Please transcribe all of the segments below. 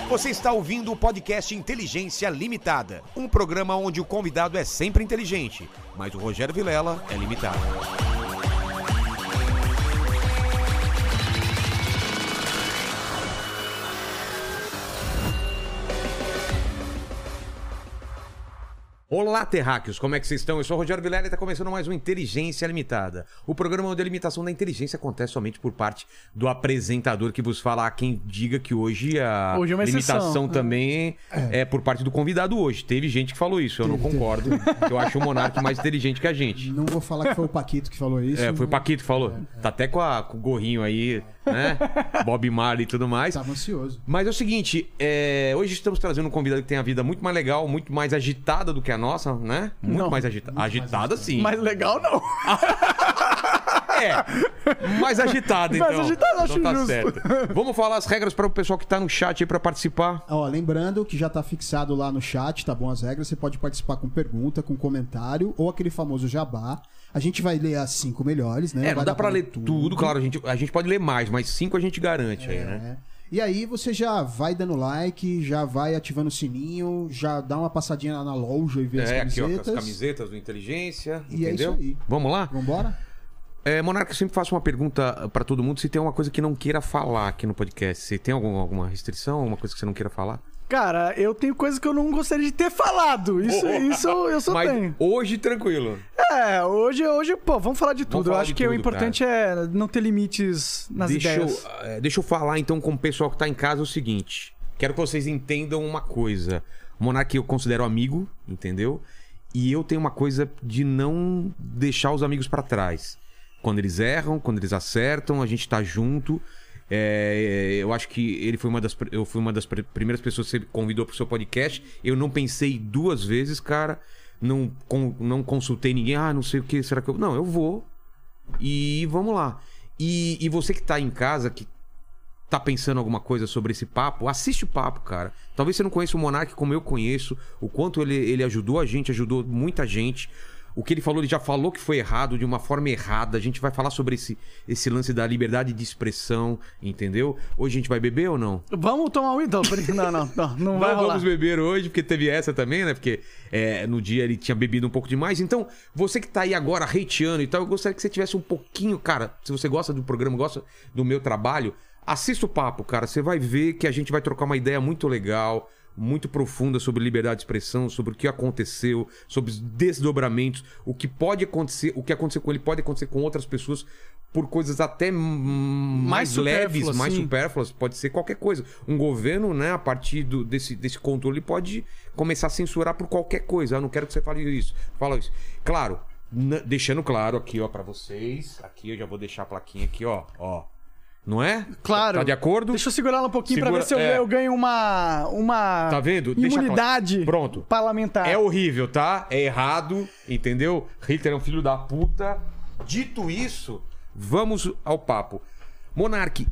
Você está ouvindo o podcast Inteligência Limitada, um programa onde o convidado é sempre inteligente, mas o Rogério Vilela é limitado. Olá, terráqueos, como é que vocês estão? Eu sou o Rogério Vilela e está começando mais um Inteligência Limitada. O programa onde a limitação da inteligência acontece somente por parte do apresentador que vos fala. Há quem diga que hoje a limitação também é por parte do convidado hoje. Teve gente que falou isso, eu não concordo. Eu acho o Monark mais inteligente que a gente. Não vou falar que foi o Paquito que falou isso. Foi o Paquito que falou. Tá até com o gorrinho aí, né? Bob Marley e tudo mais. Tava ansioso. Mas é o seguinte, hoje estamos trazendo um convidado que tem a vida muito mais legal, muito mais agitada do que a nossa, né? Muito mais agitada. Agitada, sim. Mais legal, não. Mais agitada, então. Mais agitada, acho então tá justo. certo. Vamos falar as regras para o pessoal que tá no chat aí para participar. Ó, lembrando que já tá fixado lá no chat, tá bom as regras. Você pode participar com pergunta, com comentário ou aquele famoso jabá. A gente vai ler as 5 melhores, né? Não dá pra ler tudo, claro. A gente pode ler mais, mas 5 a gente garante aí, né? E aí você já vai dando like, já vai ativando o sininho, já dá uma passadinha lá na loja e vê as camisetas. Aqui, ó, as camisetas do Inteligência, e entendeu? É isso aí. Vamos lá? Vambora? Monarca, eu sempre faço uma pergunta pra todo mundo se tem alguma coisa que não queira falar aqui no podcast. Se tem alguma restrição, alguma coisa que você não queira falar? Cara, eu tenho coisas que eu não gostaria de ter falado. Isso eu só mas tenho. Hoje, tranquilo. Hoje, pô, vamos falar de tudo. Eu acho que o importante é não ter limites nas ideias. Deixa eu falar, então, com o pessoal que tá em casa o seguinte. Quero que vocês entendam uma coisa. O Monark eu considero amigo, entendeu? E eu tenho uma coisa de não deixar os amigos pra trás. Quando eles erram, quando eles acertam, a gente tá junto. Eu acho que eu fui uma das primeiras pessoas que você convidou pro seu podcast. Eu não pensei 2 vezes, cara. Não consultei ninguém. Não sei o que, será que eu... Não, eu vou. E vamos lá. E você que tá em casa, que tá pensando alguma coisa sobre esse papo, assiste o papo, cara. Talvez você não conheça o Monark como eu conheço. O quanto ele ajudou a gente, ajudou muita gente. O que ele falou, ele já falou que foi errado, de uma forma errada. A gente vai falar sobre esse lance da liberdade de expressão, entendeu? Hoje a gente vai beber ou não? Vamos tomar um então. Não vai rolar. Vamos beber hoje, porque teve essa também, né? Porque no dia ele tinha bebido um pouco demais. Então, você que tá aí agora hateando e tal, eu gostaria que você tivesse um pouquinho, cara, se você gosta do programa, gosta do meu trabalho, assista o papo, cara. Você vai ver que a gente vai trocar uma ideia muito legal, muito profunda sobre liberdade de expressão, sobre o que aconteceu, sobre os desdobramentos, o que pode acontecer, o que aconteceu com ele pode acontecer com outras pessoas por coisas até mais leves, mais supérfluas, pode ser qualquer coisa. Um governo, né, a partir desse controle pode começar a censurar por qualquer coisa. Eu não quero que você fale isso. Fala isso. Claro, deixando claro aqui, ó, pra vocês. Aqui eu já vou deixar a plaquinha aqui, ó. Não é? Claro. Tá de acordo? Deixa eu segurar ela um pouquinho pra ver se eu ganho uma tá vendo? imunidade Pronto. parlamentar. É horrível, tá? É errado, entendeu? Hitler é um filho da puta. Dito isso, vamos ao papo. Monark,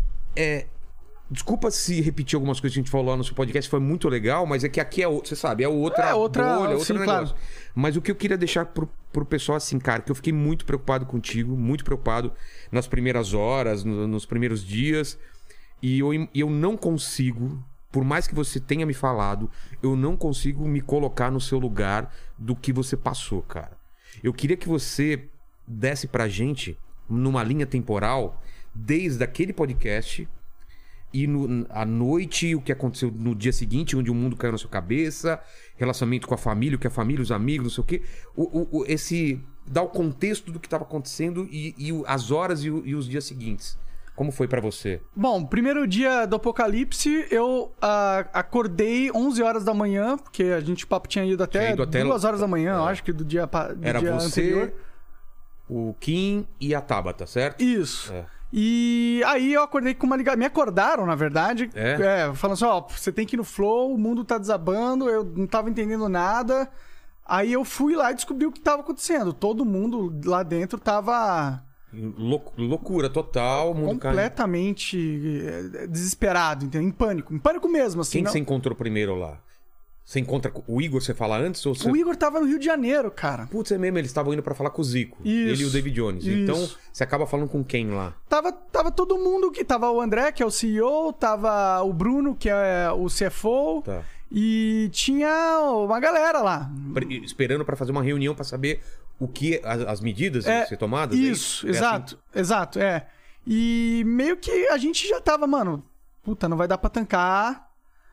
desculpa se repetir algumas coisas que a gente falou lá no seu podcast, foi muito legal, mas é que aqui você sabe, é outra bolha, outro negócio. Claro. Mas o que eu queria deixar pro pessoal assim, cara, que eu fiquei muito preocupado contigo, muito preocupado nas primeiras horas, nos primeiros dias, e eu não consigo, por mais que você tenha me falado, eu não consigo me colocar no seu lugar do que você passou, cara. Eu queria que você desse pra gente, numa linha temporal, desde aquele podcast e à noite, o que aconteceu no dia seguinte, onde o mundo caiu na sua cabeça, relacionamento com a família, o que a família, os amigos, não sei o quê. Dar o contexto do que estava acontecendo e as horas e os dias seguintes. Como foi pra você? Bom, primeiro dia do apocalipse, eu acordei 11 horas da manhã, porque o papo tinha ido até 2 horas da manhã, eu acho que do dia Era dia você, anterior. O Kim e a Tabata, certo? Isso. E aí eu acordei com uma ligação. Me acordaram, na verdade. Falando assim, você tem que ir no flow, o mundo tá desabando, eu não tava entendendo nada. Aí eu fui lá e descobri o que tava acontecendo. Todo mundo lá dentro tava... Loucura total. Completamente desesperado, entendeu? Em pânico mesmo. Assim, Quem que você encontrou primeiro lá? Você encontra o Igor, você fala antes? Ou você... O Igor tava no Rio de Janeiro, cara. Putz, é mesmo, eles estavam indo pra falar com o Zico. Isso, ele e o David Jones. isso. Então, você acaba falando com quem lá? Tava todo mundo que... Tava o André, que é o CEO, tava o Bruno, que é o CFO, Tá. e tinha uma galera lá. Esperando pra fazer uma reunião pra saber o que as medidas a ser tomadas? Isso, é exato, exato, é. E meio que a gente já tava, mano, puta, não vai dar pra tancar.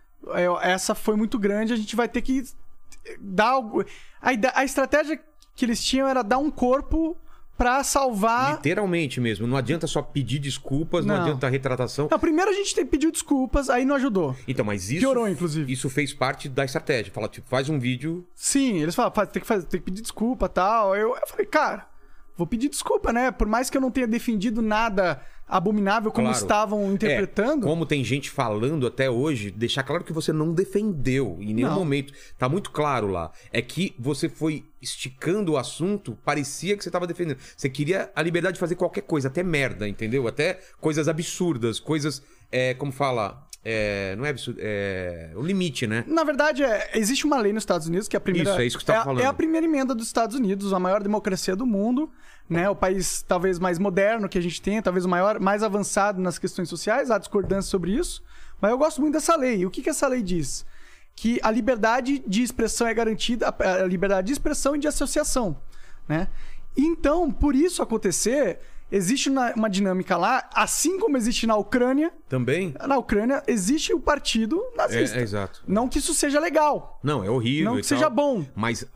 Essa foi muito grande, a gente vai ter que dar algo. A estratégia que eles tinham era dar um corpo pra salvar. Literalmente mesmo. Não adianta só pedir desculpas, não adianta retratação. Não, primeiro a gente pediu desculpas, aí não ajudou. Então, mas isso. Piorou, inclusive. Isso fez parte da estratégia. Fala, tipo, faz um vídeo. Sim, eles falam, tem que pedir desculpa e tal. Eu falei, cara, vou pedir desculpa, né? Por mais que eu não tenha defendido nada abominável como estavam interpretando. Como tem gente falando até hoje, deixar claro que você não defendeu em nenhum momento. Tá muito claro lá. É que você foi esticando o assunto, parecia que você tava defendendo. Você queria a liberdade de fazer qualquer coisa, até merda, entendeu? Até coisas absurdas, coisas, como fala... não é absurdo, é o limite, né? Na verdade, existe uma lei nos Estados Unidos que é a primeira... Isso, é isso que você tá falando. É a primeira emenda dos Estados Unidos, a maior democracia do mundo, né? O país talvez mais moderno que a gente tem, talvez o maior, mais avançado nas questões sociais, há discordância sobre isso. Mas eu gosto muito dessa lei. E o que essa lei diz? Que a liberdade de expressão é garantida, a liberdade de expressão e de associação, né? Então, por isso acontecer... Existe uma dinâmica lá, assim como existe na Ucrânia. Também? Na Ucrânia existe o partido nazista. Exato. Não que isso seja legal. Não, é horrível. Não que seja bom. Mas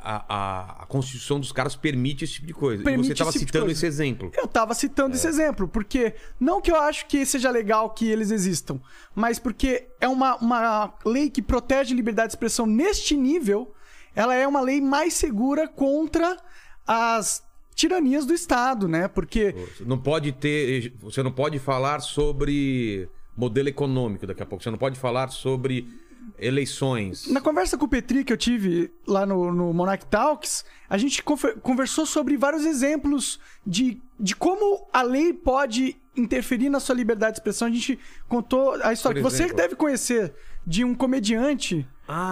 a Constituição dos caras permite esse tipo de coisa. Permite e você estava esse tipo citando esse exemplo. Eu estava citando esse exemplo, porque não que eu acho que seja legal que eles existam, mas porque é uma lei que protege a liberdade de expressão neste nível, ela é uma lei mais segura contra as tiranias do Estado, né? Porque... Você não pode falar sobre modelo econômico daqui a pouco. Você não pode falar sobre eleições. Na conversa com o Petri que eu tive lá no Monarch Talks, a gente conversou sobre vários exemplos de como a lei pode interferir na sua liberdade de expressão. A gente contou a história que você deve conhecer de um comediante...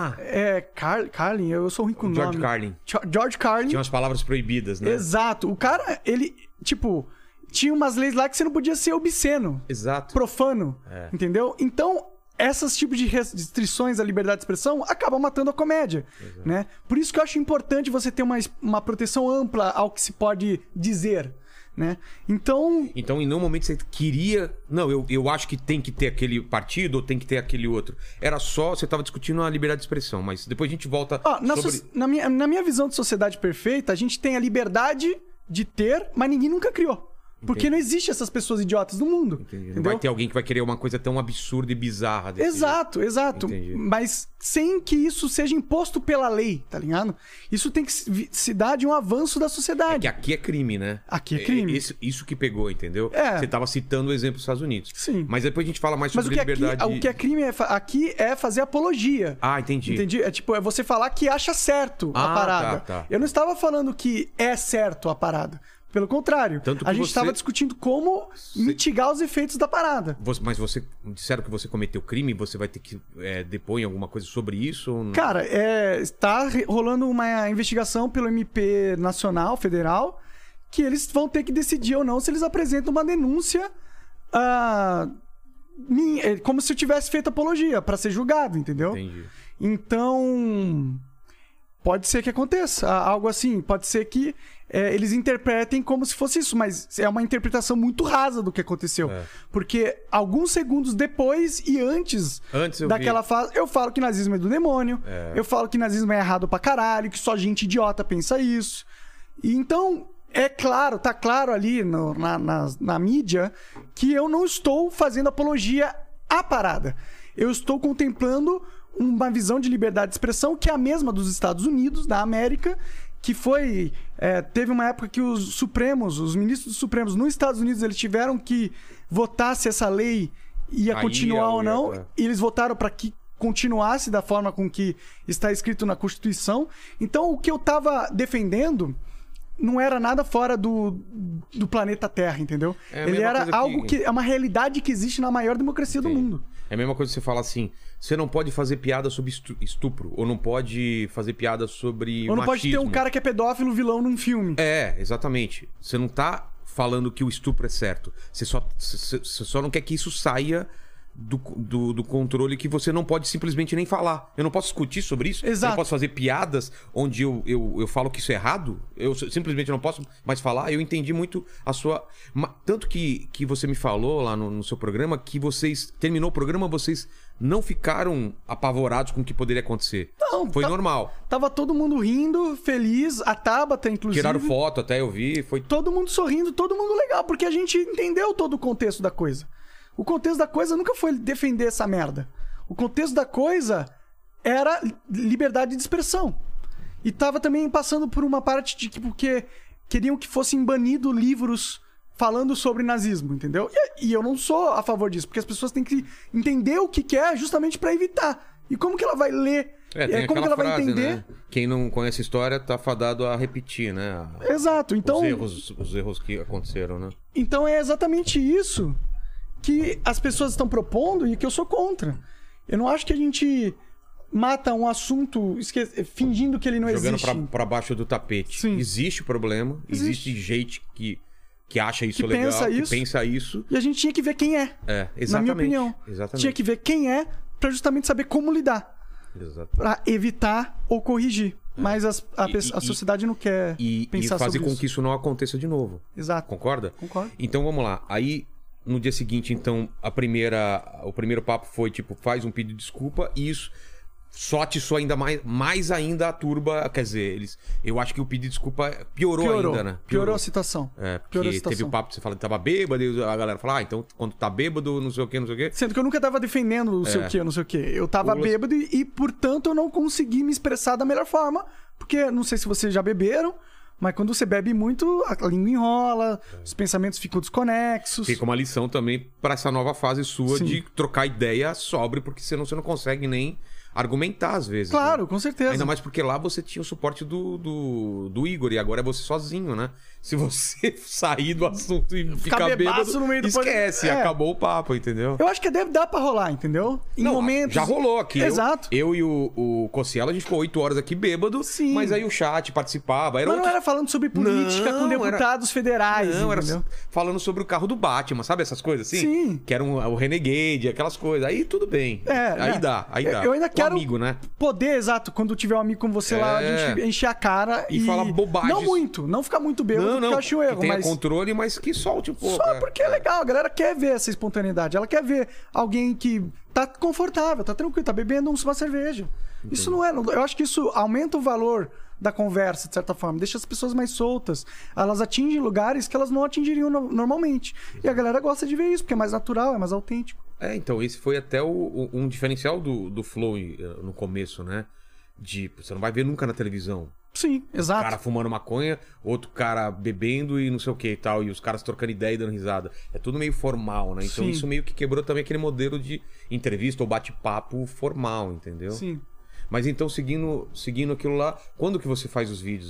Carlin, eu sou ruim com o nome. George Carlin. Tinha umas palavras proibidas, né? Exato. O cara, ele, tipo, tinha umas leis lá que você não podia ser obsceno. Exato. Profano. Entendeu? Então, esses tipos de restrições à liberdade de expressão acabam matando a comédia, né? Por isso que eu acho importante você ter uma proteção ampla ao que se pode dizer, né? Então, em nenhum momento você queria... Não, eu acho que tem que ter aquele partido ou tem que ter aquele outro. Era só... Você estava discutindo a liberdade de expressão, mas depois a gente volta sobre... Na minha visão de sociedade perfeita, a gente tem a liberdade de ter, mas ninguém nunca criou. Porque não existe essas pessoas idiotas no mundo. Não vai ter alguém que vai querer uma coisa tão absurda e bizarra desse Exato. Entendi. Mas sem que isso seja imposto pela lei, tá ligado? Isso tem que se dar de um avanço da sociedade. É que aqui é crime, né? Aqui é crime. Isso que pegou, entendeu? Você tava citando o exemplo dos Estados Unidos. Sim. Mas depois a gente fala mais sobre liberdade... O que é crime aqui é fazer apologia. Ah, entendi. É você falar que acha certo a parada. Tá. Eu não estava falando que é certo a parada. Pelo contrário, a gente estava discutindo como mitigar os efeitos da parada. Mas você disseram que você cometeu crime, você vai ter que depor em alguma coisa sobre isso? Ou não? Cara, está rolando uma investigação pelo MP Nacional, Federal, que eles vão ter que decidir ou não se eles apresentam uma denúncia como se eu tivesse feito apologia, para ser julgado, entendeu? Entendi. Então, pode ser que aconteça algo assim, pode ser que eles interpretem como se fosse isso, mas é uma interpretação muito rasa do que aconteceu. Porque alguns segundos depois e antes daquela fase, eu falo que nazismo é do demônio, eu falo que nazismo é errado pra caralho, que só gente idiota pensa isso. E então, tá claro ali na mídia que eu não estou fazendo apologia à parada. Eu estou contemplando uma visão de liberdade de expressão que é a mesma dos Estados Unidos, da América, que foi... teve uma época que os ministros supremos nos Estados Unidos, eles tiveram que votar se essa lei ia continuar ou não. E eles votaram para que continuasse da forma com que está escrito na Constituição. Então, o que eu estava defendendo não era nada fora do planeta Terra, entendeu? Ele era algo que é uma realidade que existe na maior democracia do mundo. É a mesma coisa que você fala assim, você não pode fazer piada sobre estupro, ou não pode fazer piada sobre Ou não machismo. pode ter um cara que é pedófilo vilão num filme. É, exatamente. Você não tá falando que o estupro é certo. Você só não quer que isso saia do controle, que você não pode simplesmente nem falar. Eu não posso discutir sobre isso. Exato. Eu não posso fazer piadas onde eu falo que isso é errado. Eu simplesmente não posso mais falar. Eu entendi muito a sua... Tanto que você me falou lá no seu programa que vocês... Terminou o programa, vocês não ficaram apavorados com o que poderia acontecer. Não. Foi normal. Tava todo mundo rindo, feliz. A Tabata, inclusive. Tiraram foto, até eu vi. Foi... Todo mundo sorrindo, todo mundo legal. Porque a gente entendeu todo o contexto da coisa. O contexto da coisa nunca foi defender essa merda. O contexto da coisa era liberdade de expressão. E tava também passando por uma parte de que porque queriam que fossem banidos livros falando sobre nazismo, entendeu? E eu não sou a favor disso, porque as pessoas têm que entender o que é justamente pra evitar. E como que ela vai ler? Tem como que ela frase, vai entender? né? Quem não conhece a história tá fadado a repetir, né? Exato. Então, os erros que aconteceram, né? Então é exatamente isso que as pessoas estão propondo e que eu sou contra. Eu não acho que a gente mata um assunto fingindo que ele não existe. Jogando pra baixo do tapete. Sim. Existe o problema, existe gente que acha isso que legal, pensa isso. E a gente tinha que ver quem é. Exatamente. Na minha opinião. Exatamente. Tinha que ver quem é pra justamente saber como lidar. Exato. Pra evitar ou corrigir. Mas a sociedade não quer pensar e fazer sobre com isso. que isso não aconteça de novo. Exato. Concorda? Concordo. Então vamos lá. Aí no dia seguinte, então, o primeiro papo foi tipo, faz um pedido de desculpa, e isso só atiçou ainda mais ainda a turba. Quer dizer, eu acho que o pedido de desculpa piorou ainda, né? Piorou a situação. Porque teve o papo que você fala que tava bêbado, e a galera fala, então quando tá bêbado, não sei o quê. Sendo que eu nunca tava defendendo não sei o quê. Eu tava bêbado e, portanto, eu não consegui me expressar da melhor forma, porque não sei se vocês já beberam, mas quando você bebe muito, a língua enrola, os pensamentos ficam desconexos. Fica uma lição também pra essa nova fase sua de trocar ideia sobre, porque senão você não consegue nem argumentar às vezes. Claro, né? com certeza. Ainda mais porque lá você tinha o suporte do Igor, e agora é você sozinho, né? Se você sair do assunto e ficar bêbado, no meio do esquece, acabou o papo, entendeu? Eu acho que deve dar pra rolar, entendeu? Em momentos... Já rolou aqui. Exato. Eu e o Cossielo, a gente ficou 8 horas aqui bêbado, Sim. mas aí o chat participava. Mas não era falando sobre política com deputados federais, não, entendeu? Era falando sobre o carro do Batman, sabe essas coisas assim? Sim. Que era o Renegade, aquelas coisas. Aí tudo bem. Aí dá. Eu ainda quero amigo, né? Poder, exato, quando tiver um amigo como você lá, a gente encher a cara e falar bobagens. Não muito, não ficar muito bêbado, porque eu acho um erro. Que tenha controle, mas que solte um pouco. Só porque é legal, a galera quer ver essa espontaneidade. Ela quer ver alguém que tá confortável, tá tranquilo, tá bebendo uma cerveja. Entendi. Isso não é... Eu acho que isso aumenta o valor da conversa, de certa forma. Deixa as pessoas mais soltas. Elas atingem lugares que elas não atingiriam normalmente. E a galera gosta de ver isso, porque é mais natural, é mais autêntico. Então, esse foi até um diferencial do Flow no começo, né? Você não vai ver nunca na televisão. Sim, exato. Um cara fumando maconha, outro cara bebendo e não sei o que e tal, e os caras trocando ideia e dando risada. É tudo meio formal, né? Então isso meio que quebrou também aquele modelo de entrevista ou bate-papo formal, entendeu? Sim. Mas então, seguindo aquilo lá, quando que você faz os vídeos?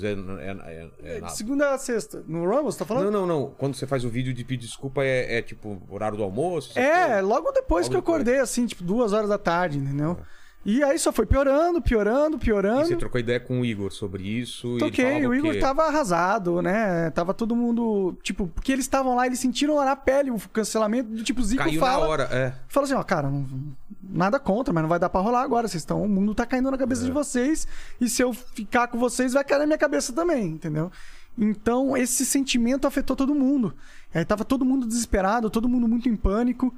De segunda a sexta. No Rumble, você tá falando? Não. Quando você faz o vídeo de pedir desculpa, é tipo horário do almoço? Logo depois que eu acordei, assim, tipo 2 horas da tarde, entendeu? E aí só foi piorando. E você trocou ideia com o Igor sobre isso? Toquei, o Igor tava arrasado, né? Tava todo mundo... Tipo, porque eles estavam lá, eles sentiram lá na pele o cancelamento do tipo, Zico caiu fala... na hora, Fala assim, ó, cara, nada contra, mas não vai dar pra rolar agora. O mundo tá caindo na cabeça de vocês, e se eu ficar com vocês, vai cair na minha cabeça também, entendeu? Então, esse sentimento afetou todo mundo. Aí tava todo mundo desesperado, todo mundo muito em pânico.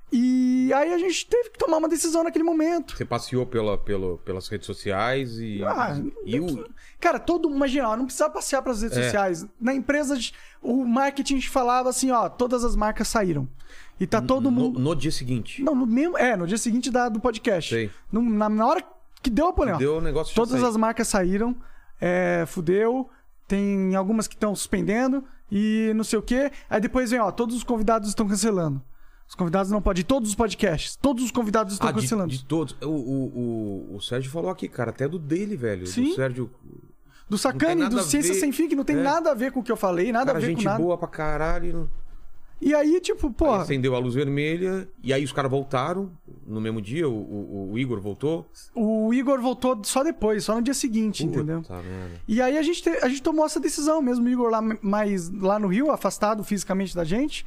E aí a gente teve que tomar uma decisão naquele momento. Você passeou pelas redes sociais e... Cara, imagina, não precisava passear pelas redes sociais. Na empresa, o marketing falava assim, ó, todas as marcas saíram. E tá todo mundo... No dia seguinte? Não, no dia seguinte do podcast. Sei. Na hora que deu a polêmica. Deu o negócio. Todas as marcas saíram, fudeu, tem algumas que estão suspendendo e não sei o quê. Aí depois vem, ó, todos os convidados estão cancelando. Os convidados não podem. Todos os podcasts. Todos os convidados estão cancelando. De todos. O Sérgio falou aqui, cara. Até do dele, velho. Sim. Do Sérgio. Do Sacani, do Ciência Sem Fim, que não tem nada a ver com o que eu falei. Nada a ver com nada. Gente boa pra caralho. E aí, tipo, pô... Aí acendeu a luz vermelha, e aí os caras voltaram no mesmo dia, o Igor voltou? O Igor voltou só depois, só no dia seguinte, entendeu? Merda. E aí a gente tomou essa decisão mesmo, o Igor lá no Rio, afastado fisicamente da gente.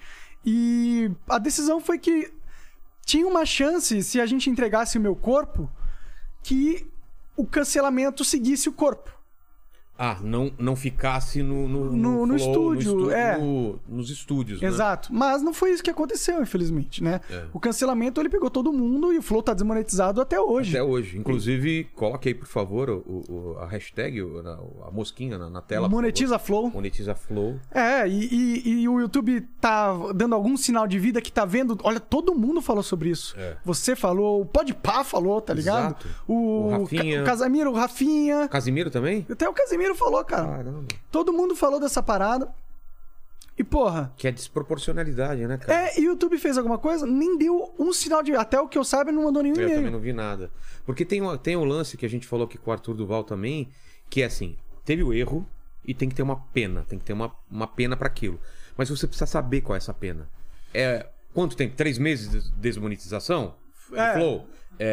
E a decisão foi que tinha uma chance, se a gente entregasse o meu corpo, que o cancelamento seguisse o corpo. Ah, não ficasse no estúdio, nos estúdios, né? Exato. Mas não foi isso que aconteceu, infelizmente, né? O cancelamento, ele pegou todo mundo e o Flow tá desmonetizado até hoje. Até hoje. Inclusive, coloque aí, por favor, a hashtag, a mosquinha na tela. Monetiza Flow. Monetiza Flow. E o YouTube tá dando algum sinal de vida que tá vendo... Olha, todo mundo falou sobre isso. Você falou, o Podpah falou, tá ligado? Exato. O Rafinha. O Casimiro, o Rafinha. Casimiro também? Até o Casimiro falou, cara. Caramba. Todo mundo falou dessa parada. E, porra... Que é desproporcionalidade, né, cara? E o YouTube fez alguma coisa? Nem deu um sinal de... Até o que eu saiba, não mandou nenhum e-mail. Eu também não vi nada. Porque tem um lance que a gente falou aqui com o Arthur Duval também, que é assim, teve o erro e tem que ter uma pena. Tem que ter uma pena pra aquilo. Mas você precisa saber qual é essa pena. Quanto tempo? 3 meses de desmonetização? Flow?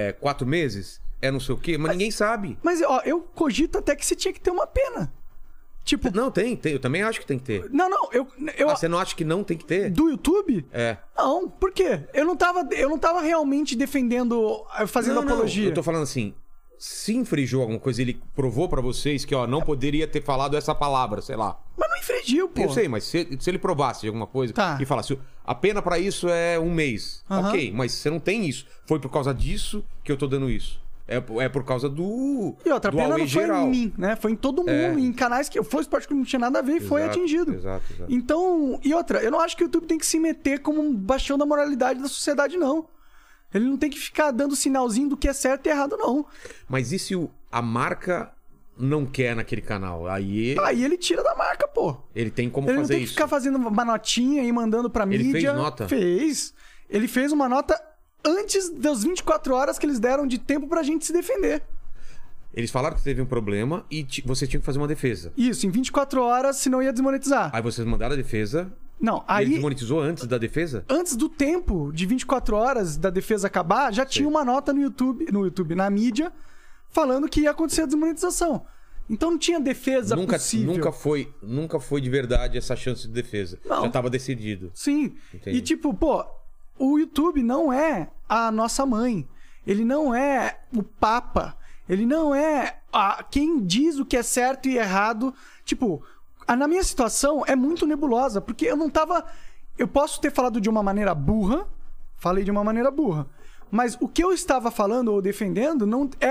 4 meses? Não sei o quê, mas ninguém sabe. Mas, ó, eu cogito até que você tinha que ter uma pena. Tipo... Não, tem. Eu também acho que tem que ter. Não, você não acha que não tem que ter? Do YouTube? Não, por quê? Eu não tava realmente defendendo, fazendo apologia. Eu tô falando assim, se infringiu alguma coisa, ele provou pra vocês que, ó, não poderia ter falado essa palavra, sei lá. Mas não infringiu, pô. Eu sei, mas se ele provasse alguma coisa e falasse, a pena pra isso é 1 mês. Ok, mas você não tem isso. Foi por causa disso que eu tô dando isso. É por causa do... E outra, a pena não foi em mim, né? Foi em todo mundo, em canais que o Flow Esporte Clube não tinha nada a ver e foi atingido. Exato. Então, e outra, eu não acho que o YouTube tem que se meter como um bastião da moralidade da sociedade, não. Ele não tem que ficar dando sinalzinho do que é certo e errado, não. Mas e se a marca não quer naquele canal? Aí ele tira da marca, pô. Ele tem como fazer isso. Ele não tem que isso. ficar fazendo uma notinha e mandando pra mídia. Ele fez nota? Fez. Ele fez uma nota antes das 24 horas que eles deram de tempo pra gente se defender. Eles falaram que teve um problema e você tinha que fazer uma defesa. Isso, em 24 horas, senão ia desmonetizar. Aí vocês mandaram a defesa... Não, aí... Ele desmonetizou antes da defesa? Antes do tempo de 24 horas da defesa acabar, já tinha uma nota no YouTube, na mídia, falando que ia acontecer a desmonetização. Então não tinha defesa possível. Nunca foi de verdade essa chance de defesa. Não. Já estava decidido. Sim. Entendi. E tipo, pô, o YouTube não é a nossa mãe. Ele não é o Papa. Ele não é quem diz o que é certo e errado. Tipo, na minha situação é muito nebulosa, porque eu não tava... Eu posso ter falado de uma maneira burra, falei de uma maneira burra, mas o que eu estava falando ou defendendo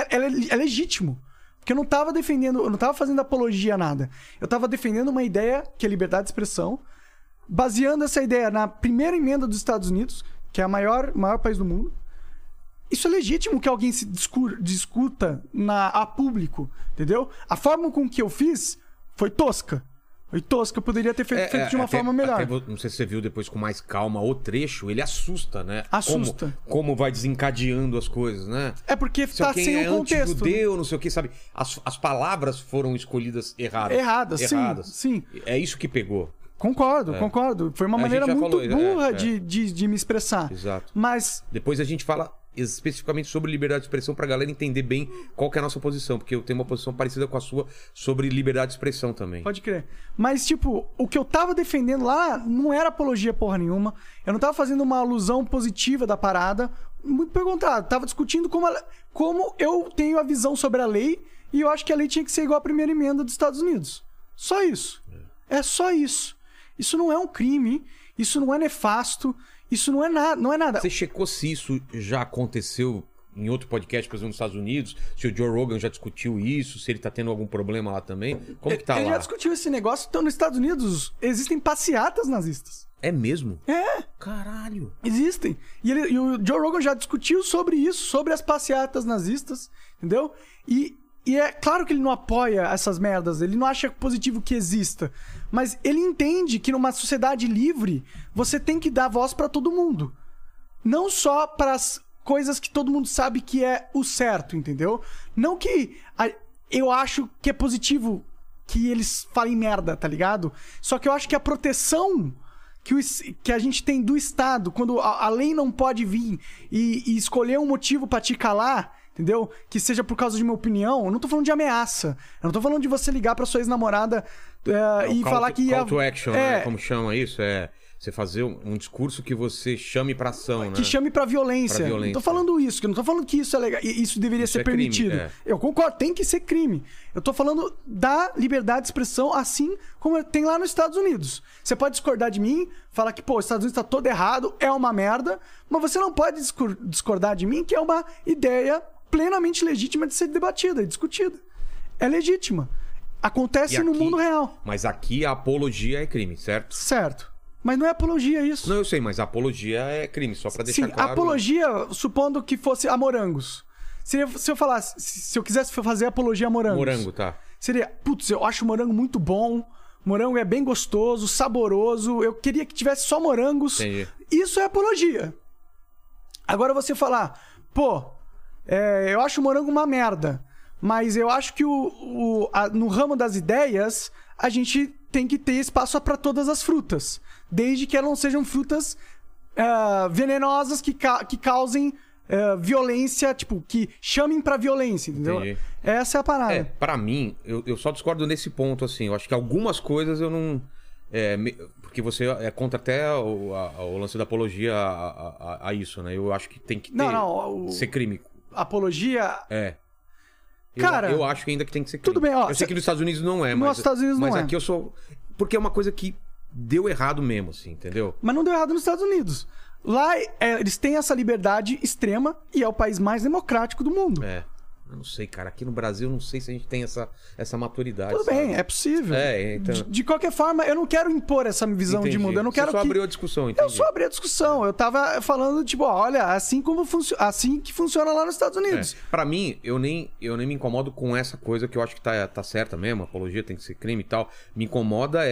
é legítimo. Porque eu não tava defendendo, eu não tava fazendo apologia a nada. Eu tava defendendo uma ideia que é liberdade de expressão, baseando essa ideia na primeira emenda dos Estados Unidos, que é o maior país do mundo. Isso é legítimo que alguém se discuta a público, entendeu? A forma com que eu fiz foi tosca. Foi tosca, eu poderia ter feito de uma forma melhor. Não sei se você viu depois com mais calma o trecho, ele assusta, né? Assusta. Como vai desencadeando as coisas, né? É porque tá sem o contexto. Antijudeu, não sei o que, sabe? As palavras foram escolhidas erradas. Erradas, sim. É isso que pegou. Concordo. Foi uma maneira muito burra de me expressar. Exato. Mas... Depois a gente fala especificamente sobre liberdade de expressão pra galera entender bem qual que é a nossa posição, porque eu tenho uma posição parecida com a sua sobre liberdade de expressão também. Pode crer. Mas, tipo, o que eu tava defendendo lá não era apologia porra nenhuma. Eu não tava fazendo uma alusão positiva da parada. Muito pelo contrário. Tava discutindo como eu tenho a visão sobre a lei e eu acho que a lei tinha que ser igual à primeira emenda dos Estados Unidos. Só isso. É só isso. Isso não é um crime. Isso não é nefasto. Isso não é nada. Você checou se isso já aconteceu em outro podcast, por exemplo, nos Estados Unidos? Se o Joe Rogan já discutiu isso? Se ele tá tendo algum problema lá também? Como que tá lá? Ele já discutiu esse negócio. Então, nos Estados Unidos, existem passeatas nazistas. É mesmo? É. Caralho. Existem. E o Joe Rogan já discutiu sobre isso, sobre as passeatas nazistas, entendeu? E é claro que ele não apoia essas merdas, ele não acha positivo que exista. Mas ele entende que numa sociedade livre, você tem que dar voz pra todo mundo. Não só para as coisas que todo mundo sabe que é o certo, entendeu? Não que eu acho que é positivo que eles falem merda, tá ligado? Só que eu acho que a proteção que a gente tem do Estado, quando a lei não pode vir e escolher um motivo pra te calar, entendeu? Que seja por causa de uma opinião. Eu não tô falando de ameaça. Eu não tô falando de você ligar pra sua ex-namorada e falar que... Call to action, né? Como chama isso? Você fazer um discurso que você chame pra ação, né? Que chame pra violência. Não tô falando isso, que eu não tô falando que isso é legal, isso deveria ser permitido. Crime, Eu concordo, tem que ser crime. Eu tô falando da liberdade de expressão, assim como tem lá nos Estados Unidos. Você pode discordar de mim, falar que, os Estados Unidos tá todo errado, é uma merda, mas você não pode discordar de mim que é uma ideia plenamente legítima de ser debatida e discutida. É legítima. Acontece no mundo real. Mas aqui a apologia é crime, certo? Certo. Mas não é apologia isso. Não, eu sei, mas a apologia é crime, só pra deixar claro. Sim, apologia, supondo que fosse a morangos. Seria, se eu quisesse fazer apologia a morangos. Morango, tá. Seria, eu acho o morango muito bom, morango é bem gostoso, saboroso, eu queria que tivesse só morangos. Entendi. Isso é apologia. Agora você falar, eu acho o morango uma merda, mas eu acho que no ramo das ideias, a gente tem que ter espaço para todas as frutas. Desde que elas não sejam frutas venenosas que causem violência, que chamem pra violência, entendeu? Entendi. Essa é a parada. Pra mim, eu só discordo nesse ponto, assim. Eu acho que algumas coisas eu não... porque você é contra até o lance da apologia a isso, né? Eu acho que tem que ser crime. Apologia... Cara, eu acho que ainda que tem que ser crime. Tudo bem, eu sei que nos Estados Unidos não é, nos Estados Unidos mas não aqui eu sou... Porque é uma coisa que deu errado mesmo, assim, entendeu? Mas não deu errado nos Estados Unidos. Lá, eles têm essa liberdade extrema e é o país mais democrático do mundo. Eu não sei, cara. Aqui no Brasil, eu não sei se a gente tem essa maturidade. Tudo bem, é possível. Então... De qualquer forma, eu não quero impor essa visão de mundo. Eu não quero Você só abriu a discussão, entendi. Eu só abri a discussão. Eu tava falando, olha, assim que funciona lá nos Estados Unidos. Pra mim, eu nem me incomodo com essa coisa que eu acho que tá certa mesmo. Apologia tem que ser crime e tal. Me incomoda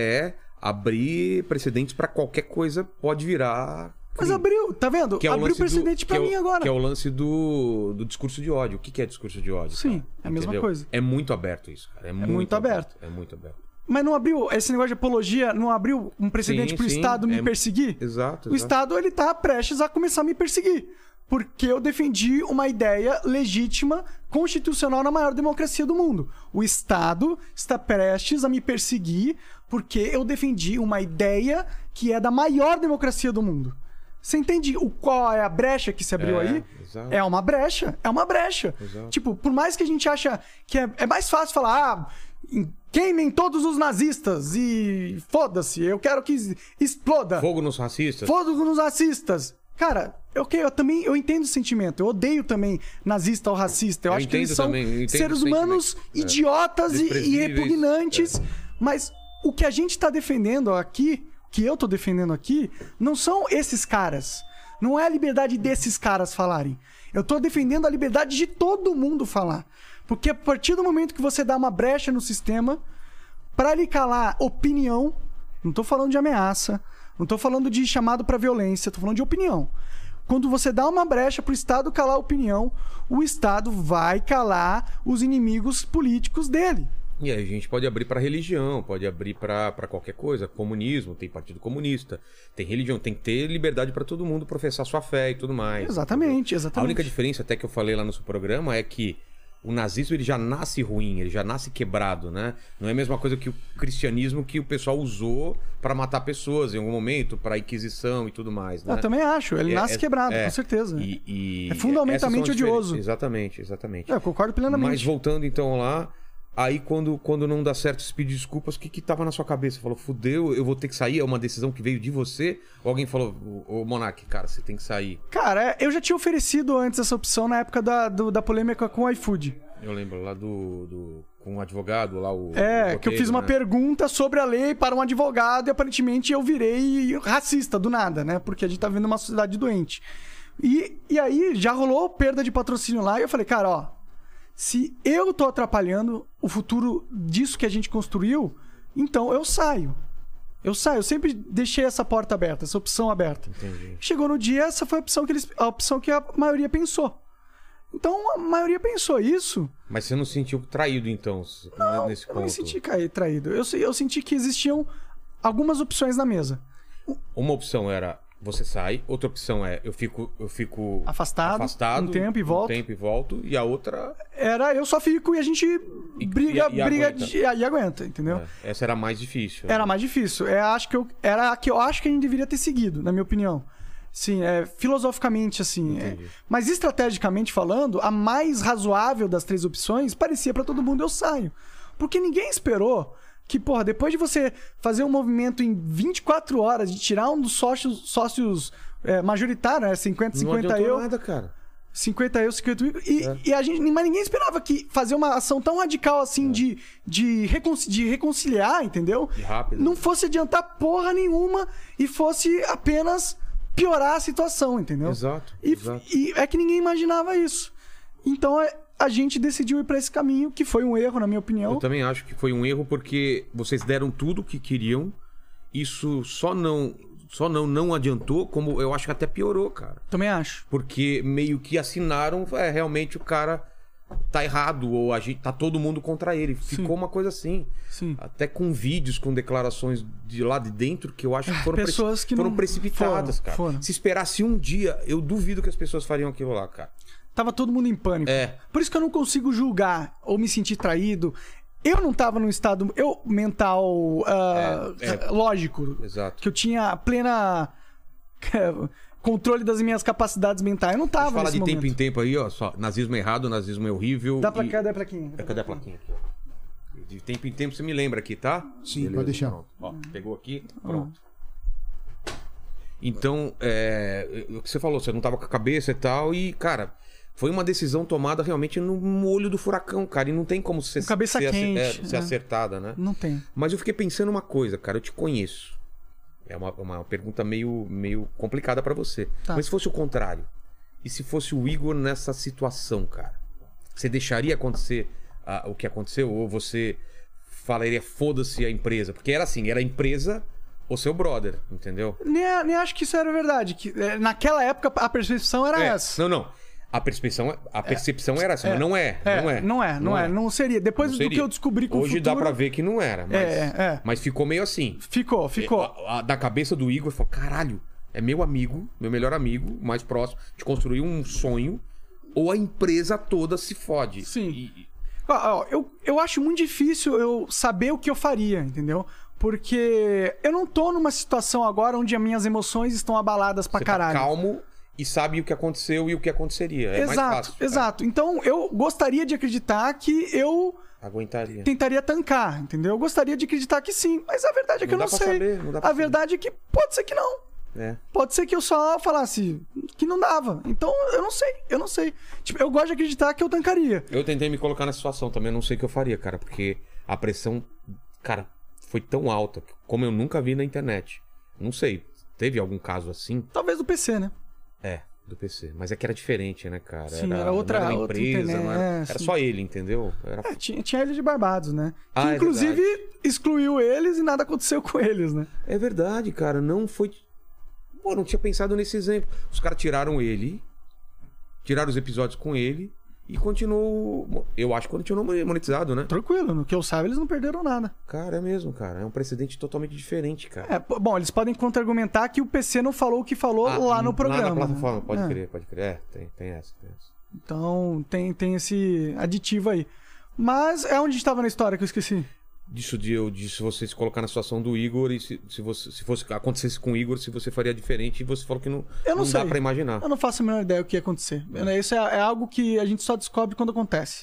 abrir precedentes pra qualquer coisa pode virar... Mas abriu, tá vendo? Abriu precedente pra mim agora. Que é o lance do discurso de ódio. O que é discurso de ódio? Sim, é a mesma coisa. É muito aberto isso, cara. É muito aberto. É muito aberto. Mas não abriu, esse negócio de apologia, não abriu um precedente pro Estado me perseguir? Exato. O Estado, ele tá prestes a começar a me perseguir. Porque eu defendi uma ideia legítima, constitucional na maior democracia do mundo. O Estado está prestes a me perseguir porque eu defendi uma ideia que é da maior democracia do mundo. Você entende qual é a brecha que se abriu aí? Exato. É uma brecha. Exato. Por mais que a gente acha que é mais fácil falar, queimem todos os nazistas e foda-se, eu quero que exploda. Fogo nos racistas. Fogo nos racistas. Cara, eu entendo o sentimento. Eu odeio também nazista ou racista. Eu acho que eles são seres humanos idiotas e repugnantes. Mas o que a gente tá defendendo aqui, que eu tô defendendo aqui, não são esses caras. Não é a liberdade desses caras falarem. Eu tô defendendo a liberdade de todo mundo falar. Porque a partir do momento que você dá uma brecha no sistema, pra ele calar opinião, não tô falando de ameaça, não tô falando de chamado pra violência, tô falando de opinião. Quando você dá uma brecha pro Estado calar a opinião, o Estado vai calar os inimigos políticos dele. E aí a gente pode abrir pra religião, pode abrir pra qualquer coisa. Comunismo, tem partido comunista, tem religião, tem que ter liberdade pra todo mundo professar sua fé e tudo mais. Exatamente. A única diferença, até que eu falei lá no seu programa, é que o nazismo ele já nasce ruim, ele já nasce quebrado, né? Não é a mesma coisa que o cristianismo que o pessoal usou pra matar pessoas em algum momento, pra Inquisição e tudo mais, né? Eu também acho, ele nasce quebrado, com certeza. É fundamentalmente odioso. Exatamente. Eu concordo plenamente. Mas voltando então lá, aí quando não dá certo se pedir desculpas, o que tava na sua cabeça? Você falou, fudeu, eu vou ter que sair? É uma decisão que veio de você? Ou alguém falou, ô Monark, cara, você tem que sair? Cara, eu já tinha oferecido antes essa opção na época da polêmica com o iFood. Eu lembro lá com um advogado lá, que eu fiz uma pergunta sobre a lei para um advogado e aparentemente eu virei racista do nada, né? Porque a gente tá vendo uma sociedade doente. E aí já rolou perda de patrocínio lá e eu falei, cara, se eu tô atrapalhando o futuro disso que a gente construiu, então eu saio. Eu sempre deixei essa porta aberta, essa opção aberta. Entendi. Chegou no dia, essa foi a opção que a maioria pensou. Então, a maioria pensou isso. Mas você não se sentiu traído, então, nesse ponto? Eu não me senti traído. Eu senti que existiam algumas opções na mesa. Uma opção era você sai, outra opção é eu fico afastado um tempo e volto. E a outra... Era eu só fico e a gente briga e aguenta, entendeu? Essa era a mais difícil. Era mais difícil. Era a que eu acho que a gente deveria ter seguido, na minha opinião. Sim, filosoficamente, assim. Mas estrategicamente falando, a mais razoável das 3 opções parecia pra todo mundo eu saio. Porque ninguém esperou que, porra, depois de você fazer um movimento em 24 horas, de tirar um dos sócios majoritários, né? 50 eu... Não adiantou nada, cara. 50 eu, 50 eu... Mas ninguém esperava que fazer uma ação tão radical assim de reconciliar, entendeu? E rápido. Não fosse adiantar porra nenhuma e fosse apenas piorar a situação, entendeu? Exato. E é que ninguém imaginava isso. Então a gente decidiu ir pra esse caminho, que foi um erro, na minha opinião. Eu também acho que foi um erro porque vocês deram tudo o que queriam. Isso só não adiantou, como eu acho que até piorou, cara. Também acho. Porque meio que assinaram, realmente o cara tá errado, ou tá todo mundo contra ele. Ficou uma coisa assim. Sim. Até com vídeos, com declarações de lá de dentro, que eu acho que foram, pessoas que foram precipitadas, cara. Foram. Se esperasse um dia, eu duvido que as pessoas fariam aquilo lá, cara. Tava todo mundo em pânico. Por isso que eu não consigo julgar ou me sentir traído. Eu não tava num estado mental lógico. Exato. Que eu tinha plena controle das minhas capacidades mentais. Eu não tava fala nesse de momento. tempo em tempo aí, ó. Só, nazismo é errado, nazismo é horrível. Dá pra cá, dá pra aqui. Cadê a plaquinha aqui? De tempo em tempo você me lembra aqui, tá? Sim, beleza, pode deixar. Pronto. Ó, pegou aqui, pronto. Então, o que você falou, você não tava com a cabeça e tal, e, cara... Foi uma decisão tomada realmente no olho do furacão, cara. E não tem como ser acertada, né? Não tem. Mas eu fiquei pensando uma coisa, cara. Eu te conheço. É uma pergunta meio complicada pra você. Tá. Mas se fosse o contrário? E se fosse o Igor nessa situação, cara? Você deixaria acontecer o que aconteceu? Ou você falaria foda-se a empresa? Porque era assim, era a empresa ou seu brother, entendeu? Nem acho que isso era verdade. Naquela época a percepção era essa. Não. A percepção era essa, mas não é. Não seria. Depois do que eu descobri com o Hoje futuro... dá pra ver que não era, mas ficou meio assim. Ficou. Da cabeça do Igor, falou, caralho, é meu amigo, meu melhor amigo, mais próximo, de construir um sonho, ou a empresa toda se fode. Sim. Eu acho muito difícil eu saber o que eu faria, entendeu? Porque eu não tô numa situação agora onde as minhas emoções estão abaladas pra caralho. Tá calmo... E sabe o que aconteceu e o que aconteceria. É mais fácil. Exato. Então, eu gostaria de acreditar que eu... Aguentaria. Tentaria tancar, entendeu? Eu gostaria de acreditar que sim. Mas a verdade é que eu não sei. A verdade é que pode ser que não. Pode ser que eu só falasse que não dava. Então, eu não sei. Tipo, eu gosto de acreditar que eu tancaria. Eu tentei me colocar nessa situação também. Eu não sei o que eu faria, cara. Porque a pressão, cara, foi tão alta como eu nunca vi na internet. Não sei. Teve algum caso assim? Talvez do PC, né? Do PC. Mas é que era diferente, né, cara? Sim, era outra empresa, era só ele, entendeu? Tinha ele de Barbados, né? Que inclusive excluiu eles e nada aconteceu com eles, né? É verdade, cara. Não foi... Pô, não tinha pensado nesse exemplo. Os caras tiraram ele, tiraram os episódios com ele e continuou... Eu acho que continuou monetizado, né? Tranquilo. No que eu saiba, eles não perderam nada. Cara, é mesmo, cara. É um precedente totalmente diferente, cara. Bom, eles podem contra-argumentar que o PC não falou o que falou lá no programa. Lá na plataforma, né? Pode crer. Tem essa. Então, tem esse aditivo aí. Mas é onde estava na história que eu esqueci. Disso se você se colocar na situação do Igor e se fosse acontecesse com o Igor, se você faria diferente, e você falou que não dá pra imaginar. Eu não faço a menor ideia do que ia acontecer. Isso é algo que a gente só descobre quando acontece.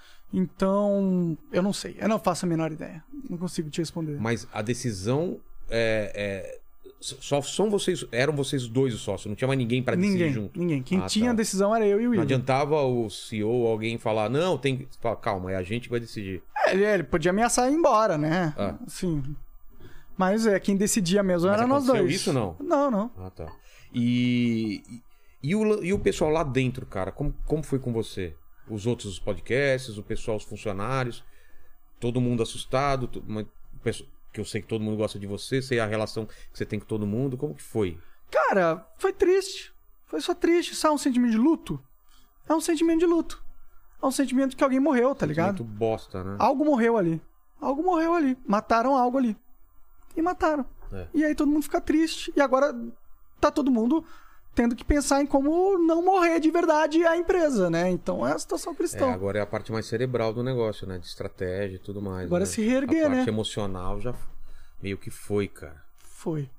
Então, eu não sei. Eu não faço a menor ideia. Não consigo te responder. Mas a decisão só são vocês, eram vocês dois os sócios, não tinha mais ninguém pra decidir junto. Ninguém. Quem tinha a decisão era eu e o Igor. Não adiantava o CEO ou alguém falar, não, tem que... Calma, é a gente que vai decidir. Ele podia ameaçar ir embora, né? Sim. Mas quem decidia mesmo era nós dois. Isso não? Não. Ah, tá. E o pessoal lá dentro, cara, como foi com você? Os outros podcasts, o pessoal, os funcionários, todo mundo assustado, que eu sei que todo mundo gosta de você, sei a relação que você tem com todo mundo, como que foi? Cara, foi triste. Foi só triste. Sabe um sentimento de luto? É um sentimento de luto. É um sentimento que alguém morreu, tá ligado? Muito bosta, né? Algo morreu ali. Mataram algo ali. E mataram. e aí todo mundo fica triste. E agora tá todo mundo tendo que pensar em como não morrer de verdade a empresa, né? Então é a situação que eles estão. Agora é a parte mais cerebral do negócio, né? De estratégia e tudo mais. Agora né? se reerguer, a né? parte emocional já meio que foi, cara. Foi.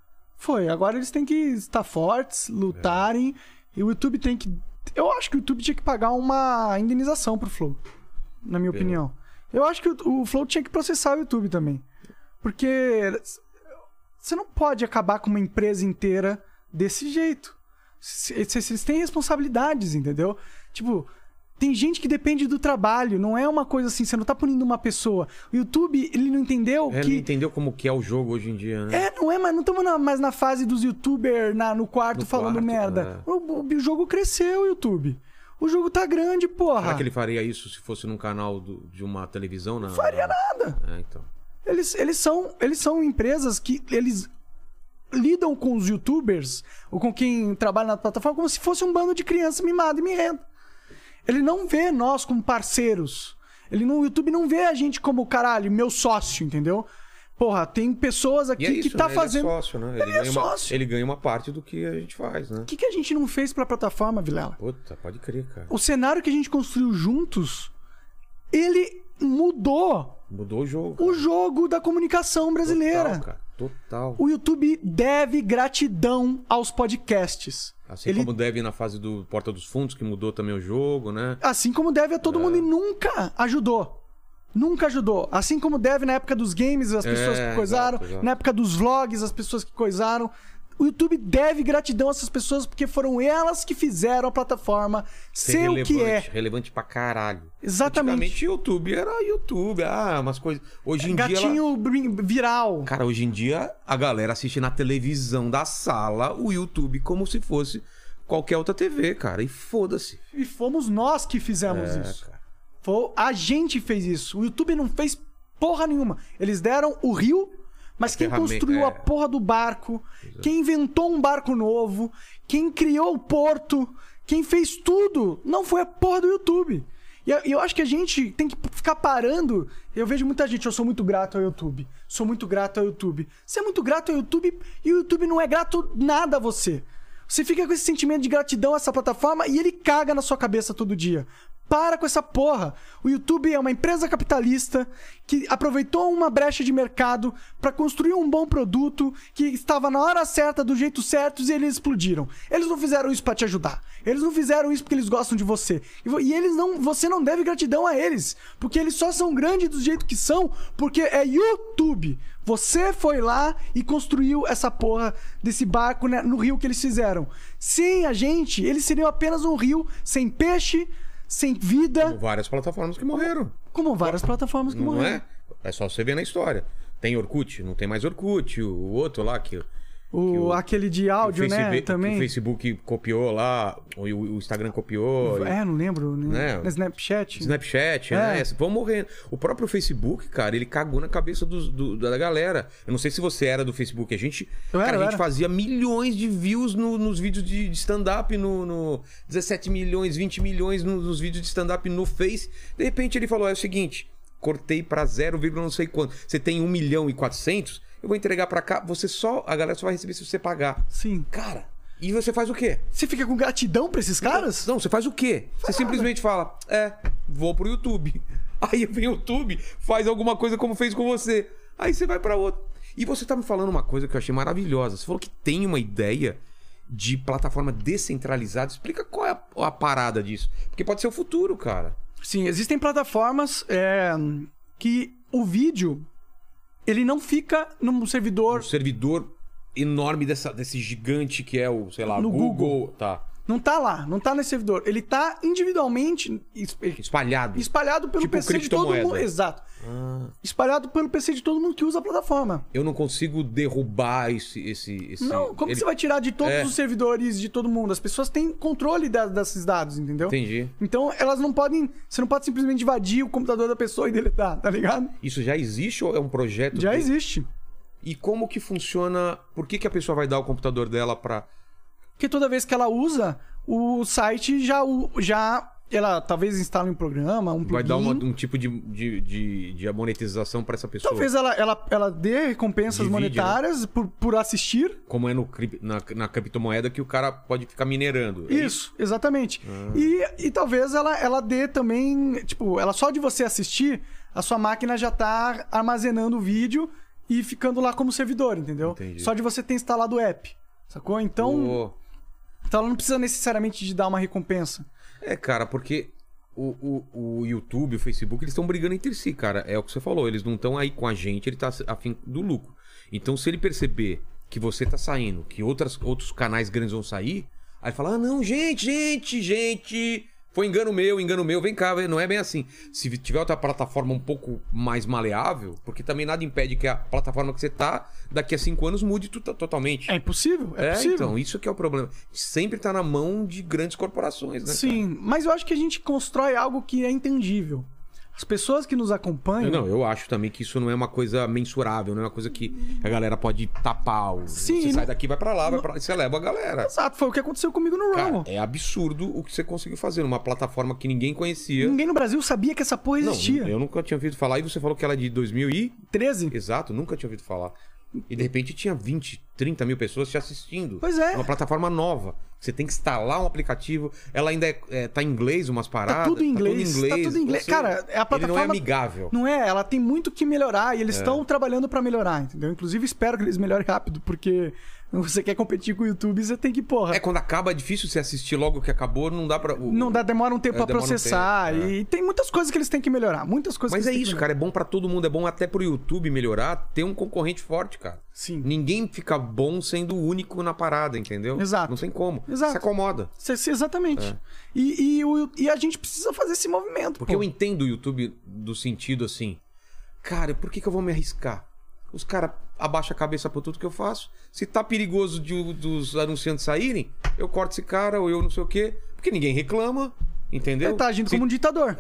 Agora eles têm que estar fortes, lutarem. E o YouTube tem que... Eu acho que o YouTube tinha que pagar uma indenização pro Flow. Na minha opinião. Eu acho que o Flow tinha que processar o YouTube também. Porque você não pode acabar com uma empresa inteira desse jeito. Vocês têm responsabilidades, entendeu? Tipo, tem gente que depende do trabalho. Não é uma coisa assim, você não tá punindo uma pessoa. O YouTube, ele não entendeu que... Ele não entendeu como que é o jogo hoje em dia, né? Não é, mas não estamos mais na fase dos youtubers no quarto falando merda. O jogo cresceu, o YouTube. O jogo tá grande, porra. Será que ele faria isso se fosse num canal de uma televisão? Não faria nada. Então. Eles são empresas que eles lidam com os youtubers ou com quem trabalha na plataforma como se fosse um bando de criança mimada e mirrenta. Ele não vê nós como parceiros. O YouTube não vê a gente como, caralho, meu sócio, entendeu? Porra, tem pessoas aqui que tá fazendo... Ele é sócio, né? Ele ganha uma parte do que a gente faz, né? O que a gente não fez pra plataforma, Vilela? Puta, pode crer, cara. O cenário que a gente construiu juntos, ele mudou... Mudou o jogo. Cara. O jogo da comunicação brasileira. Total, cara. Total. O YouTube deve gratidão aos podcasts. Assim como deve na fase do Porta dos Fundos, que mudou também o jogo, né? Assim como deve a todo mundo e nunca ajudou. Nunca ajudou. Assim como deve na época dos games, as pessoas que coisaram. Exato. Na época dos vlogs, as pessoas que coisaram. O YouTube deve gratidão a essas pessoas porque foram elas que fizeram a plataforma ser o que é. Relevante pra caralho. Exatamente. Antigamente YouTube era YouTube. umas coisas... Hoje em Gatinho viral. Cara, hoje em dia a galera assiste na televisão da sala o YouTube como se fosse qualquer outra TV, cara. E foda-se. E fomos nós que fizemos isso. Cara. A gente fez isso. O YouTube não fez porra nenhuma. Eles deram o rio, mas quem construiu a porra do barco, quem inventou um barco novo, quem criou o porto, quem fez tudo, não foi a porra do YouTube. E eu acho que a gente tem que ficar parando. Eu vejo muita gente, eu sou muito grato ao YouTube. Sou muito grato ao YouTube. Você é muito grato ao YouTube e o YouTube não é grato nada a você. Você fica com esse sentimento de gratidão a essa plataforma e ele caga na sua cabeça todo dia. Para com essa porra. O YouTube é uma empresa capitalista que aproveitou uma brecha de mercado para construir um bom produto que estava na hora certa, do jeito certo, e eles explodiram. Eles não fizeram isso para te ajudar. Eles não fizeram isso porque eles gostam de você. E eles não, você não deve gratidão a eles, porque eles só são grandes do jeito que são, porque é YouTube. Você foi lá e construiu essa porra desse barco, né, no rio que eles fizeram. Sem a gente, eles seriam apenas um rio sem peixe, sem vida. Como várias plataformas que morreram. Não é? É só você ver na história. Tem Orkut? Não tem mais Orkut. O outro lá que... aquele de áudio, né? Também. Que o Facebook copiou lá, o Instagram copiou. Não lembro. Né? Snapchat, né? Vão morrendo. O próprio Facebook, cara, ele cagou na cabeça da galera. Eu não sei se você era do Facebook. A gente fazia milhões de views nos vídeos de stand-up, no 17 milhões, 20 milhões nos vídeos de stand-up no Face. De repente ele falou, é o seguinte, cortei pra 0, não sei quanto. Você tem 1 milhão e 400... eu vou entregar pra cá, a galera só vai receber se você pagar. Sim. Cara, e você faz o quê? Você fica com gratidão pra esses caras? Não, você faz o quê? Você simplesmente fala, vou pro YouTube. Aí vem o YouTube, faz alguma coisa como fez com você. Aí você vai pra outro. E você tá me falando uma coisa que eu achei maravilhosa. Você falou que tem uma ideia de plataforma descentralizada. Explica qual é a parada disso. Porque pode ser o futuro, cara. Sim, existem plataformas que o vídeo... ele não fica num servidor... Um servidor enorme desse gigante que é o, sei lá, no Google. Tá. Não tá lá, não tá nesse servidor. Ele tá individualmente... Espalhado. Espalhado pelo tipo PC de todo mundo. Exato. Espalhado pelo PC de todo mundo que usa a plataforma. Eu não consigo derrubar esse... Não, como que você vai tirar de todos os servidores de todo mundo? As pessoas têm controle desses dados, entendeu? Entendi. Então, elas não podem... Você não pode simplesmente invadir o computador da pessoa e deletar, tá ligado? Isso já existe ou é um projeto? Já existe. E como que funciona... Por que a pessoa vai dar o computador dela pra... Porque toda vez que ela usa, o site já ela talvez instale um programa, um plugin. Vai dar um tipo de monetização pra essa pessoa. Talvez ela dê recompensas monetárias, né? por assistir. Como é na criptomoeda que o cara pode ficar minerando. Isso, exatamente. E talvez ela dê também... Tipo, ela só de você assistir, a sua máquina já tá armazenando o vídeo e ficando lá como servidor, entendeu? Entendi. Só de você ter instalado o app, sacou? Então ela não precisa necessariamente de dar uma recompensa. Cara, porque o YouTube, o Facebook, eles estão brigando entre si, cara. É o que você falou, eles não estão aí com a gente, ele tá afim do lucro. Então, se ele perceber que você tá saindo, que outros canais grandes vão sair, aí ele fala, não, gente, foi engano meu, vem cá, não é bem assim. Se tiver outra plataforma um pouco mais maleável, porque também nada impede que a plataforma que você tá, daqui a 5 anos mude totalmente. É impossível, é possível. Então, isso que é o problema. Sempre tá na mão de grandes corporações, né? Sim, cara? Mas eu acho que a gente constrói algo que é intangível. As pessoas que nos acompanham... Não, eu acho também que isso não é uma coisa mensurável, não é uma coisa que a galera pode tapar. Sim, você sai daqui, vai pra lá, você leva a galera. Exato, foi o que aconteceu comigo no Rumble. É absurdo o que você conseguiu fazer numa plataforma que ninguém conhecia. Ninguém no Brasil sabia que essa porra existia. Não, eu nunca tinha ouvido falar. E você falou que ela é de 2013? Exato, nunca tinha ouvido falar. E de repente tinha 20, 30 mil pessoas te assistindo. Pois é. Uma plataforma nova. Você tem que instalar um aplicativo. Ela ainda tá em inglês, umas paradas. Tá tudo em inglês. Tá tudo em inglês. Cara, a plataforma... Ele não é amigável. Não é, ela tem muito que melhorar. E eles estão trabalhando pra melhorar, entendeu? Inclusive, espero que eles melhorem rápido, porque... Você quer competir com o YouTube, você tem que, porra... Quando acaba é difícil você assistir logo que acabou, não dá pra... demora um tempo pra processar. E tem muitas coisas que eles têm que melhorar. Muitas coisas. Mas é isso, cara. É bom pra todo mundo. É bom até pro YouTube melhorar, ter um concorrente forte, cara. Sim. Ninguém fica bom sendo o único na parada, entendeu? Exato. Não tem como. Exato. Se acomoda. Exatamente. E a gente precisa fazer esse movimento. Porque eu entendo o YouTube do sentido assim... Cara, por que eu vou me arriscar? Os caras abaixam a cabeça por tudo que eu faço. Se tá perigoso dos anunciantes saírem, eu corto esse cara ou eu não sei o quê. Porque ninguém reclama, entendeu? Ele tá agindo como um ditador.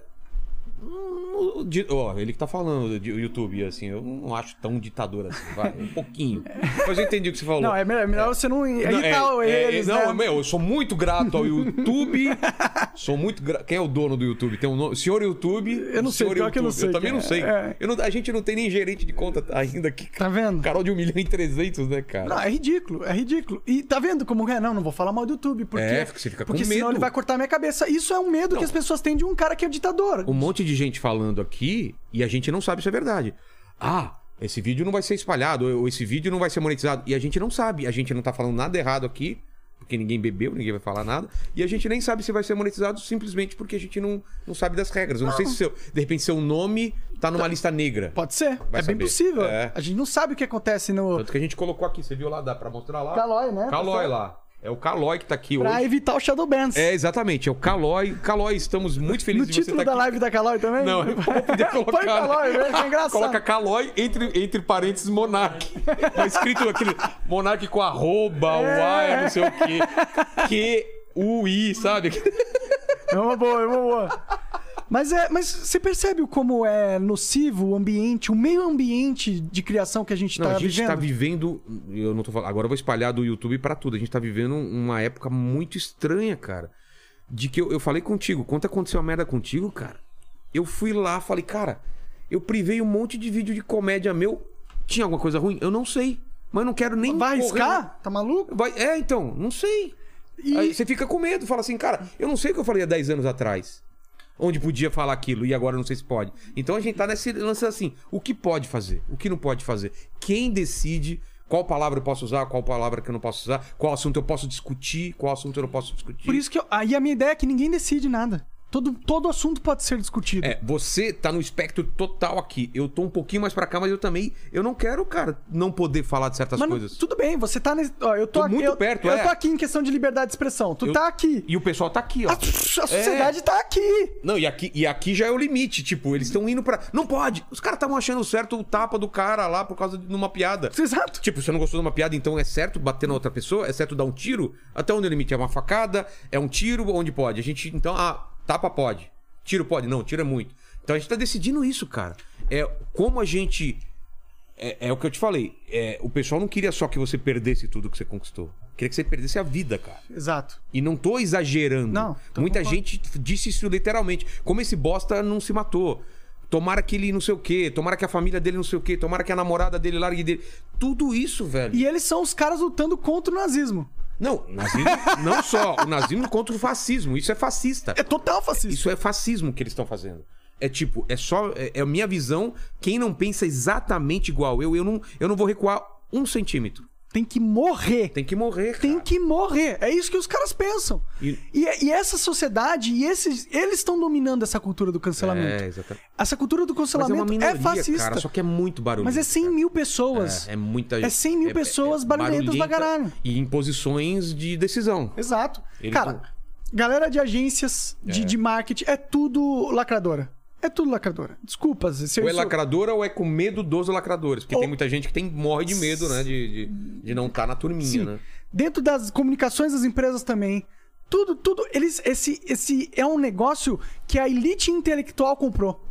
Ele que tá falando de YouTube, assim, eu não acho tão ditador assim, vai, um pouquinho. Mas eu entendi o que você falou. Não, é melhor você não irritar eles, né? Eu sou muito grato ao YouTube. Sou muito grato. Quem é o dono do YouTube? Tem um nome? Senhor YouTube. Eu não sei, pior que eu não sei. Eu também não sei. A gente não tem nem gerente de conta ainda aqui. Tá vendo? Carol de 1.300.000, né, cara? Não, é ridículo. E tá vendo como é? Não vou falar mal do YouTube, porque você fica com porque medo. Senão ele vai cortar minha cabeça. Isso é um medo que as pessoas têm de um cara que é ditador. Um monte de gente falando aqui e a gente não sabe se é verdade. Esse vídeo não vai ser espalhado, ou esse vídeo não vai ser monetizado. E a gente não sabe. A gente não tá falando nada errado aqui, porque ninguém bebeu, ninguém vai falar nada. E a gente nem sabe se vai ser monetizado simplesmente porque a gente não sabe das regras. Eu não sei se de repente seu nome tá numa lista negra. Pode ser. Vai bem saber. Possível. A gente não sabe o que acontece no... Tanto que a gente colocou aqui, você viu lá, dá pra mostrar lá? Calói, né? Calói lá. É o Calói que tá aqui pra hoje. Pra evitar o Shadow Bans. Exatamente. É o Calói. Calói, estamos muito felizes de você estar aqui. No título da live da Calói também? Não, eu vou poder colocar. Põe Calói, que é engraçado. Coloca Calói entre parênteses Monark. Tá escrito aquele Monark com arroba, uai, não sei o quê. Q-U-I, sabe? É uma boa. Mas você percebe como é nocivo o ambiente, o meio ambiente de criação que a gente tá vivendo? A gente tá vivendo... Eu não tô falando... Agora eu vou espalhar do YouTube pra tudo. A gente tá vivendo uma época muito estranha, cara. De que eu falei contigo. Quando aconteceu a merda contigo, cara, eu fui lá, falei, cara, eu privei um monte de vídeo de comédia meu. Tinha alguma coisa ruim? Eu não sei. Mas eu não quero nem... Vai arriscar? Tá maluco? Então, não sei. Aí você fica com medo. Fala assim, cara, eu não sei o que eu falei há 10 anos atrás. Onde podia falar aquilo e agora não sei se pode. Então a gente tá nesse lance assim, o que pode fazer, o que não pode fazer. Quem decide qual palavra eu posso usar, qual palavra que eu não posso usar, qual assunto eu posso discutir, qual assunto eu não posso discutir. Por isso que aí a minha ideia é que ninguém decide nada. Todo assunto pode ser discutido. Você tá no espectro total aqui. Eu tô um pouquinho mais pra cá, mas eu não quero, cara, não poder falar de certas coisas. Tudo bem, você tá nesse... eu tô aqui, muito perto, eu tô aqui em questão de liberdade de expressão. Tu tá aqui. E o pessoal tá aqui, ó. A sociedade tá aqui. Não, e aqui já é o limite. Tipo, eles estão indo pra... Não pode! Os caras estavam achando certo o tapa do cara lá por causa de uma piada. Exato. Tipo, você não gostou de uma piada, então é certo bater na outra pessoa? É certo dar um tiro? Até onde é o limite? É uma facada? É um tiro? Onde pode? A gente, então... tapa pode. Tiro pode? Não, tiro é muito. Então a gente tá decidindo isso, cara. Como a gente é o que eu te falei. O pessoal não queria só que você perdesse tudo que você conquistou. Queria que você perdesse a vida, cara. Exato. E não tô exagerando. Não. Muita gente disse isso literalmente. Como esse bosta não se matou. Tomara que ele não sei o quê. Tomara que a família dele não sei o quê. Tomara que a namorada dele largue dele. Tudo isso, velho. E eles são os caras lutando contra o nazismo. Não, o nazismo não só. O nazismo contra o fascismo. Isso é fascista. É total fascista. Isso é fascismo que eles estão fazendo. É tipo, é a minha visão. Quem não pensa exatamente igual eu não vou recuar 1 centímetro. Tem que morrer. Tem que morrer, cara. Tem que morrer. É isso que os caras pensam. E essa sociedade, eles estão dominando essa cultura do cancelamento. Exatamente. Essa cultura do cancelamento Mas é uma minoria, fascista. Cara, só que é muito barulho. Mas é 100 mil pessoas. É muita gente. É 100 mil pessoas barulhentas pra caralho. E em posições de decisão. Exato. Cara, galera de agências de marketing é tudo lacradora. É tudo lacradora. Desculpa. Ou é lacradora ou é com medo dos lacradores. Porque tem muita gente que morre de medo, né? De não estar na turminha, Sim. né? Dentro das comunicações das empresas também. Tudo. Esse é um negócio que a elite intelectual comprou.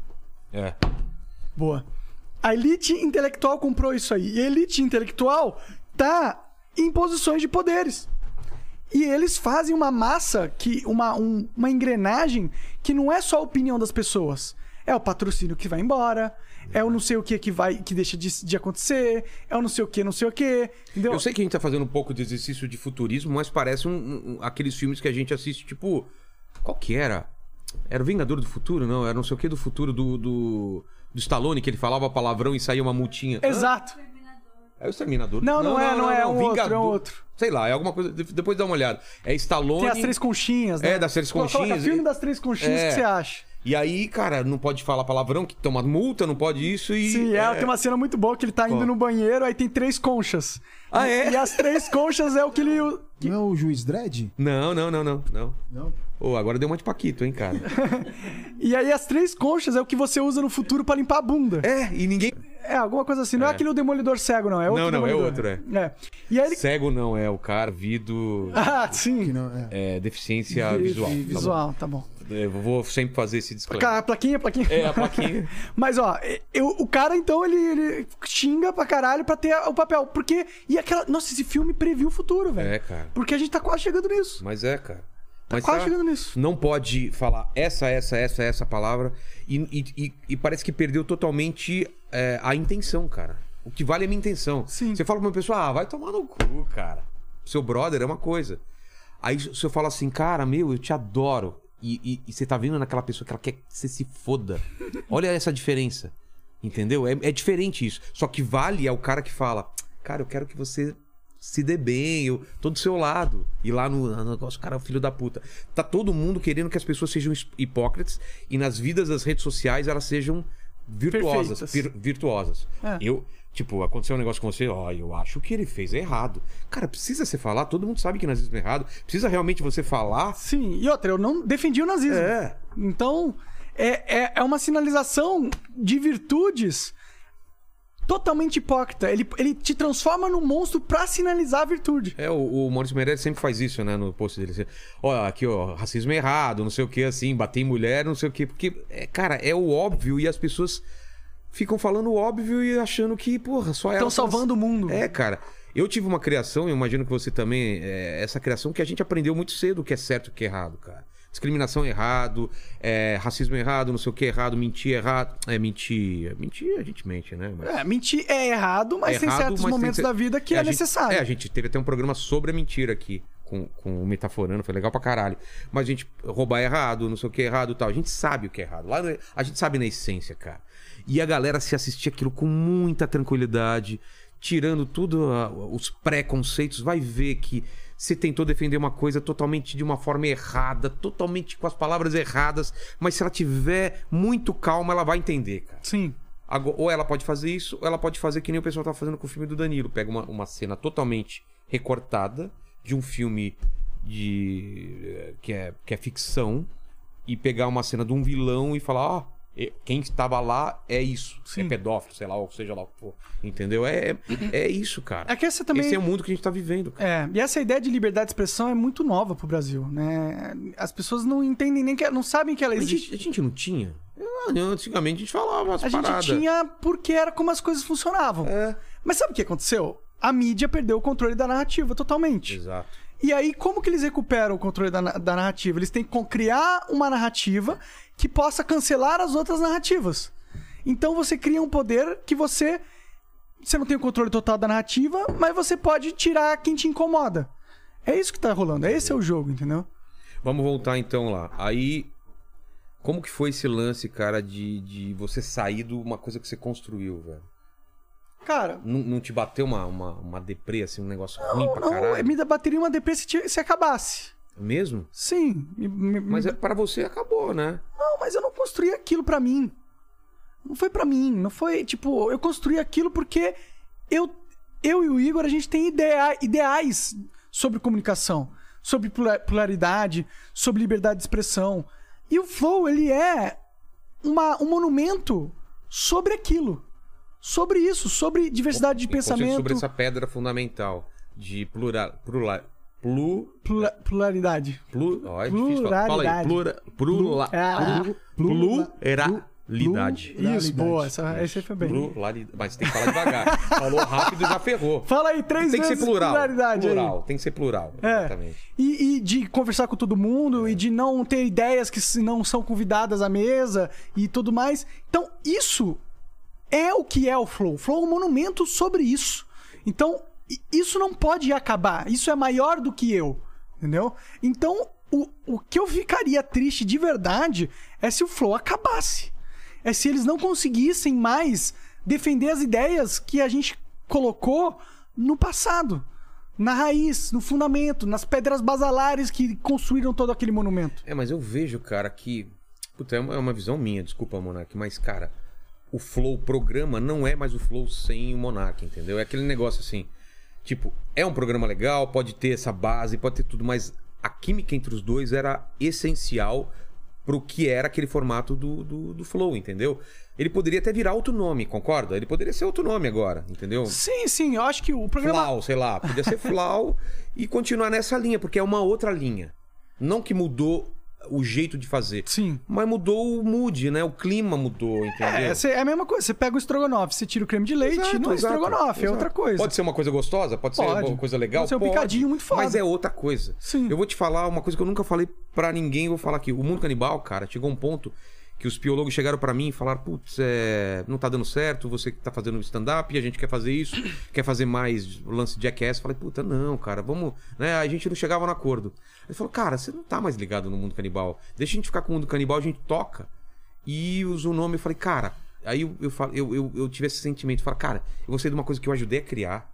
Boa. A elite intelectual comprou isso aí. E a elite intelectual tá em posições de poderes. E eles fazem uma massa, uma engrenagem que não é só a opinião das pessoas. É o patrocínio que vai embora, é o não sei o que deixa de acontecer, é o não sei o que, entendeu? Eu sei que a gente tá fazendo um pouco de exercício de futurismo, mas parece aqueles filmes que a gente assiste, tipo... Qual que era? Era o Vingador do Futuro, não? Era não sei o que do futuro do Stallone, que ele falava palavrão e saía uma multinha. Exato. É o Exterminador? Não é um Vingador. outro. Sei lá, é alguma coisa... Depois dá uma olhada. É Stallone... Tem as 3 conchinhas, né? Das 3 conchinhas. Coloca filme das 3 conchinhas, o que você acha? E aí, cara, não pode falar palavrão, que toma multa, não pode isso e... Sim, tem uma cena muito boa que ele tá indo no banheiro, aí tem 3 conchas. Ah, é? E as 3 conchas é o que ele... Não é o Juiz Dredd? Não. Não? Agora deu uma de Paquito, hein, cara? E aí as 3 conchas é o que você usa no futuro pra limpar a bunda. E ninguém... Alguma coisa assim. Não é aquele Demolidor cego, não. É outro Demolidor. É outro, E aí ele... Cego não, é o cara, sim. Que não, deficiência visual. Visual, tá bom. Eu vou sempre fazer esse disclaimer. A plaquinha. A plaquinha. Mas, o cara, então, ele xinga pra caralho pra ter o papel. Porque... Nossa, esse filme previu o futuro, velho. Cara. Porque a gente tá quase chegando nisso. Mas, cara. Quase chegando nisso. Não pode falar essa palavra e parece que perdeu totalmente a intenção, cara. O que vale é a minha intenção. Sim. Você fala pra uma pessoa, vai tomar no cu, cara. Seu brother é uma coisa. Aí se eu falo assim, cara, eu te adoro. E você tá vendo naquela pessoa que ela quer que você se foda. Olha essa diferença. Entendeu? É diferente isso. Só que vale é o cara que fala, cara, eu quero que você... se dê bem, eu tô do seu lado. E lá no negócio, cara, é o filho da puta. Tá todo mundo querendo que as pessoas sejam hipócritas e nas vidas das redes sociais elas sejam virtuosas. Aconteceu um negócio com você, eu acho que ele fez errado. Cara, precisa você falar, todo mundo sabe que nazismo é errado. Precisa realmente você falar? Sim, e outra, eu não defendi o nazismo. Então, é uma sinalização de virtudes... totalmente hipócrita. Ele te transforma num monstro pra sinalizar a virtude. O Maurício Meirelles sempre faz isso, né? No post dele. Aqui, racismo é errado, não sei o que, assim, bater em mulher, não sei o que. Porque, cara, é o óbvio e as pessoas ficam falando o óbvio e achando que, porra, só elas... Estão salvando o mundo. Cara. Eu tive uma criação, eu imagino que você também... essa criação que a gente aprendeu muito cedo o que é certo e o que é errado, cara. Discriminação é errado, racismo é errado, não sei o que é errado, mentir é errado. Mentir a gente mente, né? Mentir é errado, mas tem certos momentos da vida que é necessário. A gente teve até um programa sobre a mentira aqui, com o Metaforando, foi legal pra caralho. Mas a gente roubar é errado, não sei o que é errado e tal. A gente sabe o que é errado. Lá a gente sabe na essência, cara. E a galera se assistia aquilo com muita tranquilidade, tirando tudo os preconceitos, vai ver que você tentou defender uma coisa totalmente de uma forma errada, totalmente com as palavras erradas, mas se ela tiver muito calma, ela vai entender, cara. Sim. Ou ela pode fazer isso, ou ela pode fazer que nem o pessoal tá fazendo com o filme do Danilo. Pega uma cena totalmente recortada de um filme que é ficção e pegar uma cena de um vilão e falar, quem estava lá é isso. Sim. É pedófilo, sei lá, ou seja lá o que for. Entendeu? É isso, cara. Esse é o mundo que a gente tá vivendo, cara. E essa ideia de liberdade de expressão é muito nova pro Brasil, né? As pessoas não entendem nem não sabem que ela existe. A gente não tinha. Antigamente a gente falava umas paradas. A gente tinha porque era como as coisas funcionavam. Mas sabe o que aconteceu? A mídia perdeu o controle da narrativa totalmente. Exato. E aí, como que eles recuperam o controle da narrativa? Eles têm que criar uma narrativa que possa cancelar as outras narrativas. Então você cria um poder que você não tem o controle total da narrativa, mas você pode tirar quem te incomoda. É isso que tá rolando. Esse é o jogo, entendeu? Vamos voltar então lá. Aí, como que foi esse lance, cara, de você sair de uma coisa que você construiu, velho? Cara... Não te bateu uma deprê, assim, um negócio ruim pra caralho? Não, me bateria uma deprê se acabasse. Mesmo? Sim. Mas pra você acabou, né? Não, mas eu não construí aquilo pra mim. Não foi pra mim. Não foi, tipo... Eu construí aquilo porque eu e o Igor, a gente tem ideais sobre comunicação, sobre pluralidade, sobre liberdade de expressão. E o Flow, ele é um monumento sobre aquilo. Sobre isso, sobre diversidade de pensamento. Sobre essa pedra fundamental de pluralidade. Pluralidade. É difícil falar. Fala aí. Pluralidade. Isso, boa. Esse foi bem. Mas tem que falar devagar. Falou rápido e já ferrou. Fala aí 3 vezes. Tem que ser plural. Pluralidade Plural. aí. Tem que ser plural. Exatamente. E de conversar com todo mundo e de não ter ideias que não são convidadas à mesa e tudo mais. Então, isso é o que é o Flow. O Flow é um monumento sobre isso. Então, isso não pode acabar. Isso é maior do que eu. Entendeu? Então, o que eu ficaria triste de verdade é se o Flow acabasse. É se eles não conseguissem mais defender as ideias que a gente colocou no passado. Na raiz, no fundamento, nas pedras basalares que construíram todo aquele monumento. Mas eu vejo, cara, que... Puta, é uma visão minha, desculpa, Monark, mas, cara... O Flow programa não é mais o Flow sem o Monark, entendeu? É aquele negócio assim, tipo, é um programa legal, pode ter essa base, pode ter tudo, mas a química entre os dois era essencial pro que era aquele formato do Flow, entendeu? Ele poderia até virar outro nome, concorda? Ele poderia ser outro nome agora, entendeu? Sim, eu acho que o programa... Flow, sei lá, podia ser Flow e continuar nessa linha, porque é uma outra linha. Não que mudou o jeito de fazer. Sim. Mas mudou o mood, né? O clima mudou, entendeu? É a mesma coisa. Você pega o estrogonofe, você tira o creme de leite, não é estrogonofe, é outra coisa. Pode ser uma coisa gostosa, pode ser uma coisa legal, pode ser um picadinho muito foda. Mas é outra coisa. Sim. Eu vou te falar uma coisa que eu nunca falei pra ninguém, eu vou falar aqui. O Mundo Canibal, cara, chegou um ponto que os piologos chegaram pra mim e falaram, putz, não tá dando certo, você que tá fazendo stand-up e a gente quer fazer isso, quer fazer mais lance de Jackass. Falei, puta, não, cara, vamos... Né? A gente não chegava no acordo. Ele falou, cara, você não tá mais ligado no Mundo Canibal. Deixa a gente ficar com o Mundo Canibal, a gente toca. E usa o nome, eu falei, cara... Aí eu tive esse sentimento, falei, cara, eu gostei de uma coisa que eu ajudei a criar.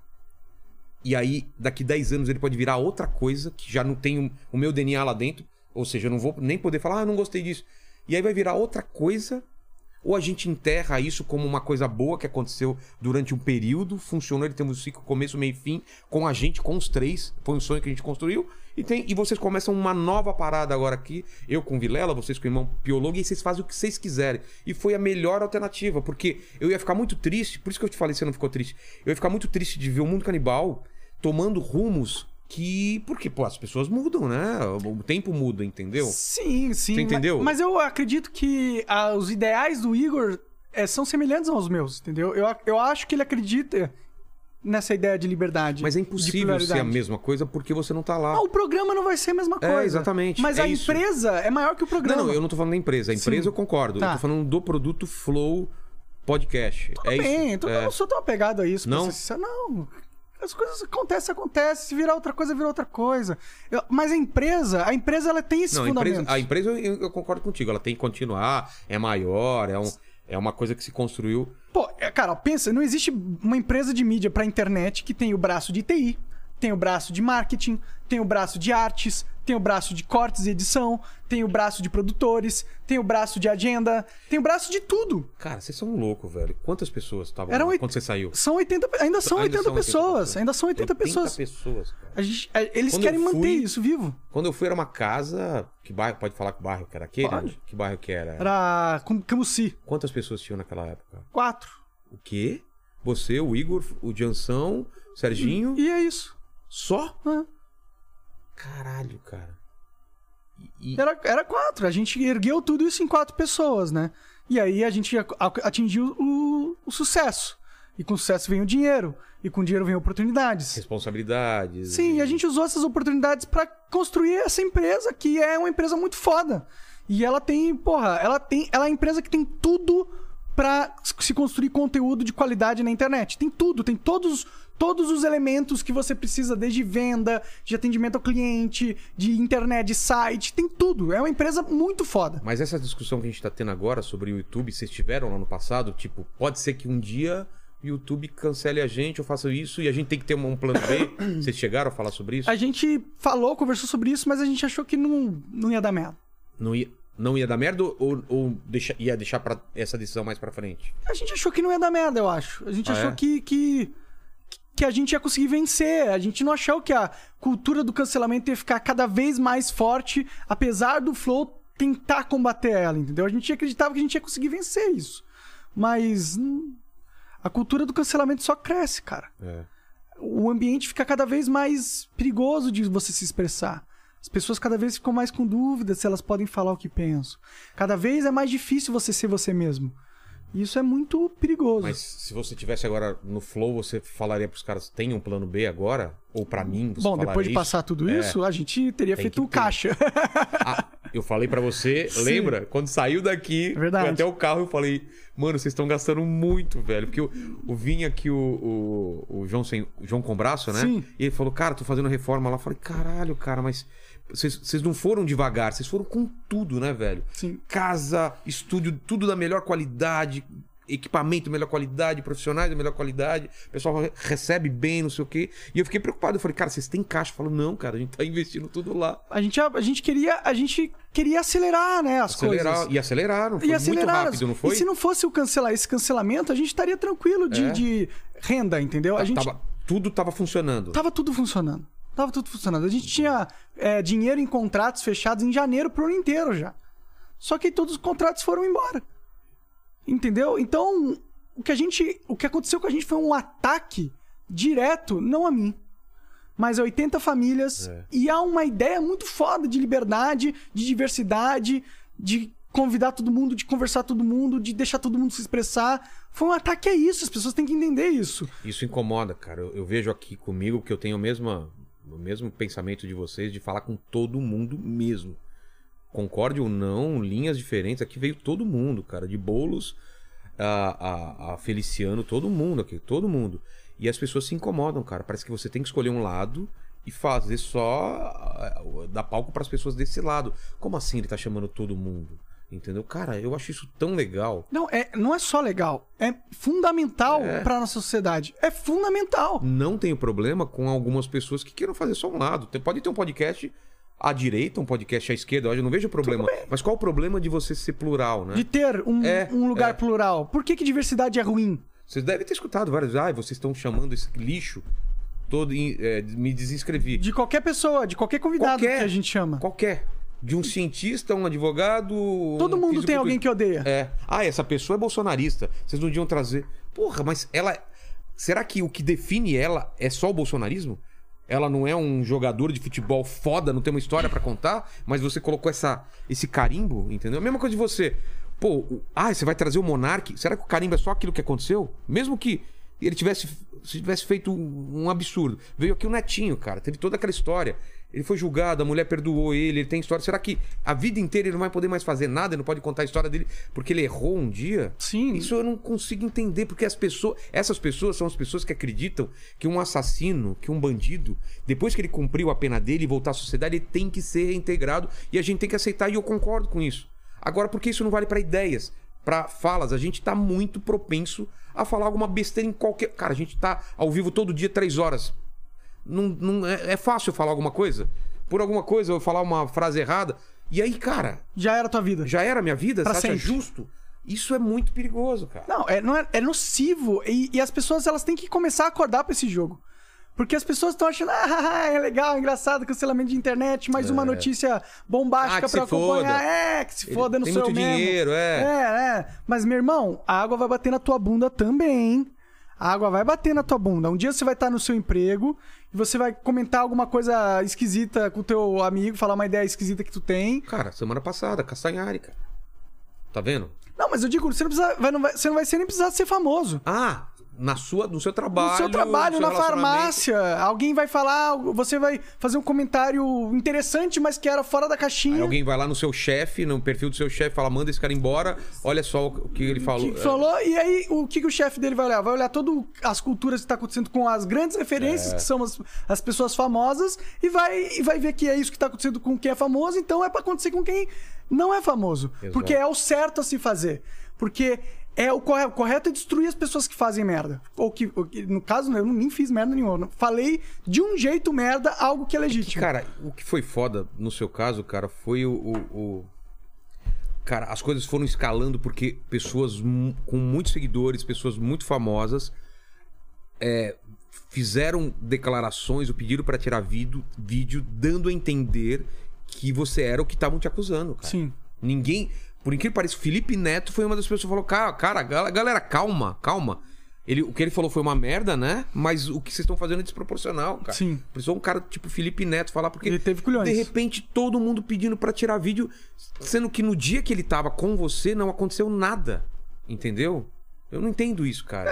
E aí, daqui 10 anos ele pode virar outra coisa, que já não tem o meu DNA lá dentro. Ou seja, eu não vou nem poder falar, não gostei disso. E aí vai virar outra coisa, ou a gente enterra isso como uma coisa boa que aconteceu durante um período, funcionou, ele tem um ciclo, começo, meio e fim, com a gente, com os três, foi um sonho que a gente construiu, e vocês começam uma nova parada agora aqui, eu com o Vilela, vocês com o irmão Piologo, e vocês fazem o que vocês quiserem. E foi a melhor alternativa, porque eu ia ficar muito triste, por isso que eu te falei, você não ficou triste, eu ia ficar muito triste de ver o Mundo Canibal tomando rumos porque, pô, as pessoas mudam, né? O tempo muda, entendeu? Sim. Você entendeu? Mas eu acredito que os ideais do Igor são semelhantes aos meus, entendeu? Eu acho que ele acredita nessa ideia de liberdade. Mas é impossível ser a mesma coisa porque você não tá lá. Não, o programa não vai ser a mesma coisa. Exatamente. Mas a empresa é maior que o programa. Não, eu não tô falando da empresa. A empresa eu concordo. Eu tô falando do produto Flow Podcast. Tudo bem, isso. Eu não sou tão apegado a isso. Não? Não. As coisas acontecem. Se virar outra coisa, vira outra coisa. Mas a empresa ela tem esse fundamento. A empresa eu concordo contigo. Ela tem que continuar, é maior, é uma coisa que se construiu. Pô, cara, pensa, não existe uma empresa de mídia pra internet que tem o braço de TI, tem o braço de marketing, tem o braço de artes, tem o braço de cortes e edição, tem o braço de produtores, tem o braço de agenda, tem o braço de tudo. Cara, vocês são loucos, velho. Quantas pessoas estavam lá quando você saiu? Ainda são 80 pessoas. Ainda são 80 pessoas. 80 pessoas, cara. Eles querem manter isso vivo. Quando eu fui, era uma casa... Que bairro? Pode falar que bairro que era aquele? Pode. Que bairro que era? Era Camucí. Quantas pessoas tinham naquela época? 4. O quê? Você, o Igor, o Jansão, o Serginho? E é isso. Só? É. Caralho, cara. Era 4. A gente ergueu tudo isso em 4 pessoas, né? E aí a gente atingiu o sucesso. E com sucesso vem o dinheiro. E com dinheiro vem oportunidades. Responsabilidades. Sim, e a gente usou essas oportunidades pra construir essa empresa, que é uma empresa muito foda. E ela tem, ela é a empresa que tem tudo pra se construir conteúdo de qualidade na internet. Tem tudo, tem todos os elementos que você precisa, desde venda, de atendimento ao cliente, de internet, de site, tem tudo. É uma empresa muito foda. Mas essa discussão que a gente tá tendo agora sobre o YouTube, vocês tiveram lá no passado? Tipo, pode ser que um dia o YouTube cancele a gente ou faça isso e a gente tem que ter um plano B? Vocês chegaram a falar sobre isso? A gente conversou sobre isso, mas a gente achou que não ia dar merda. Não ia dar merda ou ia deixar pra essa decisão mais pra frente? A gente achou que não ia dar merda, eu acho. A gente achou que a gente ia conseguir vencer. A gente não achou que a cultura do cancelamento ia ficar cada vez mais forte, apesar do Flow tentar combater ela, entendeu? A gente acreditava que a gente ia conseguir vencer isso. Mas a cultura do cancelamento só cresce, cara. O ambiente fica cada vez mais perigoso de você se expressar. As pessoas cada vez ficam mais com dúvidas se elas podem falar o que pensam. Cada vez é mais difícil você ser você mesmo. E isso é muito perigoso. Mas se você tivesse agora no Flow, você falaria pros caras, tem um plano B agora? Ou pra mim, você falaria depois de passar tudo isso, a gente teria feito caixa. Eu falei pra você, lembra? Quando saiu daqui, fui até o carro, eu falei, mano, vocês estão gastando muito, velho. Porque eu vim aqui o João Combraço, né? Sim. E ele falou, cara, tô fazendo reforma lá. Eu falei, caralho, cara, mas vocês não foram devagar, vocês foram com tudo, né, velho? Sim. Casa, estúdio, tudo da melhor qualidade, equipamento da melhor qualidade, profissionais da melhor qualidade, o pessoal recebe bem, não sei o quê. E eu fiquei preocupado, eu falei, cara, vocês têm caixa? Eu falo, não, cara, a gente tá investindo tudo lá. A gente queria acelerar, né, as coisas. E aceleraram, foi muito rápido, não foi? E se não fosse esse cancelamento, a gente estaria tranquilo de renda, entendeu? Tudo tava funcionando. Tava tudo funcionando. A gente tinha dinheiro em contratos fechados em janeiro pro ano inteiro já. Só que todos os contratos foram embora. Entendeu? Então, o que aconteceu com a gente foi um ataque direto, não a mim, mas a 80 famílias. E há uma ideia muito foda de liberdade, de diversidade, de convidar todo mundo, de conversar todo mundo, de deixar todo mundo se expressar. Foi um ataque a isso, as pessoas têm que entender isso. Isso incomoda, cara. Eu vejo aqui comigo que eu tenho o mesmo pensamento de vocês, de falar com todo mundo mesmo. Concorde ou não, linhas diferentes, aqui veio todo mundo, cara, de Boulos a Feliciano, todo mundo aqui, todo mundo. E as pessoas se incomodam, cara, parece que você tem que escolher um lado e fazer só dar palco para as pessoas desse lado. Como assim ele tá chamando todo mundo? Entendeu? Cara, eu acho isso tão legal. Não é só legal, é fundamental pra nossa sociedade. É fundamental. Não tenho problema com algumas pessoas que queiram fazer só um lado. Pode ter um podcast à direita, um podcast à esquerda, eu não vejo problema. Mas qual o problema de você ser plural, né? De ter um lugar plural. Por que diversidade é ruim? Vocês devem ter escutado várias vezes. Vocês estão chamando esse lixo todo. Me desinscrevi. De qualquer pessoa, de qualquer convidado que a gente chama. Qualquer. De um cientista, um advogado. Todo mundo tem alguém que odeia. Essa pessoa é bolsonarista. Vocês não deviam trazer. Porra, mas ela. Será que o que define ela é só o bolsonarismo? Ela não é um jogador de futebol foda, não tem uma história pra contar, mas você colocou esse carimbo, entendeu? A mesma coisa de você. Pô, você vai trazer o Monark? Será que o carimbo é só aquilo que aconteceu? Mesmo que ele tivesse feito um absurdo. Veio aqui o Netinho, cara, teve toda aquela história. Ele foi julgado, a mulher perdoou ele tem história. Será que a vida inteira ele não vai poder mais fazer nada? Ele não pode contar a história dele porque ele errou um dia? Sim. Isso eu não consigo entender, porque essas pessoas são as pessoas que acreditam que um assassino, que um bandido, depois que ele cumpriu a pena dele e voltar à sociedade, ele tem que ser reintegrado e a gente tem que aceitar, e eu concordo com isso. Agora, por que isso não vale para ideias, para falas? A gente tá muito propenso a falar alguma besteira em qualquer... Cara, a gente tá ao vivo todo dia 3 horas. Não é fácil falar alguma coisa? Por alguma coisa eu falar uma frase errada. E aí, cara... Já era a tua vida. Já era a minha vida? Pra você sempre. acha justo? Isso é muito perigoso, cara. É nocivo. E as pessoas elas têm que começar a acordar pra esse jogo. Porque as pessoas estão achando, é legal, engraçado, cancelamento de internet, mais uma notícia bombástica pra acompanhar. Que se foda no seu mesmo. Tem muito dinheiro, Mas, meu irmão, a água vai bater na tua bunda também. A água vai bater na tua bunda. Um dia você vai estar no seu emprego e você vai comentar alguma coisa esquisita com o teu amigo, falar uma ideia esquisita que tu tem. Cara, semana passada, Castanhari, cara. Tá vendo? Não, mas eu digo, você não vai nem precisar ser famoso. Ah, no seu trabalho. No seu trabalho, na farmácia. Alguém vai falar, você vai fazer um comentário interessante, mas que era fora da caixinha. Aí alguém vai lá no seu chefe, no perfil do seu chefe, fala, manda esse cara embora, olha só o que ele falou. E aí, o que o chefe dele vai olhar? Vai olhar todas as culturas que tá acontecendo com as grandes referências, que são as pessoas famosas, e vai ver que é isso que tá acontecendo com quem é famoso, então é pra acontecer com quem não é famoso. Exato. Porque é o certo a se fazer. Porque o correto é destruir as pessoas que fazem merda. Ou que, no caso, eu nem fiz merda nenhuma. Falei de um jeito merda algo que é legítimo. Cara, o que foi foda no seu caso, cara, foi Cara, as coisas foram escalando porque pessoas com muitos seguidores, pessoas muito famosas, fizeram declarações ou pediram pra tirar vídeo dando a entender que você era o que estavam te acusando, cara. Sim. Ninguém... Por incrível que pareça, o Felipe Neto foi uma das pessoas que falou, cara, galera, calma. O que ele falou foi uma merda, né? Mas o que vocês estão fazendo é desproporcional, cara. Sim. Precisou um cara tipo Felipe Neto falar, porque ele teve culhões. De repente todo mundo pedindo pra tirar vídeo, sendo que no dia que ele tava com você não aconteceu nada. Entendeu? Eu não entendo isso, cara.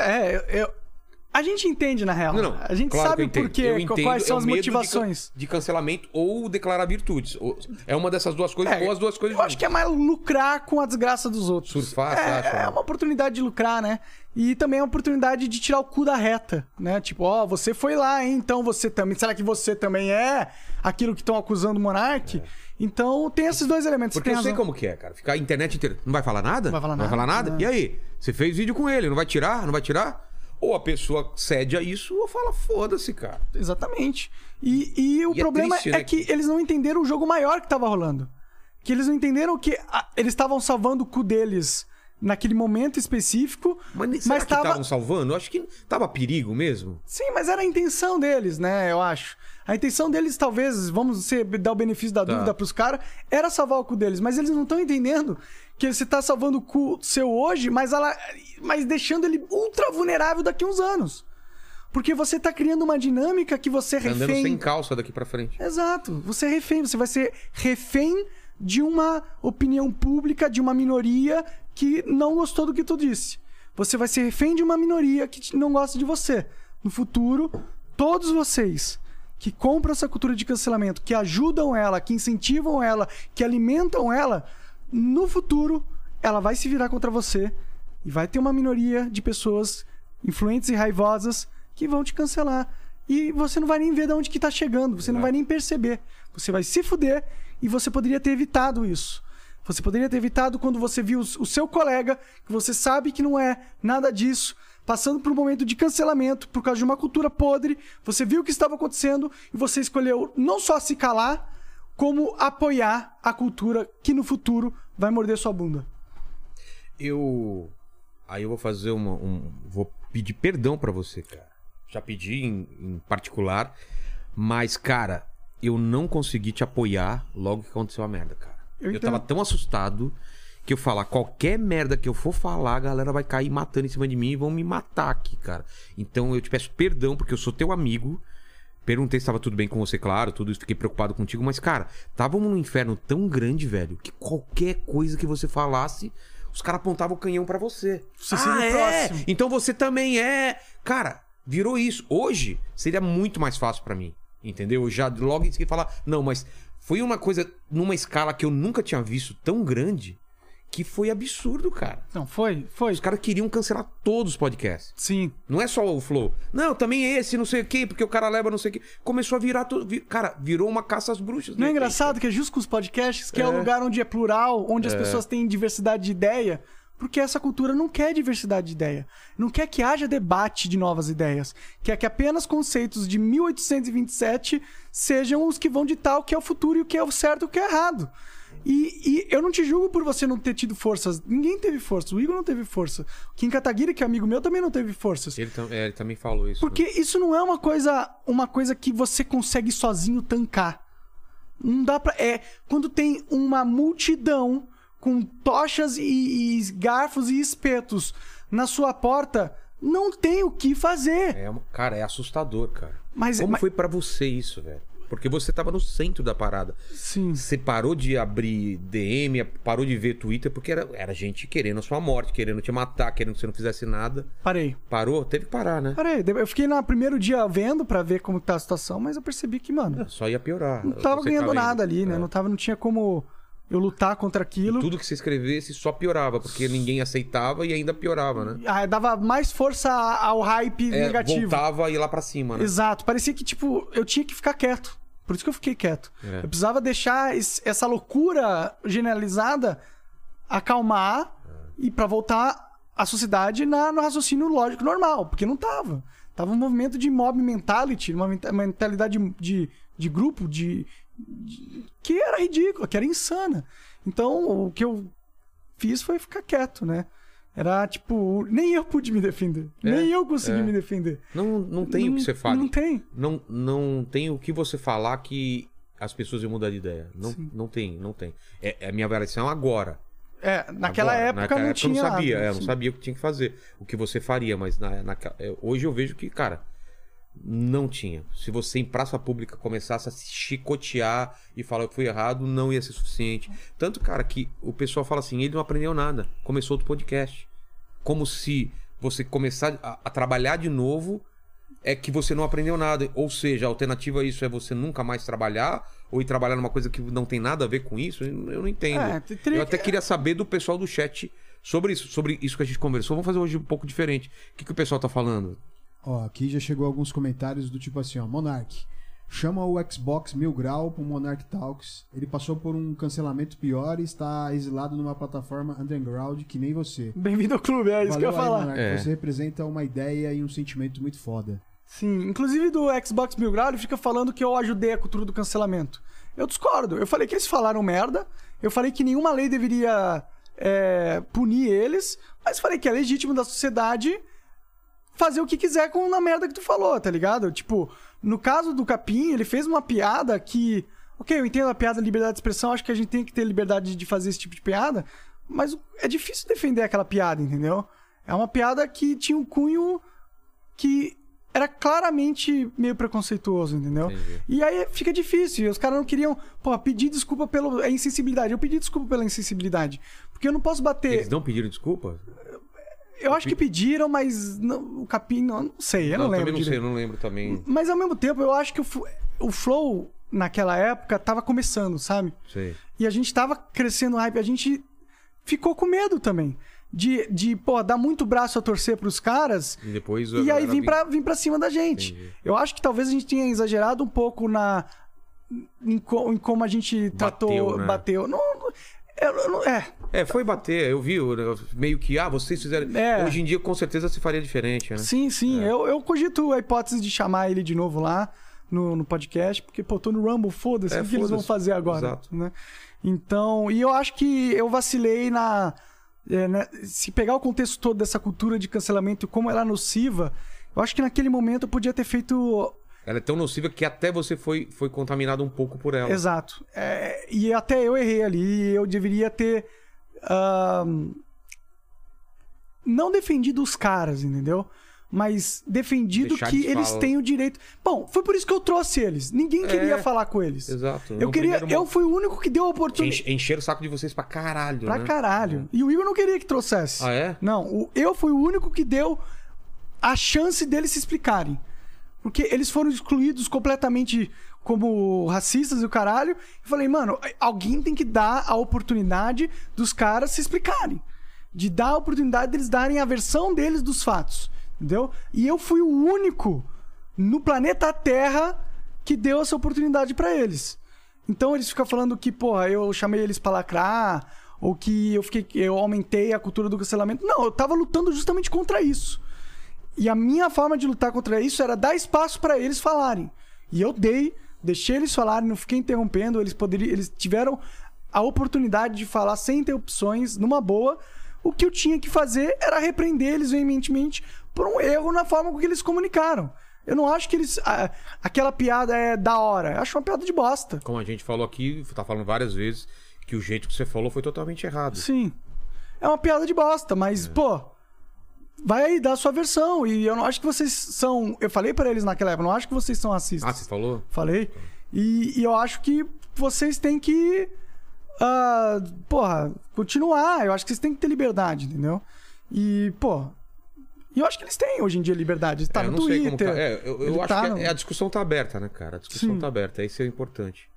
A gente entende, na real. Não, a gente claro sabe por quê, quais são as motivações. De cancelamento ou declarar virtudes. É uma dessas duas coisas ou as duas coisas. Eu acho que é mais lucrar com a desgraça dos outros. Surfar, você acha? É uma oportunidade de lucrar, né? E também é uma oportunidade de tirar o cu da reta, né? Tipo, você foi lá, hein? Então você também... Será que você também é aquilo que estão acusando o Monark? Então tem esses dois elementos. Porque eu sei como que é, cara. Ficar a internet inteira... Não vai falar nada? Não vai falar nada? E aí? Você fez vídeo com ele, não vai tirar? Não vai tirar? Ou a pessoa cede a isso ou fala, foda-se, cara. Exatamente. E o problema é, triste, né? Que eles não entenderam o jogo maior que tava rolando. Que eles não entenderam que eles estavam salvando o cu deles naquele momento específico. Mas será que estavam salvando? Eu acho que tava perigo mesmo. Sim, mas era a intenção deles, né? Eu acho. A intenção deles, talvez, dar o benefício da dúvida pros caras, era salvar o cu deles. Mas eles não estão entendendo que você tá salvando o cu seu hoje, mas deixando ele ultra vulnerável daqui a uns anos. Porque você tá criando uma dinâmica que você refém... Andando sem calça daqui pra frente. Exato. Você é refém. Você vai ser refém de uma opinião pública, de uma minoria que não gostou do que tu disse. Você vai ser refém de uma minoria que não gosta de você. No futuro, todos vocês que compram essa cultura de cancelamento, que ajudam ela, que incentivam ela, que alimentam ela, no futuro, ela vai se virar contra você e vai ter uma minoria de pessoas influentes e raivosas que vão te cancelar. E você não vai nem ver de onde que tá chegando, você não vai nem perceber. Você vai se fuder e você poderia ter evitado isso. Você poderia ter evitado quando você viu o seu colega, que você sabe que não é nada disso, passando por um momento de cancelamento por causa de uma cultura podre, você viu o que estava acontecendo e você escolheu não só se calar, como apoiar a cultura que no futuro vai morder sua bunda. Aí eu vou fazer vou pedir perdão pra você, cara. Já pedi em particular, mas, cara, eu não consegui te apoiar logo que aconteceu a merda, cara. Eu tava tão assustado que eu falar qualquer merda que eu for falar, a galera vai cair matando em cima de mim e vão me matar aqui, cara. Então eu te peço perdão, porque eu sou teu amigo. Perguntei se tava tudo bem com você, claro, tudo isso, fiquei preocupado contigo, mas, cara, távamos num inferno tão grande, velho, que qualquer coisa que você falasse, os caras apontavam o canhão pra você. Você seria o próximo. Então você também é. Cara, virou isso. Hoje seria muito mais fácil pra mim, entendeu? Eu já logo em seguida falar, não, mas foi uma coisa numa escala que eu nunca tinha visto tão grande, que foi absurdo, cara. Não, foi. Os caras queriam cancelar todos os podcasts. Sim. Não é só o Flow. Não, também esse, não sei o quê, porque o cara leva não sei o quê. Começou a virar tudo. Cara, virou uma caça às bruxas. Não é engraçado que é justo com os podcasts, que é o lugar onde é plural, onde as pessoas têm diversidade de ideia, porque essa cultura não quer diversidade de ideia. Não quer que haja debate de novas ideias. Quer que apenas conceitos de 1827 sejam os que vão ditar o que é o futuro e o que é o certo e o que é errado. E eu não te julgo por você não ter tido forças. Ninguém teve força. O Igor não teve força. O Kim Kataguiri, que é amigo meu, também não teve forças. Ele também falou isso. Porque isso não é uma coisa que você consegue sozinho tancar. Não dá pra... quando tem uma multidão com tochas e garfos e espetos na sua porta, não tem o que fazer. Cara, é assustador, cara. Mas foi pra você isso, velho? Porque você tava no centro da parada. Sim. Você parou de abrir DM, parou de ver Twitter, porque era gente querendo a sua morte, querendo te matar, querendo que você não fizesse nada. Parei. Parou? Teve que parar, né? Parei. Eu fiquei no primeiro dia vendo pra ver como tá a situação, mas eu percebi que, mano... Só ia piorar. Não tava ganhando nada ali, né? Não tinha como eu lutar contra aquilo. E tudo que você escrevesse só piorava, porque ninguém aceitava e ainda piorava, né? Dava mais força ao hype negativo. Voltava a ir lá pra cima, né? Exato. Parecia que, tipo, eu tinha que ficar quieto. Por isso que eu fiquei quieto. Eu precisava deixar essa loucura generalizada acalmar e pra voltar a sociedade no raciocínio lógico normal. Porque não tava. Tava um movimento de mob mentality, uma mentalidade de grupo, que era ridícula, que era insana. Então, o que eu fiz foi ficar quieto, né? Era tipo... Nem eu pude me defender. Nem eu consegui me defender. Não tem o que você fale. Não tem. Não tem o que você falar que as pessoas iam mudar de ideia. Não tem. É a minha avaliação agora. Naquela época não tinha eu não sabia. nada, não sabia o que tinha que fazer. O que você faria. Mas hoje eu vejo que, cara... Não tinha. Se você em praça pública começasse a se chicotear e falar que foi errado, não ia ser suficiente. Tanto, cara, que o pessoal fala assim, ele não aprendeu nada. Começou outro podcast. Como se você começar a trabalhar de novo é que você não aprendeu nada. Ou seja, a alternativa a isso é você nunca mais trabalhar ou ir trabalhar numa coisa que não tem nada a ver com isso. Eu não entendo. Eu até queria saber do pessoal do chat sobre isso que a gente conversou. Vamos fazer hoje um pouco diferente. O que o pessoal tá falando? Ó, aqui já chegou alguns comentários do tipo assim, ó, Monark, chama o Xbox 1000 Grau pro Monark Talks. Ele passou por um cancelamento pior e está exilado numa plataforma underground que nem você. Bem-vindo ao clube, é isso Valeu que eu ia falar. Monark, você representa uma ideia e um sentimento muito foda. Sim, inclusive do Xbox 1000 Grau, ele fica falando que eu ajudei a cultura do cancelamento. Eu discordo. Eu falei que eles falaram merda, eu falei que nenhuma lei deveria punir eles, mas falei que é legítimo da sociedade fazer o que quiser com a merda que tu falou, tá ligado? Tipo, no caso do Capim, ele fez uma piada que... Ok, eu entendo a piada de liberdade de expressão, acho que a gente tem que ter liberdade de fazer esse tipo de piada, mas é difícil defender aquela piada, entendeu? É uma piada que tinha um cunho que era claramente meio preconceituoso, entendeu? Entendi. E aí fica difícil, e os caras não queriam, pedir desculpa pela insensibilidade. Eu pedi desculpa pela insensibilidade, porque eu não posso bater... Eles não pediram desculpa? Eu acho que pediram, mas o Capim, não sei, eu não lembro. Também não sei, eu não lembro também. Mas ao mesmo tempo, eu acho que o Flow, naquela época, tava começando, sabe? Sei. E a gente tava crescendo hype, a gente ficou com medo também. De dar muito braço a torcer pros caras E aí vir pra cima da gente. Entendi. Eu acho que talvez a gente tenha exagerado um pouco em como a gente tratou, bateu. Foi bater, eu vi, meio que, vocês fizeram... Hoje em dia, com certeza, se faria diferente, né? Sim. Eu cogito a hipótese de chamar ele de novo lá no podcast, porque, tô no Rumble, foda-se, o que eles vão fazer agora? Exato. Né? Então, e eu acho que eu vacilei se pegar o contexto todo dessa cultura de cancelamento e como ela é nociva, eu acho que naquele momento eu podia ter feito... Ela é tão nociva que até você foi contaminado um pouco por ela. Exato. E até eu errei ali. Eu deveria ter... não defendido os caras, entendeu? Mas defendido que eles têm o direito... Bom, foi por isso que eu trouxe eles. Ninguém queria falar com eles. Exato. Eu fui o único que deu a oportunidade... Encheram o saco de vocês pra caralho, Pra caralho. E o Igor não queria que trouxesse. Ah, é? Não. Eu fui o único que deu a chance deles se explicarem. Porque eles foram excluídos completamente como racistas e o caralho. Eu falei, mano, alguém tem que dar a oportunidade dos caras se explicarem. De dar a oportunidade deles darem a versão deles dos fatos. Entendeu? E eu fui o único no planeta Terra que deu essa oportunidade pra eles. Então eles ficam falando que, eu chamei eles pra lacrar, ou que eu aumentei a cultura do cancelamento. Não, eu tava lutando justamente contra isso. E a minha forma de lutar contra isso era dar espaço pra eles falarem. E eu deixei eles falarem, não fiquei interrompendo. Eles tiveram a oportunidade de falar sem interrupções, numa boa. O que eu tinha que fazer era repreender eles veementemente por um erro na forma com que eles comunicaram. Eu não acho que eles... aquela piada é da hora. Eu acho uma piada de bosta. Como a gente falou aqui, tá falando várias vezes, que o jeito que você falou foi totalmente errado. Sim. É uma piada de bosta, mas, vai aí dar a sua versão. E eu não acho que vocês são... Eu falei pra eles naquela época, eu não acho que vocês são racistas. Ah, você falou? Falei. E eu acho que vocês têm que... continuar. Eu acho que vocês têm que ter liberdade, entendeu? E, eu acho que eles têm hoje em dia liberdade. Tá no Twitter. Eu acho que a discussão tá aberta, né, cara? A discussão tá aberta. Isso é importante.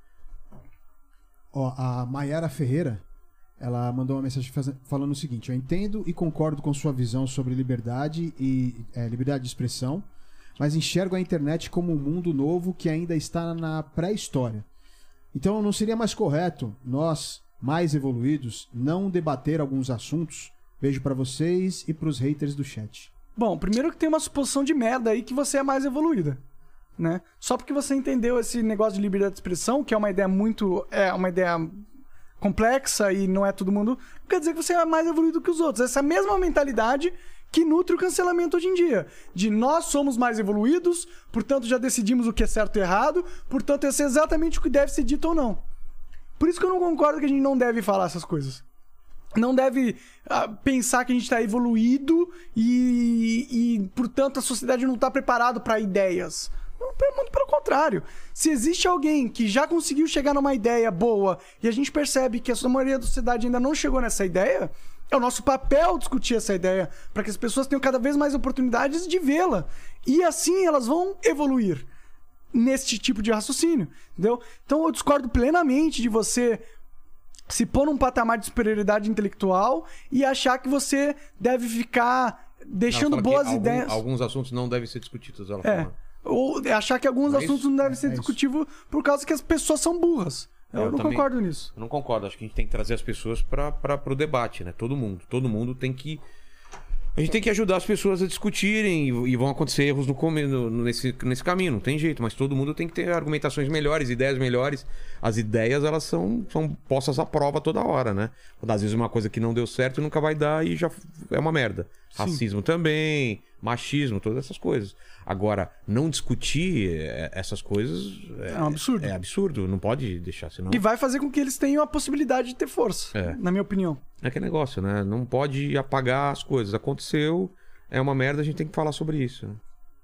Ó, a Mayara Ferreira, ela mandou uma mensagem falando o seguinte: eu entendo e concordo com sua visão sobre liberdade e liberdade de expressão, mas enxergo a internet como um mundo novo que ainda está na pré-história. Então não seria mais correto nós, mais evoluídos, não debater alguns assuntos? Beijo pra vocês e pros haters do chat. Bom, primeiro que tem uma suposição de merda aí que você é mais evoluída, né? Só porque você entendeu esse negócio de liberdade de expressão, que é uma ideia uma ideia complexa e não é todo mundo, não quer dizer que você é mais evoluído que os outros. Essa mesma mentalidade que nutre o cancelamento hoje em dia. De nós somos mais evoluídos, portanto já decidimos o que é certo e errado, portanto esse é exatamente o que deve ser dito ou não. Por isso que eu não concordo que a gente não deve falar essas coisas. Não deve pensar que a gente está evoluído e, portanto, a sociedade não está preparada para ideias. Muito pelo contrário. Se existe alguém que já conseguiu chegar numa ideia boa e a gente percebe que a maioria da sociedade ainda não chegou nessa ideia, é o nosso papel discutir essa ideia para que as pessoas tenham cada vez mais oportunidades de vê-la. E assim elas vão evoluir neste tipo de raciocínio, entendeu? Então eu discordo plenamente de você se pôr num patamar de superioridade intelectual e achar que você deve ficar deixando boas ideias. Alguns assuntos não devem ser discutidos, ela fala. Ou achar que alguns assuntos não devem ser discutidos por causa que as pessoas são burras. Eu não concordo nisso. Eu não concordo. Acho que a gente tem que trazer as pessoas para o debate, né? Todo mundo tem que... A gente tem que ajudar as pessoas a discutirem e vão acontecer erros nesse caminho, não tem jeito, mas todo mundo tem que ter argumentações melhores, ideias melhores. As ideias, elas são postas à prova toda hora, né? Às vezes uma coisa que não deu certo nunca vai dar e já é uma merda. Sim. Racismo também, machismo, todas essas coisas. Agora, não discutir essas coisas é um absurdo. É absurdo, não pode deixar, senão... E vai fazer com que eles tenham a possibilidade de ter força, na minha opinião. É que negócio, né? Não pode apagar as coisas. Aconteceu, é uma merda, a gente tem que falar sobre isso. Né?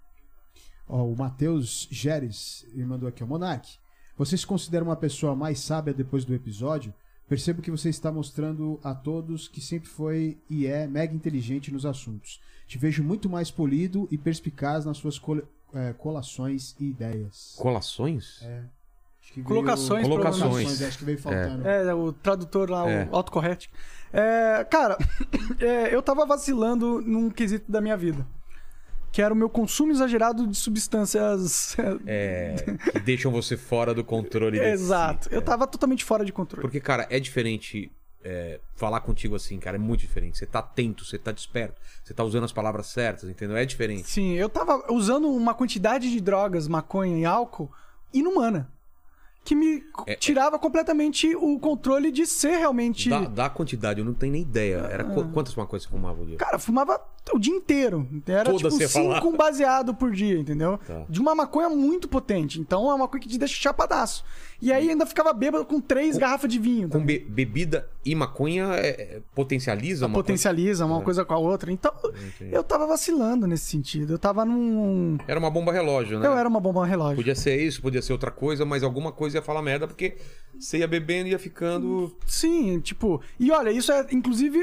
Ó, o Matheus Geres me mandou aqui, ó. Monark, você se considera uma pessoa mais sábia depois do episódio? Percebo que você está mostrando a todos que sempre foi e é mega inteligente nos assuntos. Te vejo muito mais polido e perspicaz nas suas colações e ideias. Colações? Acho que Colocações. Acho que veio faltando. O tradutor lá, o autocorrect. Cara, eu tava vacilando num quesito da minha vida. Que era o meu consumo exagerado de substâncias... que deixam você fora do controle. Exato. Eu tava totalmente fora de controle. Porque, cara, é diferente falar contigo assim, cara. É muito diferente. Você tá atento, você tá desperto. Você tá usando as palavras certas, entendeu? É diferente. Sim, eu tava usando uma quantidade de drogas, maconha e álcool inumana. Que me tirava completamente o controle de ser realmente... Da quantidade, eu não tenho nem ideia. Era quantas maconhas você fumava o dia? Cara, eu fumava o dia inteiro. Era Toda tipo 5 baseado por dia, entendeu? Tá. De uma maconha muito potente. Então é uma maconha que te deixa chapadaço. E aí ainda ficava bêbado com 3 garrafas de vinho. Com bebida e maconha potencializa uma Potencializa uma coisa com a outra. Então eu tava vacilando nesse sentido. Eu tava num... Era uma bomba relógio, né? Eu era uma bomba relógio. Podia ser isso, podia ser outra coisa, mas alguma coisa ia falar merda, porque você ia bebendo e ia ficando... Sim, tipo... E olha, isso é inclusive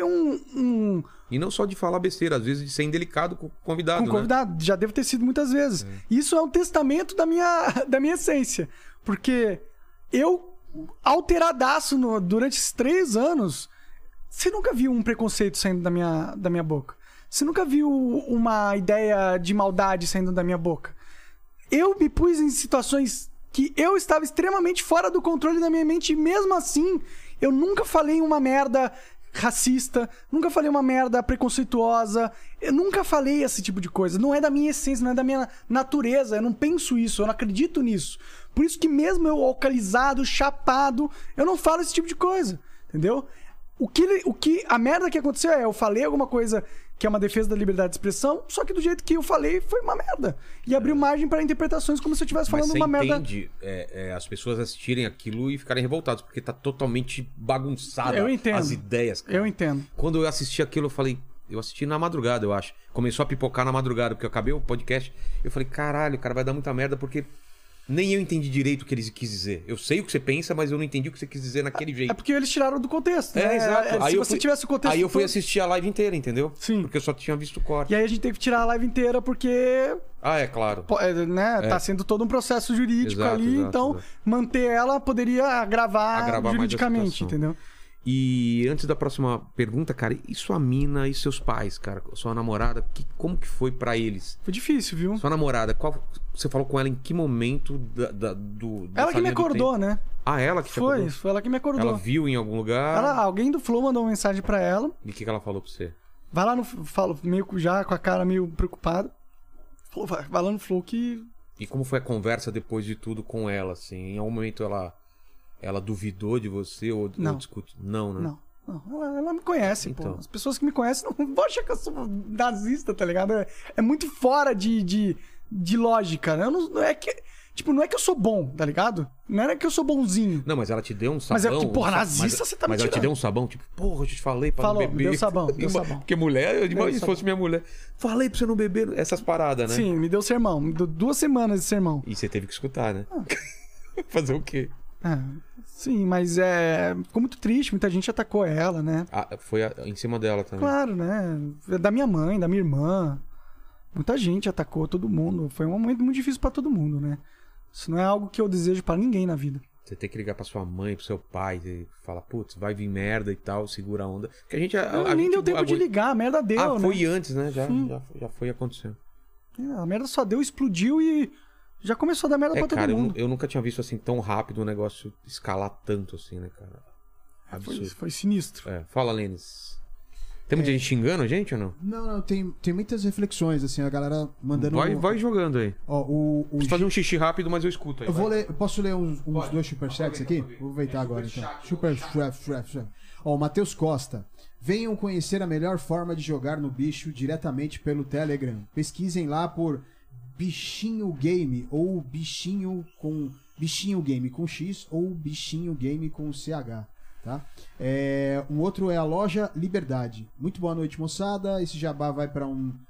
E não só de falar besteira, às vezes de ser indelicado com o convidado, Com o convidado, já deve ter sido muitas vezes. Isso é um testamento da minha essência. Porque eu, alteradaço durante esses 3 anos, você nunca viu um preconceito saindo da minha boca. Você nunca viu uma ideia de maldade saindo da minha boca. Eu me pus em situações que eu estava extremamente fora do controle da minha mente e mesmo assim eu nunca falei uma merda racista, nunca falei uma merda preconceituosa, eu nunca falei esse tipo de coisa, não é da minha essência, não é da minha natureza, eu não penso isso, eu não acredito nisso. Por isso que mesmo eu alcoolizado, chapado, eu não falo esse tipo de coisa, entendeu? A merda que aconteceu eu falei alguma coisa que é uma defesa da liberdade de expressão, só que do jeito que eu falei foi uma merda. E abriu margem para interpretações como se eu estivesse falando uma merda. Mas você entende as pessoas assistirem aquilo e ficarem revoltadas, porque tá totalmente bagunçada as ideias, cara. Eu entendo. Quando eu assisti aquilo, eu falei... Eu assisti na madrugada, eu acho. Começou a pipocar na madrugada, porque eu acabei o podcast. Eu falei, caralho, cara, vai dar muita merda, porque nem eu entendi direito o que ele quis dizer. Eu sei o que você pensa, mas eu não entendi o que você quis dizer naquele jeito. É porque eles tiraram do contexto, né? Exato. Se você tivesse o contexto... Aí eu fui assistir a live inteira, entendeu? Sim. Porque eu só tinha visto o corte. E aí a gente teve que tirar a live inteira, porque... Ah, é claro. Né? Tá sendo todo um processo jurídico ali, então manter ela poderia agravar juridicamente, entendeu? E antes da próxima pergunta, cara, e sua mina e seus pais, cara? Sua namorada, como que foi pra eles? Foi difícil, viu? Sua namorada, você falou com ela em que momento ela que me acordou, né? Ah, ela que te acordou? Foi ela que me acordou. Ela viu em algum lugar? Alguém do Flow mandou uma mensagem pra ela. E o que ela falou pra você? Vai lá no... Falo meio já com a cara meio preocupada. Falou, vai lá no Flow que... E como foi a conversa depois de tudo com ela, assim? Em algum momento ela duvidou de você ou discutiu? Não, né? Não. Ela me conhece, então. pô. As pessoas que me conhecem não vão achar que eu sou nazista, tá ligado? É muito fora de lógica, né? Não é que eu sou bom, tá ligado? Não era que eu sou bonzinho. Não, mas ela te deu um sabão. Mas é que, porra, nazista você tá me Mas ela te deu um sabão, tipo, porra, eu te falei pra não beber. Deu sabão. Porque mulher, imagina se fosse minha mulher. Falei pra você não beber essas paradas, né? Sim, me deu sermão. Me deu 2 semanas de sermão. E você teve que escutar, né? Fazer o quê? Sim, mas ficou muito triste, muita gente atacou ela, né? Foi em cima dela também. Claro, né? Da minha mãe, da minha irmã. Muita gente atacou todo mundo. Foi um momento muito difícil pra todo mundo, né? Isso não é algo que eu desejo pra ninguém na vida. Você tem que ligar pra sua mãe, pro seu pai, e falar, putz, vai vir merda e tal, segura a onda. Porque a gente... nem deu tempo de ligar, a merda deu, né? Foi antes, né? Já foi acontecendo. A merda só deu, explodiu e... Já começou a dar merda pra todo mundo. Eu nunca tinha visto assim tão rápido o negócio escalar tanto assim, né, cara? Absurdo. Foi sinistro. Fala, Lênis. Tem muita gente xingando a gente ou não? Não, tem muitas reflexões, assim, a galera mandando... Vai jogando aí. Preciso fazer um xixi rápido, mas eu escuto aí. Eu posso ler uns 2 superchats aqui? Vou aproveitar agora, então. Superchat. O Matheus Costa. Venham conhecer a melhor forma de jogar no bicho diretamente pelo Telegram. Pesquisem lá por... Bichinho Game ou Bichinho Game com X ou Bichinho Game com CH, tá? Um outro é a Loja Liberdade. Muito boa noite, moçada. Esse jabá vai para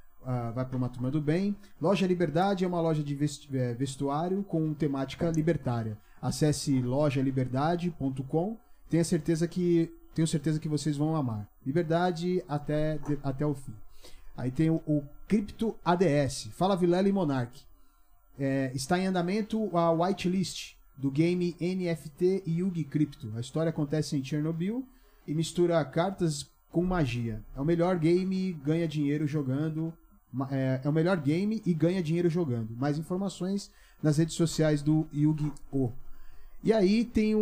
uma turma do bem. Loja Liberdade é uma loja de vestuário com temática libertária. Acesse lojaliberdade.com. Tenho certeza que vocês vão amar. Liberdade até o fim. Aí tem o Crypto ADS. Fala, Vilela e Monark. Está em andamento a whitelist do game NFT Yugi Crypto. A história acontece em Chernobyl e mistura cartas com magia. É o melhor game e ganha dinheiro jogando. É o melhor game e ganha dinheiro jogando. Mais informações nas redes sociais do Yu-Gi-Oh! E aí tem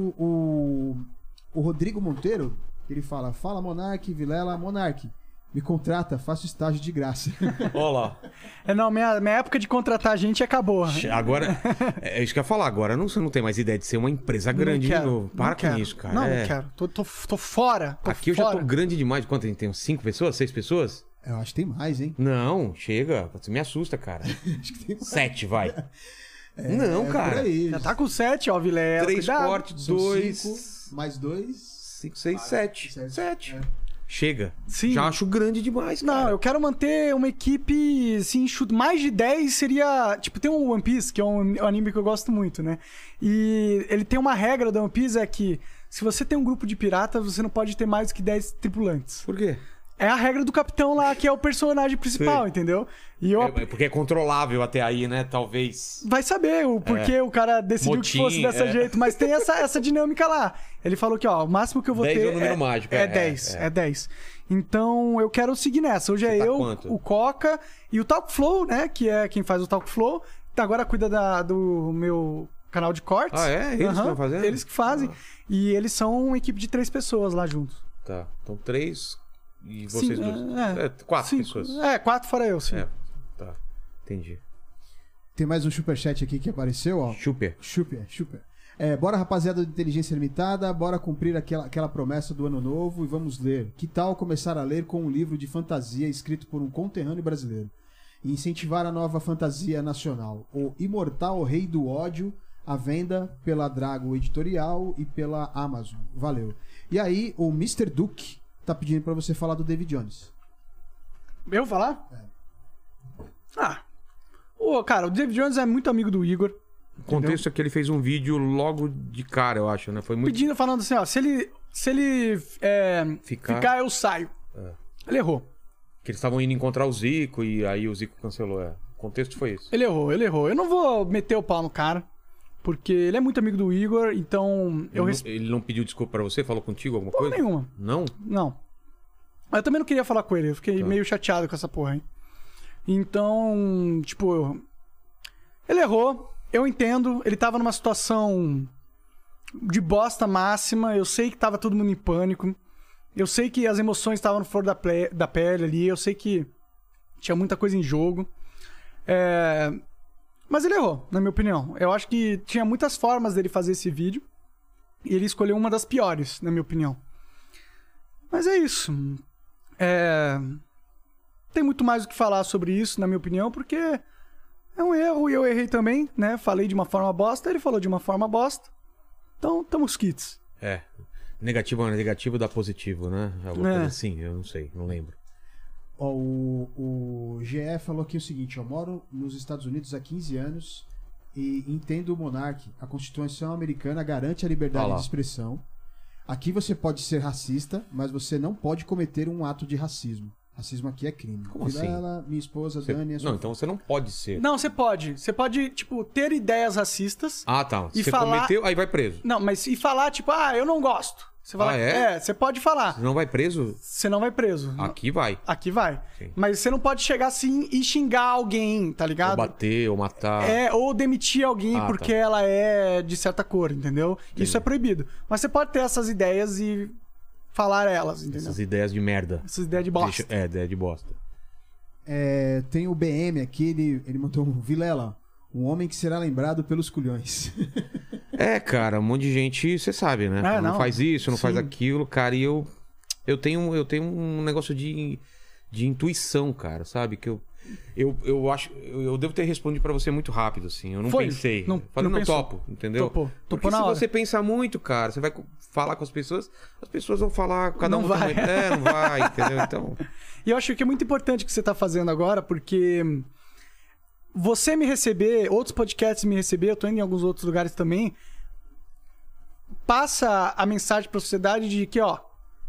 o Rodrigo Monteiro, que ele fala: Fala, Monark, Vilela, Monark. Me contrata, faço estágio de graça. Olha lá. Não, minha época de contratar gente acabou. Agora, é isso que eu ia falar. Agora você não tem mais ideia de ser uma empresa grande de novo. Para com isso, cara. Não quero. Tô fora. Aqui eu já tô grande demais. Quanto a gente tem? 5 pessoas? 6 pessoas? Eu acho que tem mais, hein? Não, chega. Você me assusta, cara. Acho que tem mais. 7, vai. Não, cara. Já tá com 7, ó, Vilela. 3 cortes, 2... 5, mais 2... 5, 6, 7. 7. Chega. Sim. Já acho grande demais, cara. Não, eu quero manter uma equipe, assim, mais de 10 seria... Tipo, tem um One Piece, que é um anime que eu gosto muito, né? E ele tem uma regra do One Piece, é que se você tem um grupo de piratas, você não pode ter mais do que 10 tripulantes. Por quê? É a regra do capitão lá, que é o personagem principal, entendeu? E porque é controlável até aí, né? Talvez. Vai saber o porquê o cara decidiu que fosse dessa jeito. Mas tem essa dinâmica lá. Ele falou que, ó, o máximo que eu vou 10 ter é o número mágico. É 10. É 10. Então, eu quero seguir nessa. Hoje é eu, quanto? o Coca e o Talk Flow, né? Que é quem faz o Talk Flow. Agora cuida do meu canal de cortes. Ah, é? Eles que estão fazendo? Eles que fazem. E eles são uma equipe de 3 pessoas lá juntos. Tá. Então 3... E vocês dois? 4 pessoas. 4 fora eu, sim. Tá. Entendi. Tem mais um superchat aqui que apareceu, ó. Super. Bora, rapaziada de Inteligência Limitada, bora cumprir aquela promessa do ano novo e vamos ler. Que tal começar a ler com um livro de fantasia escrito por um conterrâneo brasileiro? E incentivar a nova fantasia nacional, o Imortal Rei do Ódio, à venda pela Drago Editorial e pela Amazon. Valeu. E aí, o Mr. Duke tá pedindo pra você falar do David Jones. Eu falar? Cara, o David Jones é muito amigo do Igor. O contexto é que ele fez um vídeo logo de cara, eu acho, né? Foi muito... Pedindo, falando assim, ó, se ele ficar, eu saio. Ele errou. Que eles estavam indo encontrar o Zico e aí o Zico cancelou, O contexto foi esse. Ele errou. Eu não vou meter o pau no cara, porque ele é muito amigo do Igor, então... Ele não pediu desculpa pra você? Falou contigo alguma Porra coisa? nenhuma. Não? Não. Eu também não queria falar com ele, eu fiquei meio chateado com essa porra, hein? Então, tipo... Ele errou, eu entendo, ele tava numa situação de bosta máxima, eu sei que tava todo mundo em pânico, eu sei que as emoções estavam no flor da pele ali, eu sei que tinha muita coisa em jogo, mas ele errou, na minha opinião. Eu acho que tinha muitas formas dele fazer esse vídeo, e ele escolheu uma das piores, na minha opinião. Mas é isso. Tem muito mais o que falar sobre isso, na minha opinião, porque é um erro e eu errei também, né? Falei de uma forma bosta, ele falou de uma forma bosta. Então, tamo kits. Negativo dá positivo, né? Alguma coisa assim, eu não sei, não lembro. O GE falou aqui o seguinte, eu moro nos Estados Unidos há 15 anos e entendo o Monark. A Constituição americana garante a liberdade de expressão. Aqui você pode ser racista, mas você não pode cometer um ato de racismo. Racismo aqui é crime. Como assim? Ela, minha esposa, Dani... Não, então você não pode ser. Não, você pode. Você pode, tipo, ter ideias racistas... Ah, tá. E você falar... cometeu, aí vai preso. Não, mas e falar, tipo, eu não gosto. Você fala, você pode falar. Você não vai preso? Você não vai preso. Aqui vai. Aqui vai. Sim. Mas você não pode chegar assim e xingar alguém, tá ligado? Ou bater, ou matar. Ou demitir alguém porque ela é de certa cor, entendeu? Entendi. Isso é proibido. Mas você pode ter essas ideias e falar elas, entendeu? Essas ideias de merda. Essas ideias de bosta. Ideia de bosta. Tem o BM aqui, ele mandou um Vilela, um homem que será lembrado pelos culhões. Cara, um monte de gente, você sabe, né? Não faz isso, não faz aquilo, cara. E eu tenho um negócio de intuição, cara, sabe? Que eu acho... Eu devo ter respondido pra você muito rápido, assim. Eu não pensei. Falei, não topo, entendeu? Porque se você pensar muito, cara, você vai falar com as pessoas vão falar... Cada um vai. Não vai, entendeu? Então... E eu acho que é muito importante o que você tá fazendo agora, porque... Você me receber, outros podcasts me receber, eu tô indo em alguns outros lugares também, passa a mensagem pra sociedade de que, o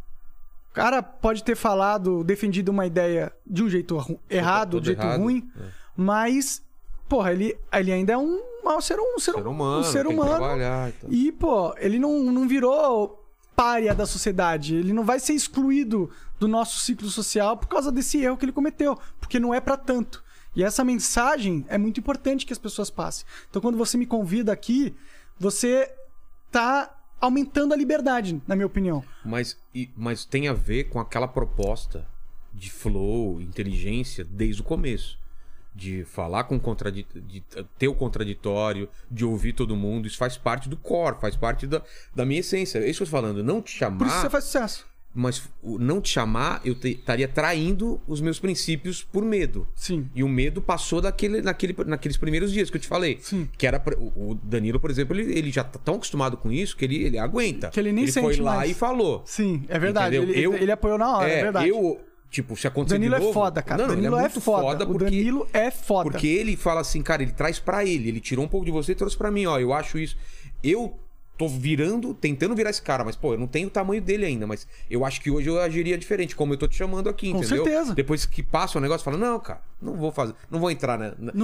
cara pode ter defendido uma ideia de um jeito errado, de um jeito ruim, mas, porra, ele ainda é um ser humano. Tem que trabalhar, então. E, pô, ele não virou pária da sociedade, ele não vai ser excluído do nosso ciclo social por causa desse erro que ele cometeu, porque não é pra tanto. E essa mensagem é muito importante que as pessoas passem. Então, quando você me convida aqui, você tá aumentando a liberdade, na minha opinião. Mas tem a ver com aquela proposta de flow, inteligência, desde o começo. De falar com de ter o contraditório, de ouvir todo mundo. Isso faz parte do core, faz parte da minha essência. É isso que eu tô falando. Não te chamar... Por isso você faz sucesso. Mas não te chamar, eu estaria traindo os meus princípios por medo. Sim. E o medo passou naqueles primeiros dias que eu te falei. Sim. Que era o Danilo, por exemplo, ele já tá tão acostumado com isso que ele aguenta. Que ele nem sente mais. Ele foi lá e falou. Sim, é verdade. Ele apoiou na hora, é verdade. Tipo, se acontecer Danilo de novo... é foda, cara. Não, Danilo ele é muito foda porque... O Danilo é foda. Porque ele fala assim, cara, ele traz pra ele. Ele tirou um pouco de você e trouxe pra mim, eu acho isso. Eu tô tentando virar esse cara, mas, pô, eu não tenho o tamanho dele ainda, mas eu acho que hoje eu agiria diferente, como eu tô te chamando aqui, entendeu? Com certeza. Depois que passa o negócio, fala, não, cara, não vou entrar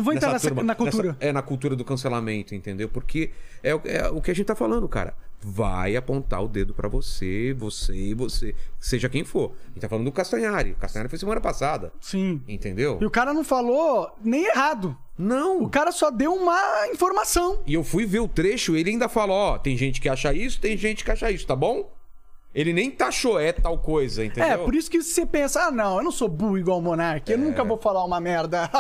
na cultura. Na cultura do cancelamento, entendeu? Porque é o que a gente tá falando, cara. Vai apontar o dedo pra você, seja quem for. A gente tá falando do Castanhari. O Castanhari foi semana passada. Sim. Entendeu? E o cara não falou nem errado. Não. O cara só deu uma informação. E eu fui ver o trecho, ele ainda falou, tem gente que acha isso, tem gente que acha isso, tá bom? Ele nem taxou tal coisa, entendeu? Por isso que você pensa, não, eu não sou burro igual o Monark, eu nunca vou falar uma merda.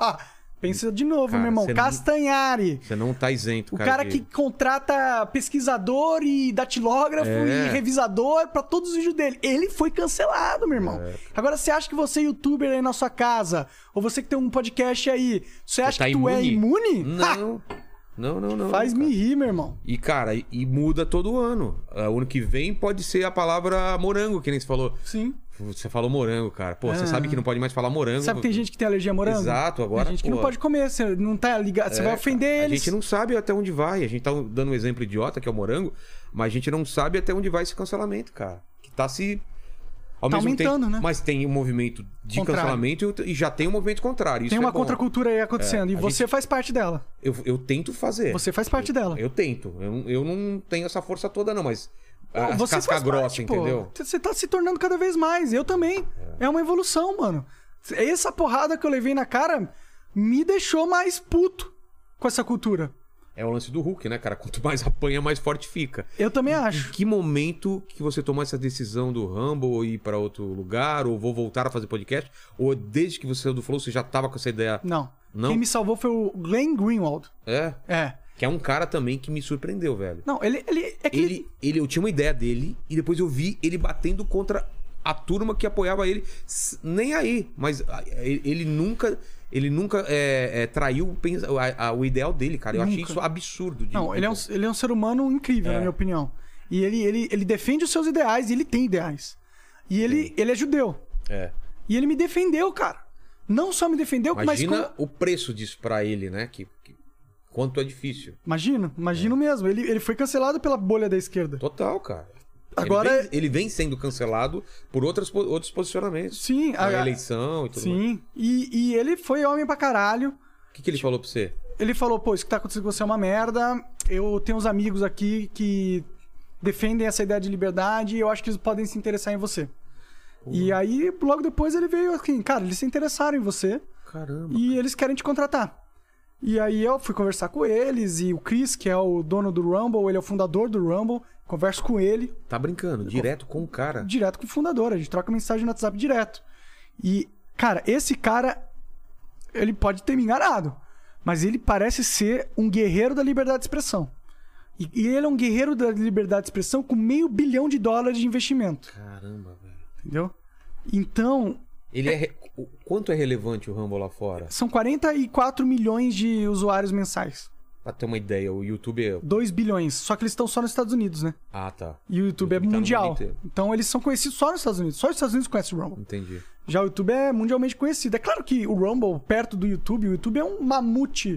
Pensa de novo, cara, meu irmão. Castanhari. Você não tá isento, cara. O cara que contrata pesquisador e datilógrafo e revisador pra todos os vídeos dele. Ele foi cancelado, meu irmão. Agora, você acha que você é youtuber aí na sua casa, ou você que tem um podcast aí, você acha que tu é imune? Não. Não. Faz me rir, meu irmão. E, cara, muda todo ano. O ano que vem pode ser a palavra morango, que nem você falou. Sim. Você falou morango, cara. Pô, você sabe que não pode mais falar morango. Sabe que tem gente que tem alergia a morango? Exato, agora. Tem gente que não pode comer, você não tá ligado, você vai ofender eles. A gente não sabe até onde vai. A gente tá dando um exemplo idiota, que é o morango, mas a gente não sabe até onde vai esse cancelamento, cara. Que tá se... Ao tá mesmo aumentando, tempo, né? Mas tem um movimento de contrário. Cancelamento e já tem um movimento contrário. Isso tem uma bom. contracultura aí acontecendo e você faz parte dela. Eu tento fazer. Você faz parte dela. Eu tento. Eu não tenho essa força toda, não, mas... Não, você casca faz grossa, parte, entendeu? Pô. Você tá se tornando cada vez mais. Eu também. É uma evolução, mano. Essa porrada que eu levei na cara me deixou mais puto com essa cultura. É o lance do Hulk, né, cara? Quanto mais apanha, mais forte fica. Eu também acho. Em que momento que você tomou essa decisão do Rumble ou ir pra outro lugar, ou vou voltar a fazer podcast? Ou desde que você saiu do Flow, você já tava com essa ideia? Não. Não? Quem me salvou foi o Glenn Greenwald. É? É. Que é um cara também que me surpreendeu, velho. Não, Eu tinha uma ideia dele e depois eu vi ele batendo contra a turma que apoiava ele. Nem aí, mas ele nunca traiu o ideal dele, cara. Eu achei isso absurdo. Não, ele é um ser humano incrível, na minha opinião. E ele defende os seus ideais, e ele tem ideais. E ele é judeu. É. E ele me defendeu, cara. Não só me defendeu, Imagina o preço disso pra ele, né? Quanto é difícil. Imagino mesmo. Ele foi cancelado pela bolha da esquerda. Total, cara. Agora ele vem sendo cancelado por outros posicionamentos. Sim. A eleição e tudo mais. Sim. E ele foi homem pra caralho. O que ele falou pra você? Ele falou, pô, isso que tá acontecendo com você é uma merda. Eu tenho uns amigos aqui que defendem essa ideia de liberdade e eu acho que eles podem se interessar em você. E aí, logo depois, ele veio assim, cara, eles se interessaram em você. Caramba. E eles querem te contratar. E aí eu fui conversar com eles, e o Chris, que é o dono do Rumble, ele é o fundador do Rumble, converso com ele. Tá brincando? Direto com o cara? Direto com o fundador, a gente troca mensagem no WhatsApp direto. E, cara, esse cara, ele pode ter me enganado, mas ele parece ser um guerreiro da liberdade de expressão. E ele é um guerreiro da liberdade de expressão com $500 milhão de investimento. Caramba, velho. Entendeu? Então... Quanto é relevante o Rumble lá fora? São 44 milhões de usuários mensais. Pra ter uma ideia, o YouTube é... 2 bilhões. Só que eles estão só nos Estados Unidos, né? Ah, tá. E o YouTube é tá mundial. Então eles são conhecidos só nos Estados Unidos. Só os Estados Unidos conhecem o Rumble. Entendi. Já o YouTube é mundialmente conhecido. É claro que o Rumble, perto do YouTube, o YouTube é um mamute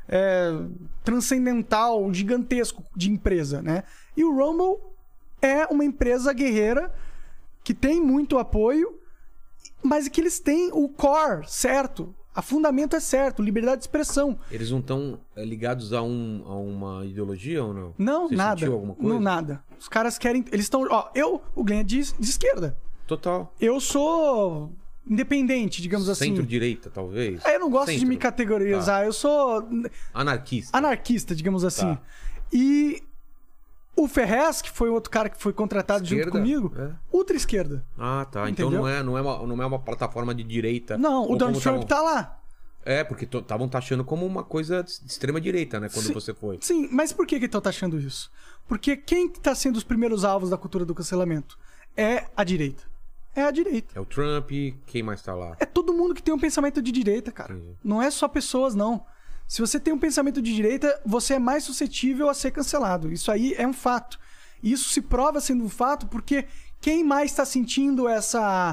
transcendental, gigantesco de empresa, né? E o Rumble é uma empresa guerreira que tem muito apoio, mas que eles têm o core certo. A fundamento é certo, liberdade de expressão. Eles não estão ligados a uma ideologia ou não? Não, Você nada. sentiu alguma coisa? Não, nada. Os caras querem... Eles estão... O Glenn é de esquerda. Total. Eu sou independente, digamos assim. Centro-direita, talvez? Eu não gosto de me categorizar. Tá. Eu sou... Anarquista, digamos assim. Tá. E... O Ferrez, que foi outro cara que foi contratado junto comigo, ultra-esquerda. Ah, tá. Entendeu? Então não é uma plataforma de direita. Não, o Donald Trump tá lá. É, porque estavam taxando como uma coisa de extrema-direita, né? Quando você foi. Sim, mas por que estão taxando isso? Porque quem tá sendo os primeiros alvos da cultura do cancelamento? É a direita. É a direita. É o Trump, quem mais tá lá? É todo mundo que tem um pensamento de direita, cara. Entendi. Não é só pessoas, não. Se você tem um pensamento de direita, você é mais suscetível a ser cancelado. Isso aí é um fato. E isso se prova sendo um fato porque quem mais está sentindo essa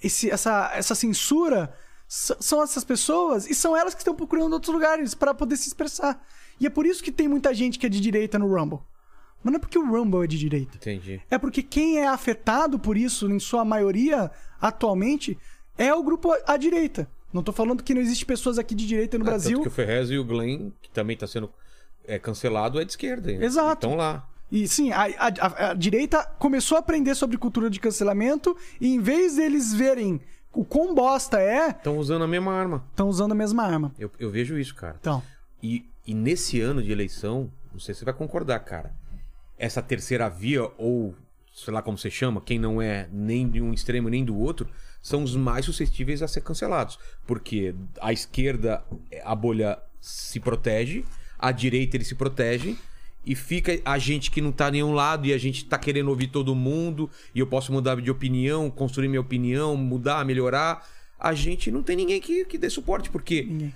censura são essas pessoas e são elas que estão procurando outros lugares para poder se expressar. E é por isso que tem muita gente que é de direita no Rumble. Mas não é porque o Rumble é de direita. Entendi. É porque quem é afetado por isso, em sua maioria, atualmente, é o grupo à direita. Não tô falando que não existe pessoas aqui de direita no Brasil. Tanto que o Ferrez e o Glenn, que também tá sendo cancelado, é de esquerda. Exato. Estão lá. E sim, a direita começou a aprender sobre cultura de cancelamento e em vez deles verem o quão bosta é... Estão usando a mesma arma. Estão usando a mesma arma. Eu vejo isso, cara. Então. E nesse ano de eleição, não sei se você vai concordar, cara. Essa terceira via, ou sei lá como você chama, quem não é nem de um extremo nem do outro, são os mais suscetíveis a ser cancelados. Porque a esquerda, a bolha se protege, a direita eles se protegem, e fica a gente que não tá em nenhum lado e a gente tá querendo ouvir todo mundo, e eu posso mudar de opinião, construir minha opinião, mudar, melhorar. A gente não tem ninguém que dê suporte, porque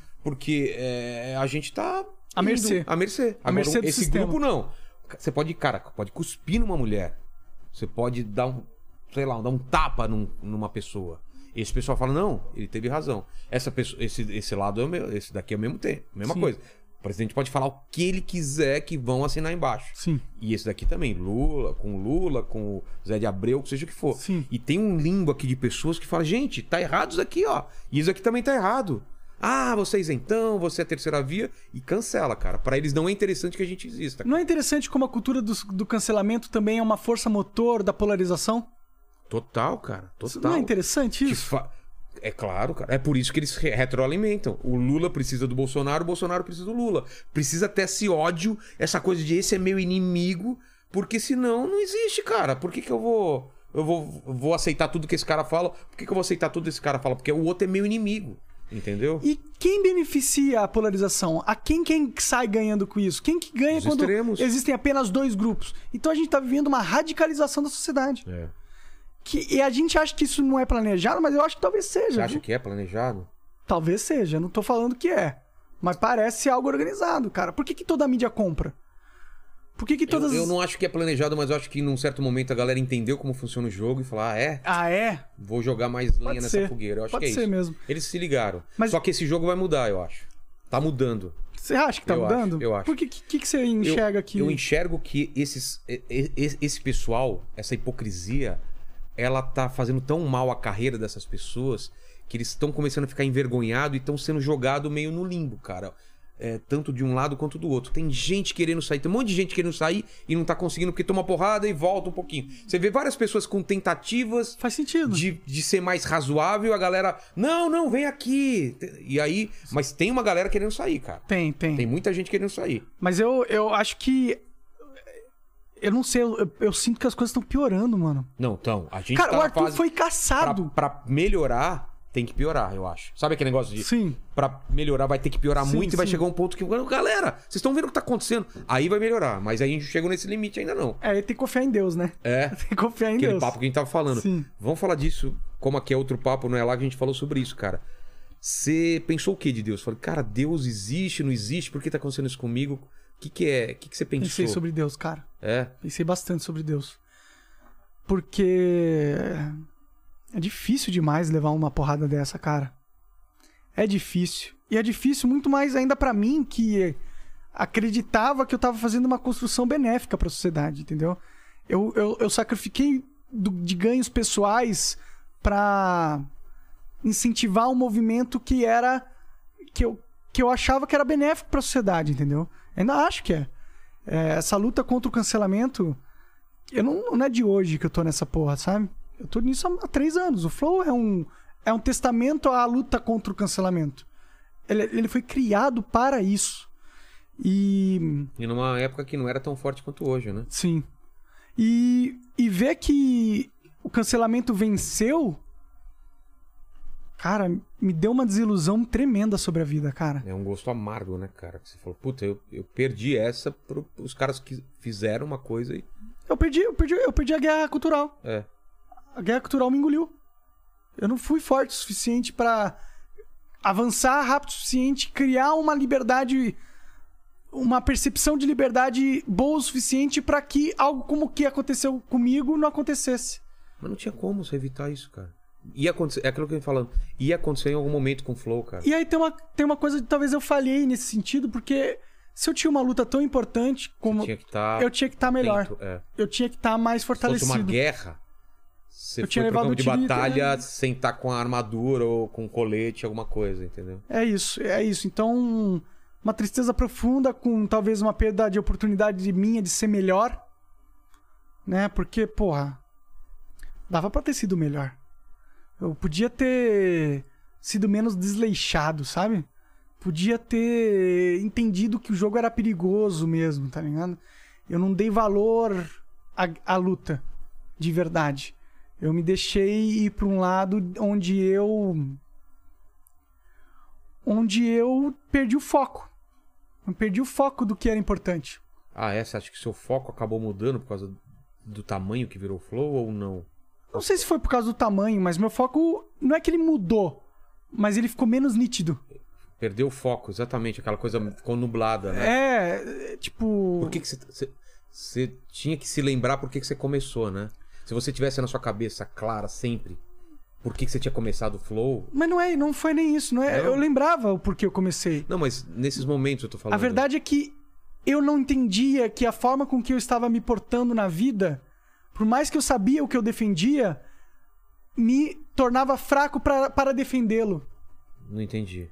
a gente tá à mercê. À mercê. À mercê do esse sistema. Grupo não. Você pode, pode cuspir numa mulher. Você pode dar sei lá, dar um tapa numa pessoa. Esse pessoal fala, não, ele teve razão. Essa pessoa, esse lado é o meu, esse daqui é o mesmo tempo, mesma coisa. O presidente pode falar o que ele quiser que vão assinar embaixo. Sim. E esse daqui também, Lula, com o Zé de Abreu, seja o que for. Sim. E tem um limbo aqui de pessoas que falam, gente, tá errado isso aqui, ó. E isso aqui também tá errado. Ah, você é isentão, você é terceira via. E cancela, cara. Pra eles não é interessante que a gente exista. Não é interessante como a cultura do cancelamento também é uma força motor da polarização? Total, cara. Total. Não é interessante isso? É claro, cara. É por isso que eles retroalimentam. O Lula precisa do Bolsonaro, o Bolsonaro precisa do Lula. Precisa ter esse ódio, essa coisa de esse é meu inimigo, porque senão não existe, cara. Por que eu vou aceitar tudo que esse cara fala? Por que eu vou aceitar tudo que esse cara fala? Porque o outro é meu inimigo. Entendeu? E quem beneficia a polarização? A quem sai ganhando com isso? Quem que ganha quando existem apenas dois grupos? Então a gente tá vivendo uma radicalização da sociedade. E a gente acha que isso não é planejado, mas eu acho que talvez seja. Você acha que é planejado? Talvez seja, eu não tô falando que é. Mas parece algo organizado, cara. Por que toda a mídia compra? Por que todas... Eu não acho que é planejado, mas eu acho que num certo momento a galera entendeu como funciona o jogo e falou, Ah, é? Vou jogar mais lenha nessa fogueira. Eu acho que é isso. Pode ser mesmo. Eles se ligaram. Só que esse jogo vai mudar, eu acho. Tá mudando. Você acha que tá mudando? Eu acho. Por que você enxerga aqui? Eu enxergo que esse pessoal, essa hipocrisia, ela tá fazendo tão mal a carreira dessas pessoas que eles estão começando a ficar envergonhados e estão sendo jogados meio no limbo, cara. Tanto de um lado quanto do outro. Tem gente querendo sair, tem um monte de gente querendo sair e não tá conseguindo porque toma porrada e volta um pouquinho. Você vê várias pessoas com tentativas... Faz sentido. De ser mais razoável, a galera... Não, vem aqui. E aí... Mas tem uma galera querendo sair, cara. Tem. Tem muita gente querendo sair. Mas eu acho que... Eu não sei, eu sinto que as coisas estão piorando, mano. Não, então, a gente cara, o Arthur foi caçado. Pra melhorar... Tem que piorar, eu acho. Sabe aquele negócio de... Sim. Pra melhorar vai ter que piorar muito e vai chegar um ponto que... Galera, vocês estão vendo o que tá acontecendo? Aí vai melhorar, mas aí a gente chegou nesse limite ainda não. Tem que confiar em Deus, né? Tem que confiar em Deus. Aquele papo que a gente tava falando. Sim. Vamos falar disso, como aqui é outro papo, não é lá que a gente falou sobre isso, cara. Você pensou o que de Deus? Falei, cara, Deus existe, não existe? Por que tá acontecendo isso comigo? O que é? O que você pensou? Pensei sobre Deus, cara. É? Pensei bastante sobre Deus. Porque... é difícil demais levar uma porrada dessa, cara. É difícil. E é difícil muito mais ainda pra mim, que acreditava que eu tava fazendo uma construção benéfica pra sociedade, entendeu? Eu sacrifiquei de ganhos pessoais pra incentivar um movimento que era... que eu achava que era benéfico pra sociedade, entendeu? Ainda acho que é. Essa luta contra o cancelamento... não é de hoje que eu tô nessa porra, sabe? Eu tô nisso há 3 anos. O Flow é um testamento à luta contra o cancelamento. Ele foi criado para isso. E numa época que não era tão forte quanto hoje, né? Sim. E ver que o cancelamento venceu, cara, me deu uma desilusão tremenda sobre a vida, cara. É um gosto amargo, né, cara? Você falou, puta, eu perdi essa pros caras que fizeram uma coisa e... Eu perdi a guerra cultural. A guerra cultural me engoliu. Eu não fui forte o suficiente pra avançar rápido o suficiente, criar uma liberdade, uma percepção de liberdade boa o suficiente pra que algo como o que aconteceu comigo não acontecesse. Mas não tinha como você evitar isso, cara. Ia acontecer, é aquilo que eu tô falando. Ia acontecer em algum momento com o Flow, cara. E aí tem uma coisa que talvez eu falhei nesse sentido, porque se eu tinha uma luta tão importante como... eu tinha que estar melhor. Eu tinha que estar mais fortalecido. Se fosse uma guerra... Você tinha foi pro campo de tiro, batalha sem estar com a armadura ou com colete, alguma coisa, entendeu? É isso. Então, uma tristeza profunda com talvez uma perda de oportunidade minha de ser melhor, né? Porque, porra, dava pra ter sido melhor. Eu podia ter sido menos desleixado, sabe? Podia ter entendido que o jogo era perigoso mesmo, tá ligado? Eu não dei valor à luta, de verdade. Eu me deixei ir pra um lado onde eu perdi o foco. Eu perdi o foco do que era importante. Você acha que seu foco acabou mudando por causa do tamanho que virou o Flow ou não? Não sei se foi por causa do tamanho, mas meu foco não é que ele mudou, mas ele ficou menos nítido. Perdeu o foco, exatamente. Aquela coisa ficou nublada, né? Tipo... Por que você tinha que se lembrar por que você começou, né? Se você tivesse na sua cabeça clara sempre por que você tinha começado o flow... Mas não foi nem isso, não é? Não? Eu lembrava o porquê eu comecei. Não, mas nesses momentos eu tô falando... A verdade é que eu não entendia que a forma com que eu estava me portando na vida, por mais que eu sabia o que eu defendia, me tornava fraco para defendê-lo. Não entendi.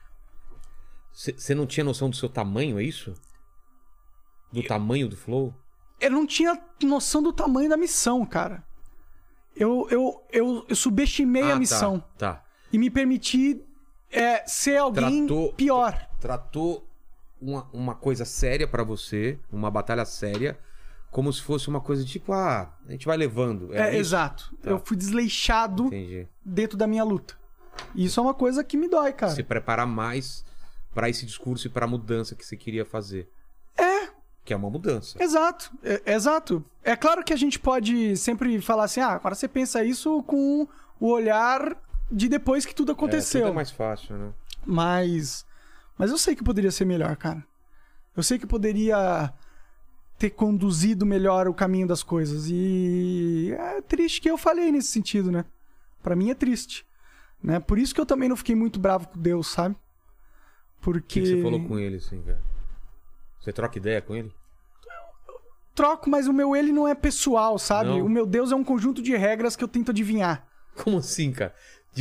Você não tinha noção do seu tamanho, é isso? Do tamanho do flow? Eu não tinha noção do tamanho da missão, cara. Eu subestimei a missão. Tá. E me permiti ser alguém pior. Tratou uma coisa séria pra você, uma batalha séria, como se fosse uma coisa tipo, a gente vai levando. Exato. Tá. Eu fui desleixado dentro da minha luta. E isso é uma coisa que me dói, cara. Se preparar mais pra esse discurso e pra mudança que você queria fazer. Que é uma mudança. Exato. É claro que a gente pode sempre falar assim, agora você pensa isso com o olhar de depois que tudo aconteceu. Tudo é mais fácil, né? Mas eu sei que poderia ser melhor, cara. Eu sei que poderia ter conduzido melhor o caminho das coisas. E é triste que eu falhei nesse sentido, né? Pra mim é triste. Né? Por isso que eu também não fiquei muito bravo com Deus, sabe? Porque... O que você falou com ele, assim, cara? Você troca ideia com ele? Troco, mas o meu ele não é pessoal, sabe? Não. O meu Deus é um conjunto de regras que eu tento adivinhar. Como assim, cara?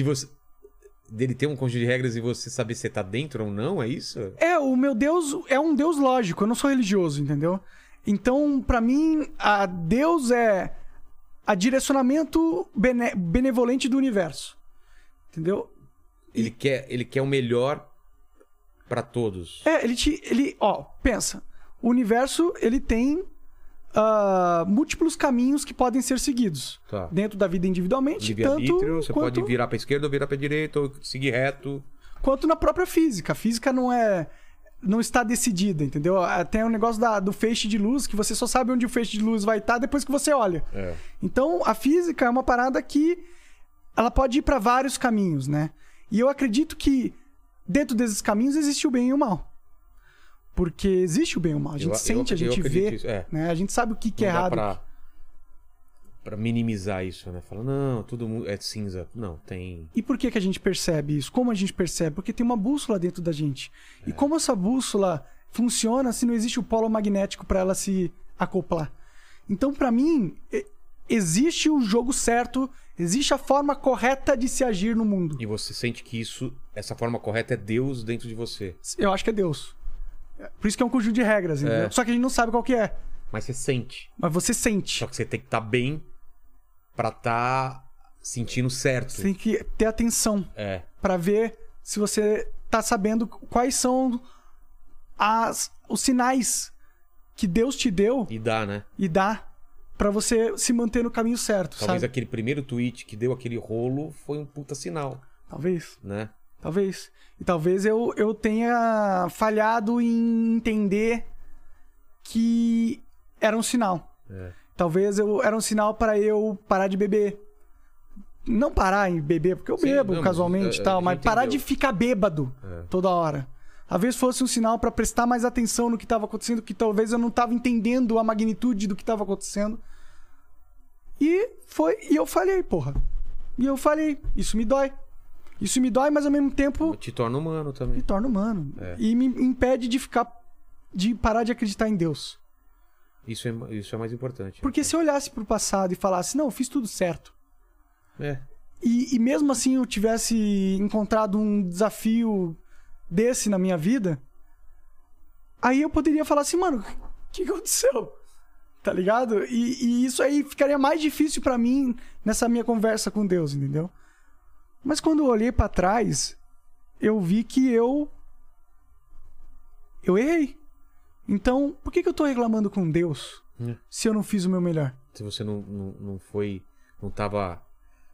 Dele ter um conjunto de regras e você saber se você tá dentro ou não, é isso? O meu Deus é um Deus lógico, eu não sou religioso, entendeu? Então, pra mim, a Deus é a direcionamento benevolente do universo. Entendeu? Ele quer o melhor pra todos. Pensa. O universo, ele tem múltiplos caminhos que podem ser seguidos. Tá. Dentro da vida individualmente, livre-arbítrio, você pode virar pra esquerda ou virar pra direita, ou seguir reto. Quanto na própria física. A física não está decidida, entendeu? Tem um negócio do feixe de luz, que você só sabe onde o feixe de luz vai estar depois que você olha. Então, a física é uma parada que ela pode ir pra vários caminhos, né? E eu acredito que dentro desses caminhos existe o bem e o mal. Porque existe o bem e o mal. A gente sente, a gente vê. Né? A gente sabe o que é errado. Pra minimizar isso, né? Fala, não, todo mundo é cinza. Não, tem... E por que a gente percebe isso? Como a gente percebe? Porque tem uma bússola dentro da gente. E como essa bússola funciona se não existe o polo magnético para ela se acoplar? Então, pra mim, existe o jogo certo, existe a forma correta de se agir no mundo. E você sente que essa forma correta é Deus dentro de você? Eu acho que é Deus. Por isso que é um conjunto de regras, entendeu? Só que a gente não sabe qual que é. Mas você sente. Mas você sente. Só que você tem que estar bem pra estar sentindo certo. Você tem que ter atenção. Pra ver se você tá sabendo quais são os sinais que Deus te deu. E dá, né? E dá pra você se manter no caminho certo, Talvez aquele primeiro tweet que deu aquele rolo foi um puta sinal. Talvez. Né? Talvez. E talvez eu tenha falhado em entender que era um sinal. Talvez era um sinal para eu parar de beber. Não parar em beber, porque eu bebo casualmente e tal, mas parar de ficar bêbado toda hora. Talvez fosse um sinal para prestar mais atenção no que estava acontecendo, que talvez eu não estava entendendo a magnitude do que estava acontecendo. E eu falhei, porra. E eu falhei. Isso me dói. Isso me dói, mas ao mesmo tempo... Te torna humano também. Me torna humano. E me impede de parar de acreditar em Deus. Isso é mais importante. Porque se eu olhasse pro passado e falasse, não, eu fiz tudo certo. E mesmo assim eu tivesse encontrado um desafio desse na minha vida, aí eu poderia falar assim, mano, o que aconteceu? Tá ligado? E isso aí ficaria mais difícil pra mim nessa minha conversa com Deus, entendeu? Mas quando eu olhei pra trás, eu vi que eu errei. Então, por que eu tô reclamando com Deus se eu não fiz o meu melhor? Se você não tava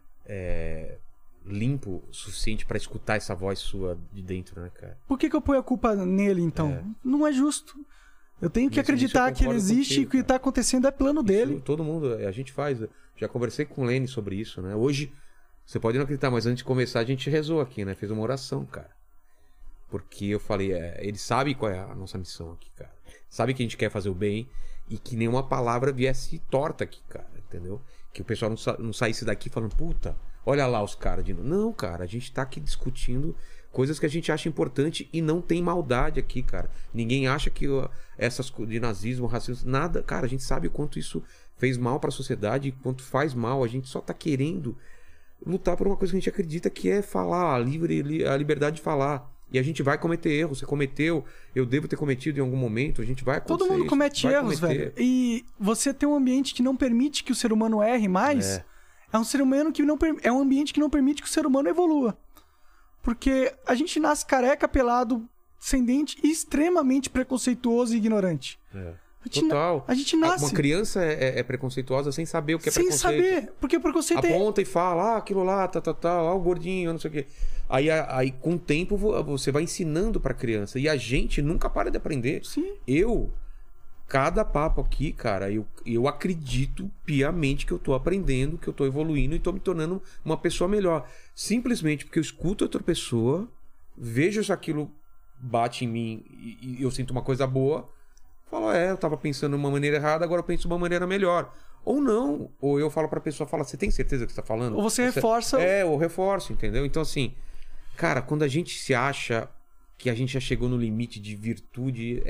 limpo o suficiente pra escutar essa voz sua de dentro, né, cara? Por que eu ponho a culpa nele, então? Não é justo. Eu tenho que acreditar que ele existe e que o que tá acontecendo é plano dele. Todo mundo, a gente faz. Já conversei com o Lene sobre isso, né? Hoje, você pode não acreditar, mas antes de começar a gente rezou aqui, né? Fez uma oração, cara. Porque eu falei, ele sabe qual é a nossa missão aqui, cara. Sabe que a gente quer fazer o bem e que nenhuma palavra viesse torta aqui, cara, entendeu? Que o pessoal não saísse daqui falando, puta, olha lá os caras de novo. Não, cara, a gente tá aqui discutindo coisas que a gente acha importante e não tem maldade aqui, cara. Ninguém acha que essas de nazismo, racismo, nada, cara, a gente sabe o quanto isso fez mal pra sociedade, quanto faz mal, a gente só tá querendo lutar por uma coisa que a gente acredita que é falar, a liberdade de falar. E a gente vai cometer erros. Você cometeu, eu devo ter cometido em algum momento, a gente vai acontecer. Todo mundo comete erros, velho. E você tem um ambiente que não permite que o ser humano erre mais, é um ser humano que é um ambiente que não permite que o ser humano evolua. Porque a gente nasce careca, pelado, sem dente e extremamente preconceituoso e ignorante. Total. A gente nasce. Uma criança é preconceituosa sem saber o que é sem preconceito. Sem saber, porque o preconceito aponta e fala, aquilo lá, o gordinho, não sei o quê. Aí com o tempo você vai ensinando pra criança. E a gente nunca para de aprender. Sim. Cada papo aqui, cara, eu acredito piamente que eu tô aprendendo, que eu tô evoluindo e tô me tornando uma pessoa melhor. Simplesmente porque eu escuto outra pessoa, vejo se aquilo bate em mim e eu sinto uma coisa boa, falo, eu tava pensando de uma maneira errada, agora eu penso de uma maneira melhor. Ou não. Ou eu falo pra pessoa, você tem certeza que você tá falando? Ou você reforça. Ou reforço, entendeu? Então, assim, cara, quando a gente se acha que a gente já chegou no limite de virtude,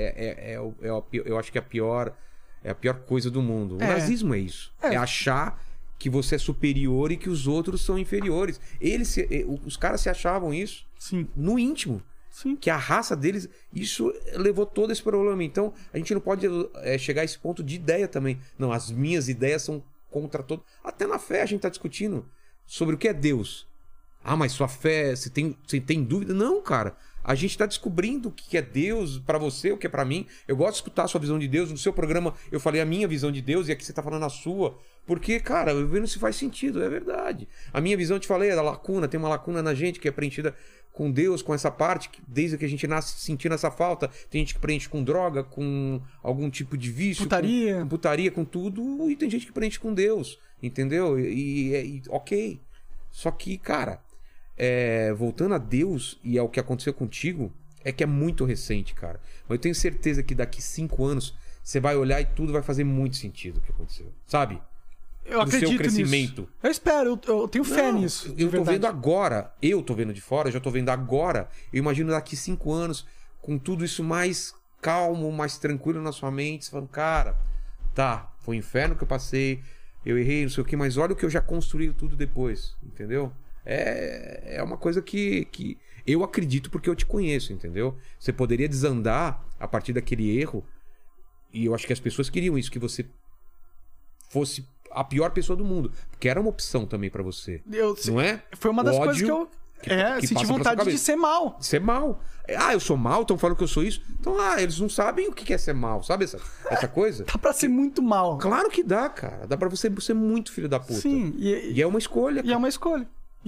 eu acho que é a pior coisa do mundo. O nazismo é isso. É achar que você é superior e que os outros são inferiores. Os caras se achavam isso. Sim. No íntimo. Sim. Que a raça deles, isso levou todo esse problema. Então, a gente não pode chegar a esse ponto de ideia também. Não, as minhas ideias são contra todo. Até na fé a gente está discutindo sobre o que é Deus. Mas sua fé, você tem dúvida? Não, cara. A gente está descobrindo o que é Deus para você, o que é para mim. Eu gosto de escutar a sua visão de Deus. No seu programa eu falei a minha visão de Deus e aqui você está falando a sua. Porque, cara, eu vendo se faz sentido, é verdade. A minha visão, eu te falei, é da lacuna. Tem uma lacuna na gente que é preenchida com Deus, com essa parte, que desde que a gente nasce sentindo essa falta. Tem gente que preenche com droga, com algum tipo de vício. Putaria. Com putaria, com tudo. E tem gente que preenche com Deus, entendeu? E ok. Só que, cara... voltando a Deus e ao que aconteceu contigo, é que é muito recente, cara. Mas eu tenho certeza que daqui 5 anos você vai olhar e tudo vai fazer muito sentido o que aconteceu. Sabe? Eu acredito seu crescimento. Nisso. Eu espero, eu tenho fé nisso. Eu tô vendo agora. Eu tô vendo de fora, já tô vendo agora. Eu imagino daqui 5 anos, com tudo isso mais calmo, mais tranquilo na sua mente, você falando, cara, foi um inferno que eu passei, eu errei, não sei o que, mas olha o que eu já construí tudo depois, entendeu? É uma coisa que eu acredito porque eu te conheço, entendeu? Você poderia desandar a partir daquele erro, e eu acho que as pessoas queriam isso, que você fosse a pior pessoa do mundo, porque era uma opção também pra você, não é? Foi uma das coisas que eu senti vontade de ser mal. Ser mal. Eu sou mal, estão falando que eu sou isso. Então, eles não sabem o que é ser mal, sabe essa coisa? Dá pra ser muito mal. Claro que dá, cara. Dá pra você ser muito filho da puta. Sim. E é uma escolha. E é uma escolha.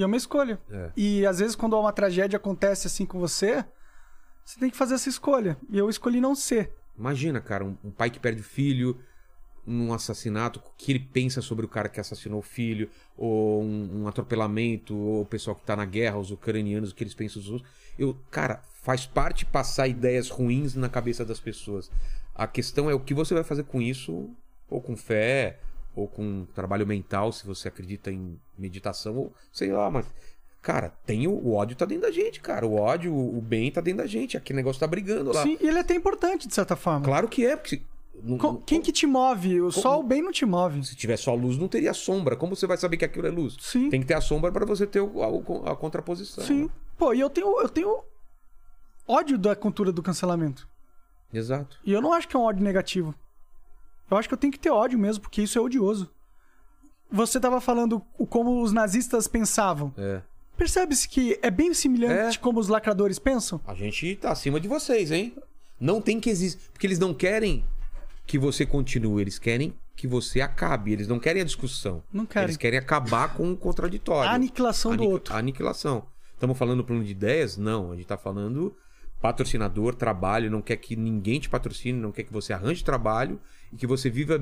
E às vezes quando uma tragédia acontece assim com você tem que fazer essa escolha. E eu escolhi não ser. Imagina, cara, um pai que perde o filho num assassinato, o que ele pensa sobre o cara que assassinou o filho, ou um atropelamento, ou o pessoal que tá na guerra, os ucranianos, o que eles pensam dos outros. Cara, faz parte passar ideias ruins na cabeça das pessoas. A questão é o que você vai fazer com isso, ou com fé, ou com trabalho mental, se você acredita em meditação, ou sei lá, mas... Cara, o ódio tá dentro da gente, cara. O ódio, o bem tá dentro da gente. Aquele negócio tá brigando lá. Sim, e ele é até importante, de certa forma. Claro que é, porque... Quem que te move? Só o bem não te move. Se tiver só luz, não teria sombra. Como você vai saber que aquilo é luz? Sim. Tem que ter a sombra para você ter a contraposição. Sim. Né? Pô, e eu tenho ódio da cultura do cancelamento. Exato. E eu não acho que é um ódio negativo. Eu acho que eu tenho que ter ódio mesmo, porque isso é odioso. Você tava falando como os nazistas pensavam. Percebe-se que é bem semelhante como os lacradores pensam? A gente tá acima de vocês, hein? Não tem que existir. Porque eles não querem que você continue, eles querem que você acabe. Eles não querem a discussão. Não querem. Eles querem acabar com o contraditório. A aniquilação do outro. A aniquilação. Estamos falando plano de ideias? Não. A gente tá falando patrocinador, trabalho. Não quer que ninguém te patrocine, não quer que você arranje trabalho e que você viva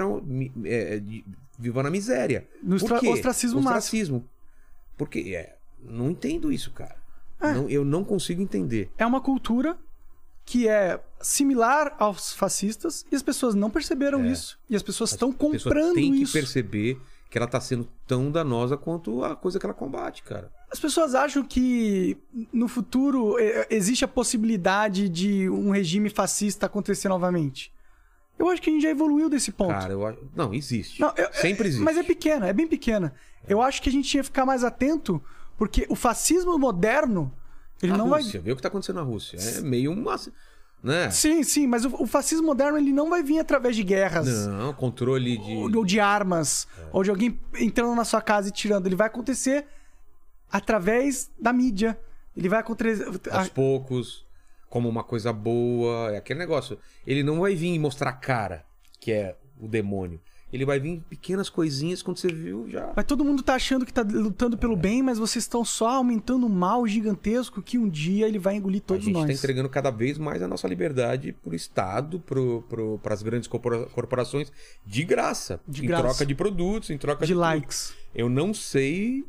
viva na miséria. No ostracismo máximo. Porque não entendo isso, cara. Eu não consigo entender. É uma cultura que é similar aos fascistas e as pessoas não perceberam isso. E as pessoas estão comprando tem isso. que perceber que ela tá sendo tão danosa quanto a coisa que ela combate, cara. As pessoas acham que no futuro existe a possibilidade de um regime fascista acontecer novamente. Eu acho que a gente já evoluiu desse ponto. Cara, eu acho... Não, existe. Não, Sempre existe. Mas é pequena, é bem pequena. Eu acho que a gente tinha que ficar mais atento, porque o fascismo moderno, ele não Rússia, vai... vê o que tá acontecendo na Rússia. É meio uma... Né? Sim, mas o fascismo moderno, ele não vai vir através de guerras. Não, controle de... Ou de armas, ou de alguém entrando na sua casa e tirando. Ele vai acontecer através da mídia. Ele vai acontecer... Aos poucos, como uma coisa boa. É aquele negócio. Ele não vai vir mostrar a cara, que é o demônio. Ele vai vir em pequenas coisinhas, quando você viu, já... Mas todo mundo tá achando que tá lutando pelo bem, mas vocês estão só aumentando um mal gigantesco que um dia ele vai engolir todos nós. A gente tá entregando cada vez mais a nossa liberdade pro Estado, pras grandes corporações, de graça. Em troca de produtos, em troca de likes. Tudo. Eu não sei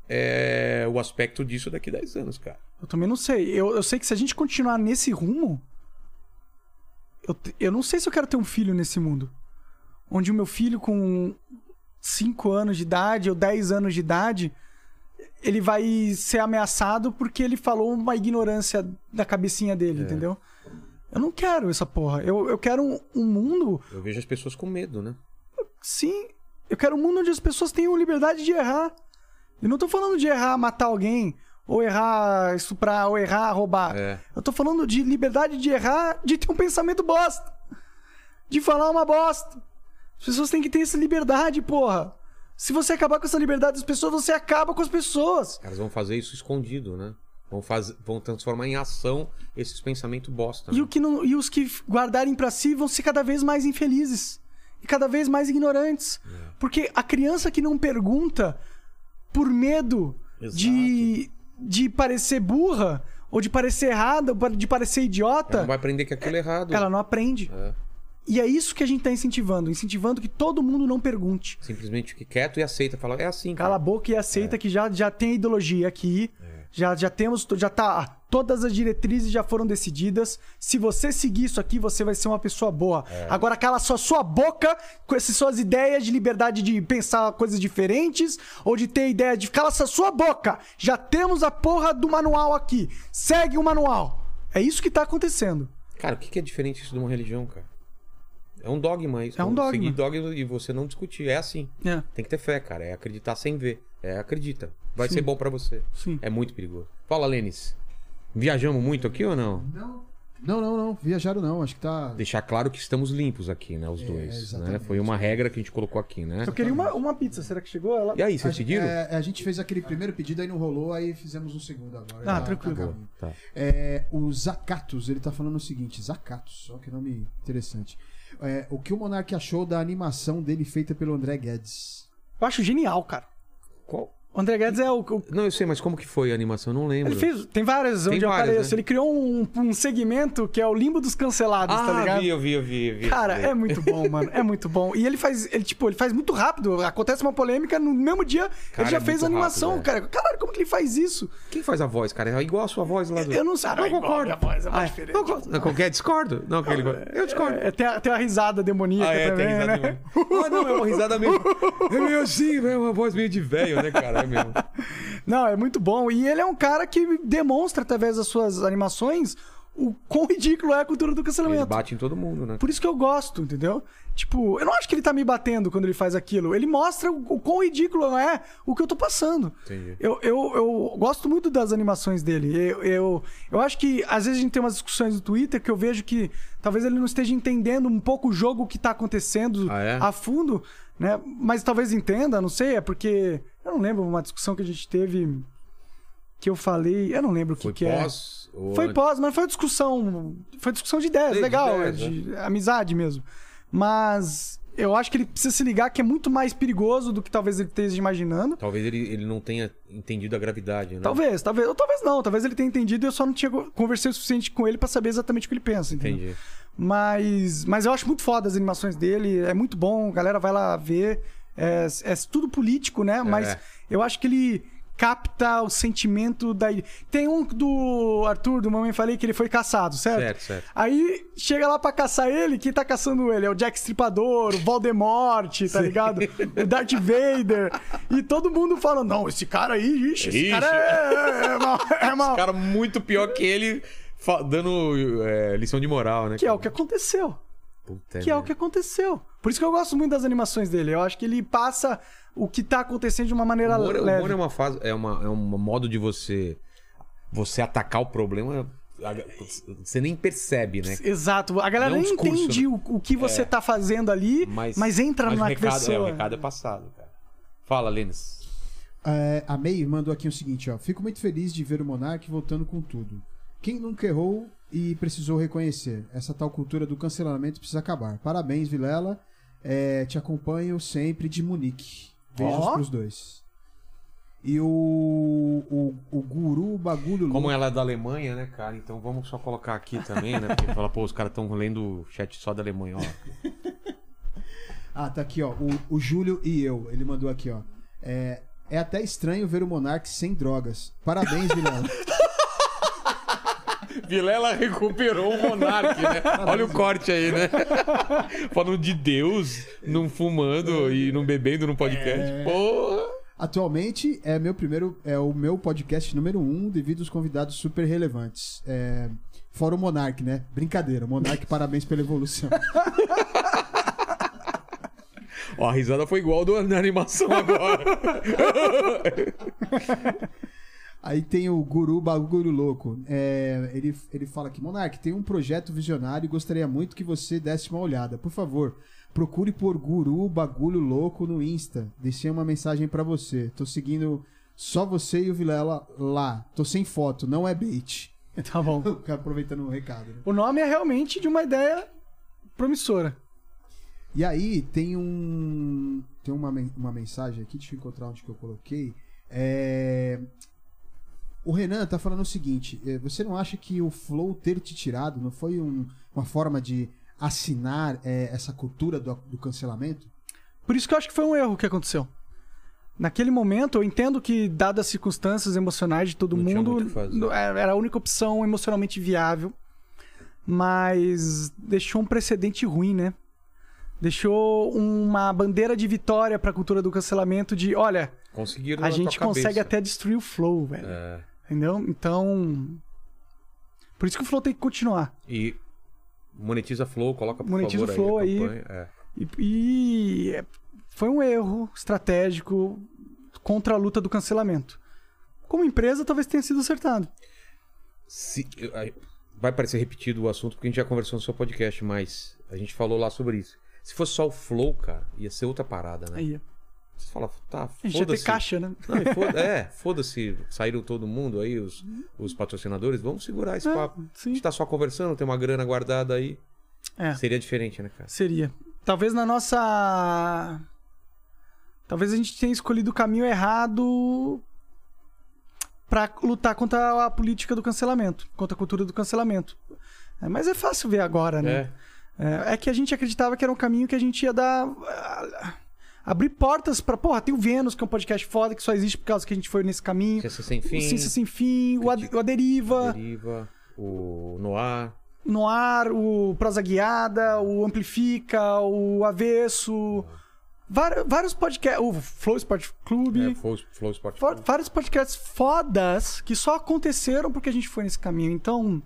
o aspecto disso daqui a 10 anos, cara. Eu também não sei. Eu sei que se a gente continuar nesse rumo... Eu não sei se eu quero ter um filho nesse mundo. Onde o meu filho com 5 anos de idade ou 10 anos de idade, ele vai ser ameaçado porque ele falou uma ignorância da cabecinha dele, entendeu? Eu não quero essa porra. Eu quero um mundo... Eu vejo as pessoas com medo, né? Sim. Eu quero um mundo onde as pessoas tenham liberdade de errar. Eu não tô falando de errar, matar alguém, ou errar, estuprar, ou errar, roubar. Eu tô falando de liberdade de errar, de ter um pensamento bosta. De falar uma bosta. As pessoas têm que ter essa liberdade, porra. Se você acabar com essa liberdade das pessoas, você acaba com as pessoas. Os caras vão fazer isso escondido, né? Vão transformar em ação esses pensamentos bosta. Né? E os que guardarem pra si vão ser cada vez mais infelizes. E cada vez mais ignorantes. Porque a criança que não pergunta por medo de parecer burra, ou de parecer errada, ou de parecer idiota... Ela não vai aprender que aquilo é errado. Ela não aprende. E é isso que a gente tá incentivando. Incentivando que todo mundo não pergunte. Simplesmente fique quieto e aceita. Fala, é assim, cara. Cala a boca e aceita que já tem ideologia aqui. Já temos... Já tá... Todas as diretrizes já foram decididas. Se você seguir isso aqui, você vai ser uma pessoa boa. Agora cala sua boca com essas suas ideias de liberdade de pensar coisas diferentes. Ou de ter ideia de... Cala sua boca! Já temos a porra do manual aqui. Segue o manual. É isso que tá acontecendo. Cara, o que é diferente isso de uma religião, cara? É um dogma isso. É um dogma. Seguir dogma e você não discutir. É assim. Tem que ter fé, cara. É acreditar sem ver. Acredita. Vai ser bom pra você. Sim. É muito perigoso. Fala, Lênis. Viajamos muito aqui ou não? Não. Viajaram não. Acho que tá... Deixar claro que estamos limpos aqui, né? Os dois. Né? Foi uma regra que a gente colocou aqui, né? Eu queria uma pizza. Será que chegou? E aí, vocês pediram? A gente fez aquele primeiro pedido, aí não rolou, aí fizemos um segundo agora. Tranquilo. Tá. O Zacatus, ele tá falando o seguinte. Zacatus, só que nome interessante. O que o Monark achou da animação dele feita pelo André Guedes? Eu acho genial, cara. Qual? O André Guedes é o... Não, eu sei, mas como que foi a animação? Eu não lembro. Ele fez... Tem várias onde eu apareço. Né? Ele criou um segmento que é o Limbo dos Cancelados, tá ligado? Eu vi. Cara, é muito bom, mano. É muito bom. E ele faz muito rápido. Acontece uma polêmica, no mesmo dia ele já fez a animação, rápido, cara. Caralho, como que ele faz isso? Quem faz a voz, cara? É igual a sua voz lá do... Eu não sei. Não concordo. A voz é mais diferente. Não, qualquer discordo? Não, eu discordo. Tem a risada demoníaca também, tem a risada, né? Não, é uma risada meio... É meio assim, velho. Uma voz meio de velho, né, cara? É mesmo. Não, é muito bom. E ele é um cara que demonstra, através das suas animações, o quão ridículo é a cultura do cancelamento. Ele bate em todo mundo, né? Por isso que eu gosto, entendeu? Tipo, eu não acho que ele tá me batendo quando ele faz aquilo. Ele mostra o quão ridículo é o que eu tô passando. Entendi. Eu gosto muito das animações dele. Eu acho que, às vezes, a gente tem umas discussões no Twitter que eu vejo que talvez ele não esteja entendendo um pouco o jogo que tá acontecendo a fundo, né? Mas talvez entenda, não sei, é porque... Eu não lembro uma discussão que a gente teve que eu falei... Eu não lembro o que é. Foi pós, mas foi discussão de ideias, legal, de amizade mesmo. Mas eu acho que ele precisa se ligar que é muito mais perigoso do que talvez ele esteja imaginando. Talvez ele não tenha entendido a gravidade, né? Talvez não. Talvez ele tenha entendido e eu só não tinha conversado o suficiente com ele pra saber exatamente o que ele pensa, entendeu? Entendi. Mas eu acho muito foda as animações dele, é muito bom, a galera vai lá ver. É tudo político, né? Mas eu acho que capta o sentimento da... Tem um do Arthur, do Mamãe Falei, que ele foi caçado, certo? Certo. Aí chega lá pra caçar ele, quem tá caçando ele é o Jack Stripador, o Voldemort, tá ligado? O Darth Vader. E todo mundo fala, não, esse cara aí, esse cara é mal. Esse cara muito pior que ele, dando lição de moral, né? Que é o que aconteceu. Puta, que é o que aconteceu. Por isso que eu gosto muito das animações dele. Eu acho que ele passa o que tá acontecendo de uma maneira leve. O humor é uma fase, é um modo de você atacar o problema, você nem percebe, né? Exato. A galera nem entende o que você tá fazendo ali, mas entra na pessoa. O recado é passado, cara. Fala, Lênis. A May mandou aqui o seguinte, ó. Fico muito feliz de ver o Monark voltando com tudo. Quem nunca errou e precisou reconhecer? Essa tal cultura do cancelamento precisa acabar. Parabéns, Vilela. Te acompanho sempre de Munique. Beijos pros dois. E o Guru Bagulho Louco. Como ela é da Alemanha, né, cara? Então vamos só colocar aqui também, né? Porque fala, pô, os caras estão lendo o chat só da Alemanha, ó. Tá aqui, ó. O Júlio e eu. Ele mandou aqui, ó. É até estranho ver o Monark sem drogas. Parabéns, Vilela. Vilela recuperou o Monark, né? Olha o corte aí, né? Falando de Deus, não fumando e não bebendo no podcast. Porra! Atualmente é o meu podcast número 1 devido aos convidados super relevantes. Fora o Monark, né? Brincadeira. Monark, parabéns pela evolução. Ó, a risada foi igual na animação agora. Aí tem o Guru Bagulho Louco. Ele fala aqui, Monark, tem um projeto visionário e gostaria muito que você desse uma olhada. Por favor, procure por Guru Bagulho Louco no Insta. Deixei uma mensagem pra você. Tô seguindo só você e o Vilela lá. Tô sem foto, não é bait. Tá bom. Aproveitando o recado. Né? O nome é realmente de uma ideia promissora. E aí tem uma mensagem aqui, deixa eu encontrar onde que eu coloquei. O Renan tá falando o seguinte, você não acha que o Flow ter te tirado não foi uma forma de assinar essa cultura do cancelamento? Por isso que eu acho que foi um erro que aconteceu. Naquele momento, eu entendo que, dadas as circunstâncias emocionais de todo mundo, era a única opção emocionalmente viável, mas deixou um precedente ruim, né? Deixou uma bandeira de vitória pra cultura do cancelamento de, olha, a gente consegue até destruir o Flow, velho. Entendeu? Então, por isso que o Flow tem que continuar. E monetiza Flow, coloca por monetiza favor o Flow aí. Foi um erro estratégico contra a luta do cancelamento. Como empresa, talvez tenha sido acertado. Vai parecer repetido o assunto, porque a gente já conversou no seu podcast, mas a gente falou lá sobre isso. Se fosse só o Flow, cara, ia ser outra parada, né? Aí. Você fala, tá, foda-se. A gente ia ter caixa, né? Foda-se. Saíram todo mundo aí, os patrocinadores. Vamos segurar esse papo. Sim. A gente tá só conversando, tem uma grana guardada aí. Seria diferente, né, cara? Seria. Talvez Talvez a gente tenha escolhido o caminho errado pra lutar contra a política do cancelamento, contra a cultura do cancelamento. Mas é fácil ver agora, né? É que a gente acreditava que era um caminho que a gente ia abrir portas pra... Porra, tem o Vênus, que é um podcast foda, que só existe por causa que a gente foi nesse caminho. Ciência Sem Fim. O Ciência Sem Fim, o A Deriva. O Noir. Noir, o Prosa Guiada, o Amplifica, o Avesso... Vários podcasts... O Flow Sport Club. Flow Sport Club. Vários podcasts fodas que só aconteceram porque a gente foi nesse caminho. Então...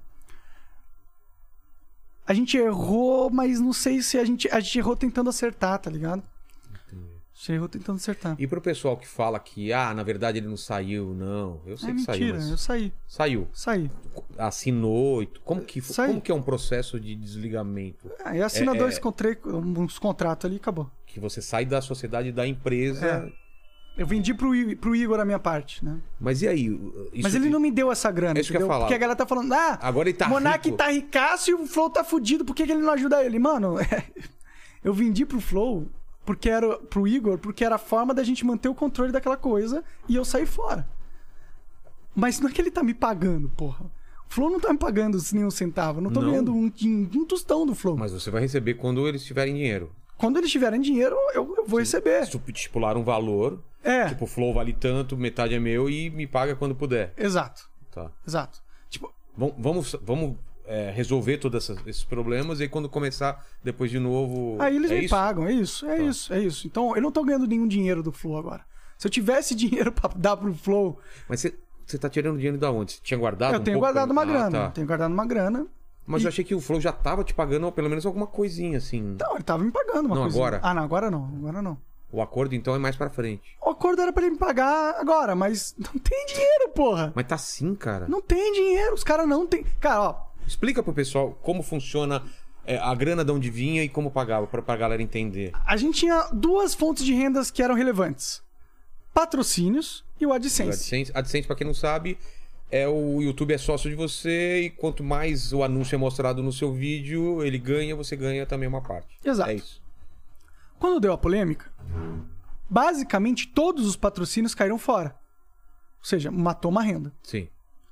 A gente errou, mas não sei se a gente errou tentando acertar, tá ligado? Entendi. A gente errou tentando acertar. E pro pessoal que fala que, na verdade ele não saiu, não. Eu sei que mentira, saiu, mas... eu saí. Saiu? Saí. Assinou? Como que é um processo de desligamento? Eu assino uns contratos ali e acabou. Que você sai da sociedade, da empresa... Eu vendi pro Igor a minha parte, né? Mas e aí? Mas ele não me deu essa grana, isso que eu ia falar. Porque a galera tá falando, agora ele tá Monark rico. Tá ricaço e o Flow tá fudido, por que ele não ajuda ele? Mano, eu vendi pro Flow, pro Igor, porque era a forma da gente manter o controle daquela coisa e eu saí fora. Mas não é que ele tá me pagando, porra. O Flow não tá me pagando nenhum centavo, eu não tô ganhando um tostão do Flow. Mas você vai receber quando eles tiverem dinheiro. Quando eles tiverem dinheiro, eu vou receber. Estipular um valor. Tipo, o Flow vale tanto, metade é meu e me paga quando puder. Exato. Tá. Exato. Tipo... Vamos resolver todos esses problemas e aí quando começar depois de novo... Aí eles me pagam, é isso. Então, eu não tô ganhando nenhum dinheiro do Flow agora. Se eu tivesse dinheiro pra dar pro Flow... Mas você tá tirando dinheiro da onde? Você tinha guardado Eu tenho guardado uma grana. Tá. Tenho guardado uma grana. Mas eu achei que o Flow já tava te pagando pelo menos alguma coisinha, assim. Não, ele tava me pagando uma coisinha. Agora? Ah, não, agora não. Agora não. O acordo, então, é mais pra frente. O acordo era pra ele me pagar agora, mas não tem dinheiro, porra. Mas tá sim, cara. Não tem dinheiro, os caras não tem... Cara, ó... Explica pro pessoal como funciona a grana de onde vinha e como pagava, pra galera entender. A gente tinha 2 fontes de rendas que eram relevantes. Patrocínios e o AdSense. AdSense, pra quem não sabe, o YouTube é sócio de você e quanto mais o anúncio é mostrado no seu vídeo, ele ganha, você ganha também uma parte. Exato. É isso. Quando deu a polêmica, basicamente todos os patrocínios caíram fora. Ou seja, matou uma renda. Sim.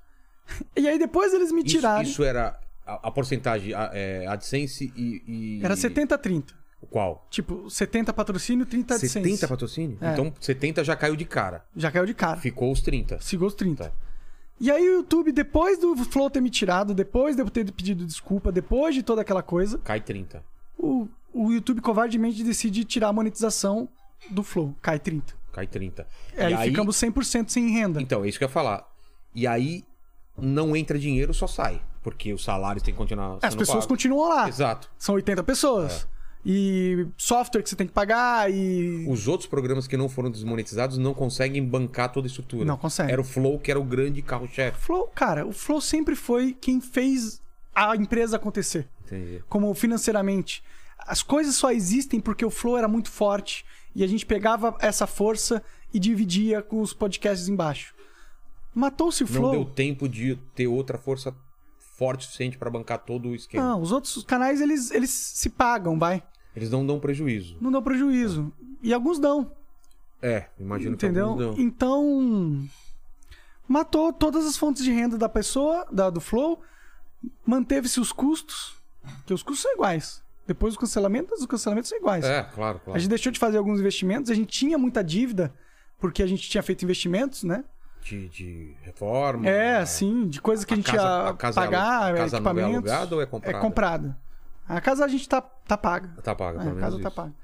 E aí depois eles me tiraram... Isso era a porcentagem AdSense e... Era 70-30. Qual? Tipo, 70 patrocínio, 30 AdSense. 70 patrocínio? É. Então 70 já caiu de cara. Já caiu de cara. Ficou os 30. Ficou os 30. Tá. E aí o YouTube, depois do Flow ter me tirado, depois de eu ter pedido desculpa, depois de toda aquela coisa... Cai 30. O YouTube covardemente decide tirar a monetização do Flow. Cai 30. Cai 30. E aí ficamos 100% sem renda. Então, é isso que eu ia falar. E aí não entra dinheiro, só sai. Porque os salários têm que continuar sendo As pessoas pagos. continuam lá. Exato. São 80 pessoas. E software que você tem que pagar e... Os outros programas que não foram desmonetizados não conseguem bancar toda a estrutura. Não conseguem. Era o Flow que era o grande carro-chefe. Cara, o Flow sempre foi quem fez a empresa acontecer. Entendi. Como financeiramente. As coisas só existem porque o Flow era muito forte e a gente pegava essa força e dividia com os podcasts embaixo. Matou-se o Flow. Não deu tempo de ter outra força forte o suficiente para bancar todo o esquema. Não, os outros canais, eles se pagam, vai. Eles não dão prejuízo. Não dão prejuízo. E alguns dão. Imagino Entendeu? que alguns dão. Então, matou todas as fontes de renda da pessoa, do Flow. Manteve-se os custos, porque os custos são iguais. Depois do cancelamento, os cancelamentos são iguais. Claro. A gente deixou de fazer alguns investimentos, a gente tinha muita dívida, porque a gente tinha feito investimentos, né? De reforma? Sim, de coisas que a gente ia pagar, a casa equipamentos. Não é alugada ou é comprada? É comprada. A casa a gente tá paga. Tá paga, pelo A casa menos tá isso. paga.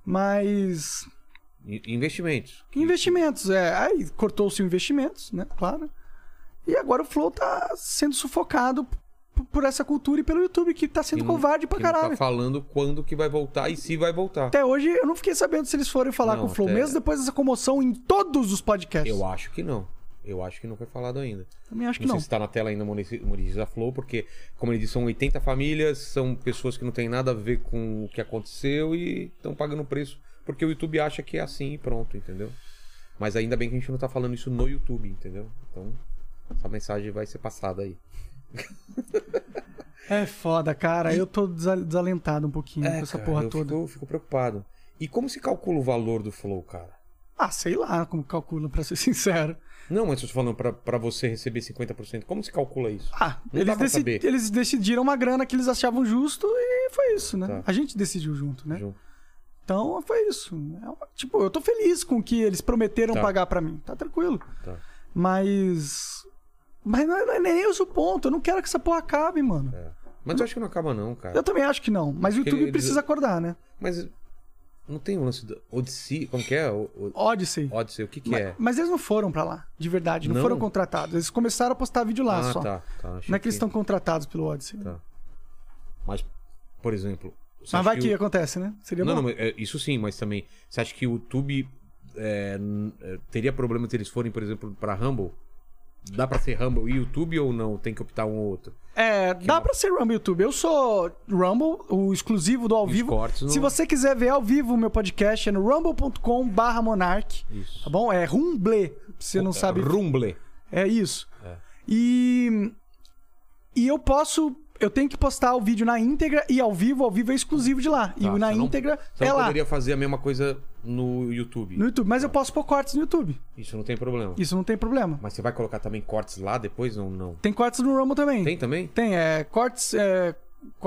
Mas... Investimentos. Investimentos, Aí cortou-se investimentos, né? Claro. E agora o Flow tá sendo sufocado por essa cultura e pelo YouTube, que tá sendo covarde pra caralho. Não tá falando quando que vai voltar e se vai voltar. Até hoje eu não fiquei sabendo se eles forem falar com o Flow, mesmo depois dessa comoção em todos os podcasts. Eu acho que não. Eu acho que não foi falado ainda. Também acho que não. não. Sei se tá na tela ainda Monetiza Flow, porque, como ele disse, são 80 famílias, são pessoas que não tem nada a ver com o que aconteceu e estão pagando preço porque o YouTube acha que é assim e pronto, entendeu? Mas ainda bem que a gente não tá falando isso no YouTube, entendeu? Então, essa mensagem vai ser passada aí. É foda, cara. Eu tô desalentado um pouquinho com essa porra toda. Eu fico preocupado. E como se calcula o valor do Flow, cara? Sei lá como calcula, pra ser sincero. Não, mas eu tô falando pra você receber 50%. Como se calcula isso? Eles decidiram uma grana que eles achavam justo e foi isso, né? Tá. A gente decidiu junto, né? Então foi isso. Tipo, eu tô feliz com o que eles prometeram pagar pra mim. Tá tranquilo. Tá. Mas não é nem esse o ponto. Eu não quero que essa porra acabe, mano. Mas eu acho que não acaba não, cara. Eu também acho que não. Mas o YouTube precisa acordar, né? Mas não tem um lance do Odyssey, como que é? Odyssey. O que é? Mas eles não foram pra lá, de verdade. Não foram contratados. Eles começaram a postar vídeo lá só. Tá. Não é que eles estão contratados pelo Odyssey. Tá. Mas, por exemplo... Mas vai que acontece, né? Seria bom. Não, isso sim, mas também... Você acha que o YouTube teria problema se eles forem, por exemplo, pra Rumble? Dá pra ser Rumble e YouTube ou não? Tem que optar um ou outro? Dá pra ser Rumble e YouTube. Eu sou Rumble, o exclusivo do ao vivo. Se você quiser ver ao vivo o meu podcast, é no rumble.com/monark. Isso. Tá bom? É Rumble. Você não sabe... Rumble. É isso. E eu tenho que postar o vídeo na íntegra e ao vivo é exclusivo de lá. E na íntegra você é não lá. poderia fazer a mesma coisa no YouTube. No YouTube, mas eu posso pôr cortes no YouTube. Isso não tem problema. Isso não tem problema. Mas você vai colocar também cortes lá depois ou não? Tem cortes no Rumble também. Tem também? Tem, cortes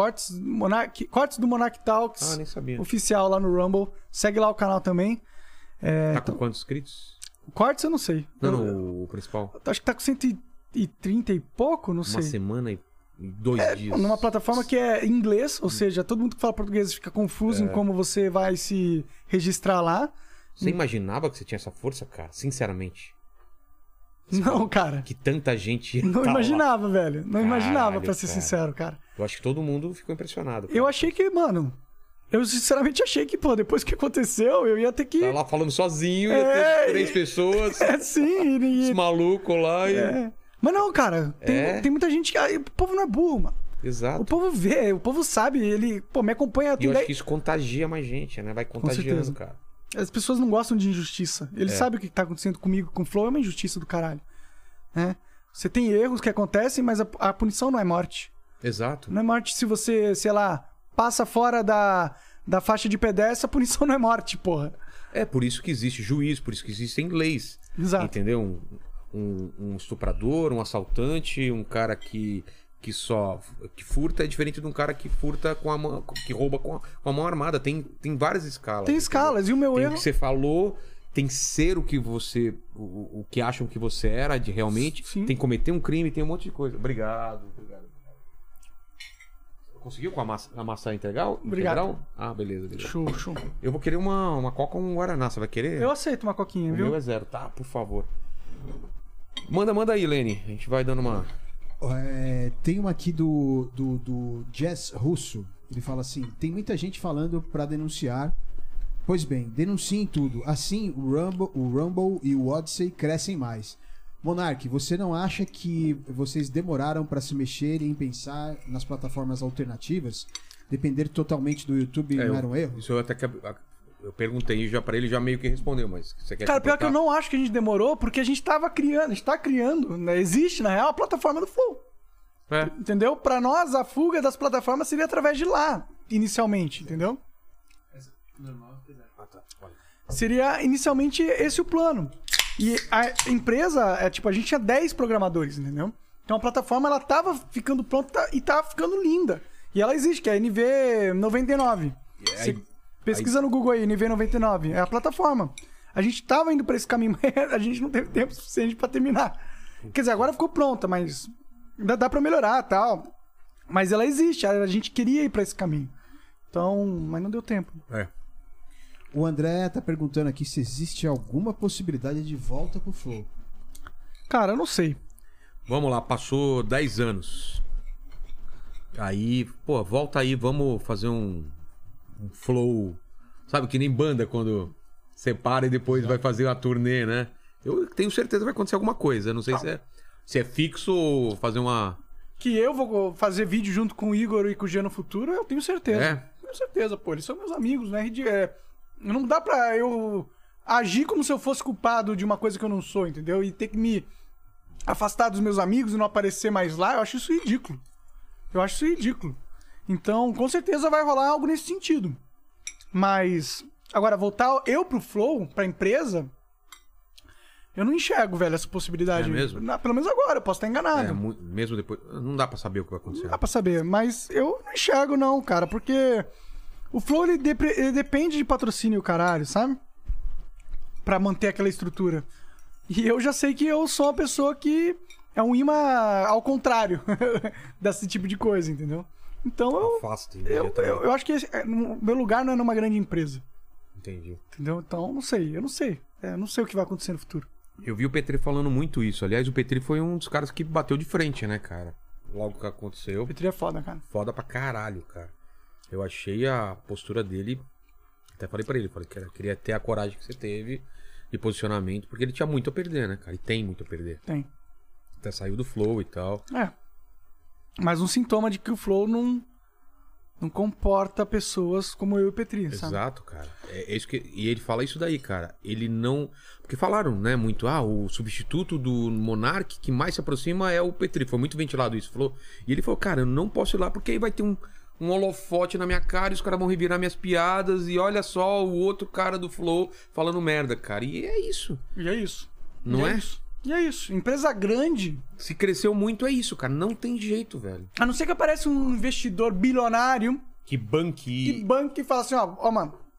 do Monark Talks. Nem sabia. Oficial lá no Rumble. Segue lá o canal também. Tá com quantos inscritos? O Cortes eu não sei. Não, o principal. Acho que tá com 130 e pouco, não sei. Uma semana e 2 dias. Numa plataforma que é em inglês, ou seja, todo mundo que fala português fica confuso em como você vai se registrar lá. Você imaginava que você tinha essa força, cara? Sinceramente. Não, cara. Que tanta gente Não imaginava, velho. Não imaginava, pra ser cara. sincero, cara. Eu acho que todo mundo ficou impressionado. Cara. Eu achei que, mano... Eu sinceramente achei que, pô, depois que aconteceu, eu ia ter que... Tá lá falando sozinho, ia ter 3 pessoas. Sim. Esse maluco lá e... Mas não, cara. Tem muita gente que... O povo não é burro, mano. Exato. O povo vê, o povo sabe. Ele, pô, me acompanha... E eu acho que isso contagia mais gente, né? Vai contagiando, cara. As pessoas não gostam de injustiça. Eles sabem o que tá acontecendo comigo, com o Flow, é uma injustiça do caralho. Você tem erros que acontecem, mas a punição não é morte. Exato. Não é morte se você, sei lá, passa fora da faixa de pedestre, a punição não é morte, porra. É por isso que existe juiz, por isso que existem leis. Exato. Entendeu? Um estuprador, um assaltante, um cara que furta é diferente de um cara que furta que rouba com a mão armada. Tem várias escalas. Tem escalas, e o meu tem erro... o que você falou, tem ser o que você... O que acham que você era de realmente. Sim. Tem cometer um crime, tem um monte de coisa. Obrigado. Conseguiu amassar integral? Obrigado. Ah, beleza. Show. Eu vou querer uma coca ou um guaraná. Você vai querer? Eu aceito uma coquinha, viu? O meu é 0, tá? Por favor. Manda aí, Lene. A gente vai dando uma... Tem uma aqui do Jazz Russo. Ele fala assim: tem muita gente falando pra denunciar. Pois bem, denunciem tudo. Assim o Rumble e o Odyssey crescem mais. Monark, você não acha que vocês demoraram pra se mexer em pensar nas plataformas alternativas? Depender totalmente do YouTube não era um erro? Isso eu perguntei já pra ele, já meio que respondeu, mas você quer... Cara, pior que eu não acho que a gente demorou, porque a gente tá criando, né? Existe, na real, a plataforma do Flow. Entendeu? Pra nós, a fuga das plataformas seria através de lá, inicialmente, entendeu? Seria inicialmente esse o plano. E a empresa, a gente tinha 10 programadores, entendeu? Então a plataforma, ela tava ficando pronta e tava ficando linda. E ela existe, que é a NV99. Você pesquisa no Google aí, NV99. É a plataforma. A gente tava indo pra esse caminho, mas a gente não teve tempo suficiente pra terminar. Quer dizer, agora ficou pronta, mas ainda dá pra melhorar e tal. Mas ela existe, a gente queria ir pra esse caminho. Então, mas não deu tempo. O André tá perguntando aqui se existe alguma possibilidade de volta pro Flow. Cara, eu não sei. Vamos lá, passou 10 anos. Aí, pô, volta aí, vamos fazer um Flow. Sabe, que nem banda quando separa e depois vai fazer uma turnê, né? Eu tenho certeza que vai acontecer alguma coisa. Não sei se é fixo ou fazer uma... Que eu vou fazer vídeo junto com o Igor e com o Gia no futuro, eu tenho certeza. Tenho certeza, pô. Eles são meus amigos, né? Não dá pra eu agir como se eu fosse culpado de uma coisa que eu não sou, entendeu? E ter que me afastar dos meus amigos e não aparecer mais lá, eu acho isso ridículo. Então, com certeza vai rolar algo nesse sentido. Mas, agora, voltar eu pro Flow, pra empresa, eu não enxergo, velho, essa possibilidade. É mesmo? Pelo menos agora, eu posso estar enganado. Mesmo depois, não dá pra saber o que vai acontecer. Não dá pra saber, mas eu não enxergo não, cara, porque... O Flow, ele depende de patrocínio, caralho, sabe? Pra manter aquela estrutura. E eu já sei que eu sou uma pessoa que é um imã ao desse tipo de coisa, entendeu? Então eu acho que meu lugar não é numa grande empresa. Entendi. Entendeu? Então, eu não sei. Eu não sei o que vai acontecer no futuro. Eu vi o Petri falando muito isso. Aliás, o Petri foi um dos caras que bateu de frente, né, cara? Logo que aconteceu. O Petri é foda, cara. Foda pra caralho, cara. Eu achei a postura dele... Até falei pra ele, queria ter a coragem que você teve de posicionamento, porque ele tinha muito a perder, né, cara? E tem muito a perder. Tem. Até saiu do Flow e tal. Mas um sintoma de que o Flow não comporta pessoas como eu e o Petri, sabe? Exato, cara. É isso que... E ele fala isso daí, cara. Ele não... Porque falaram, né, muito... o substituto do Monark que mais se aproxima é o Petri. Foi muito ventilado isso. Falou... E ele falou, cara, eu não posso ir lá porque aí vai ter um holofote na minha cara e os caras vão revirar minhas piadas e olha só o outro cara do Flow falando merda, cara. E é isso. E é isso. Não é? E é isso. Empresa grande. Se cresceu muito, é isso, cara. Não tem jeito, velho. A não ser que apareça um investidor bilionário que banque e fala assim, ó, mano,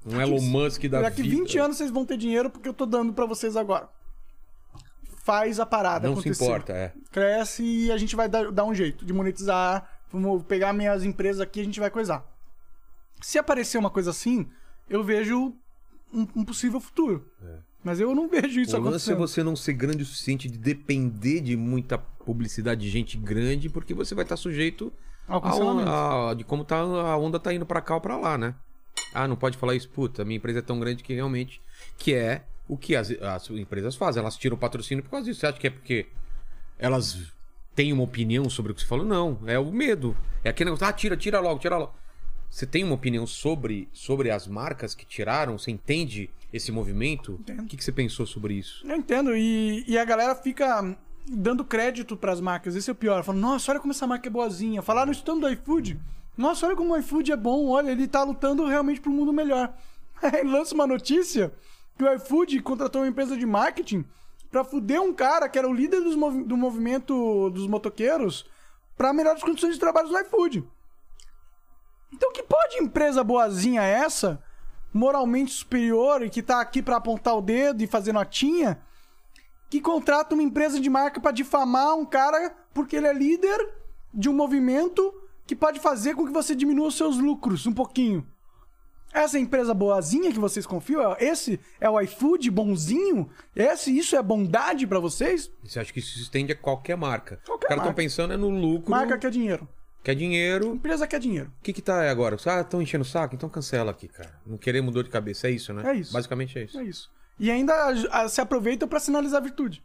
Um Elon Musk da vida. Daqui 20 anos vocês vão ter dinheiro porque eu tô dando pra vocês agora. Faz a parada não acontecer. Se importa, é. Cresce e a gente vai dar um jeito de monetizar. Vamos pegar minhas empresas aqui e a gente vai coisar. Se aparecer uma coisa assim, eu vejo um possível futuro. Mas eu não vejo isso acontecendo. O lance é você não ser grande o suficiente de depender de muita publicidade de gente grande, porque você vai estar sujeito de como tá, a onda tá indo pra cá ou pra lá, né? Ah, não pode falar isso. Puta, minha empresa é tão grande que realmente... Que é o que as empresas fazem. Elas tiram o patrocínio por causa disso. Você acha que é porque elas têm uma opinião sobre o que você falou? Não, é o medo. É aquele negócio, tira logo. Você tem uma opinião sobre as marcas que tiraram? Você entende esse movimento? Entendo. O que você pensou sobre isso? Eu entendo. E a galera fica dando crédito pras marcas. Esse é o pior. Falando, nossa, olha como essa marca é boazinha. Falaram isso tanto do iFood. Nossa, olha como o iFood é bom. Olha, ele tá lutando realmente pro mundo melhor. Aí lança uma notícia que o iFood contratou uma empresa de marketing pra fuder um cara que era o líder do movimento dos motoqueiros pra melhores condições de trabalho no iFood. Então que pó de empresa boazinha é essa, moralmente superior e que tá aqui pra apontar o dedo e fazer notinha, que contrata uma empresa de marca pra difamar um cara porque ele é líder de um movimento que pode fazer com que você diminua os seus lucros um pouquinho? Essa é a empresa boazinha que vocês confiam? Esse é o iFood bonzinho? Isso é bondade pra vocês? Você acha que isso se estende a qualquer marca? Qualquer Os caras marca. estão pensando no lucro. Marca quer dinheiro. Quer dinheiro. Empresa quer dinheiro. O que tá aí agora? Estão enchendo o saco? Então cancela aqui, cara. Não queremos dor de cabeça. É isso, né? É isso. Basicamente é isso. É isso. E ainda se aproveitam pra sinalizar a virtude.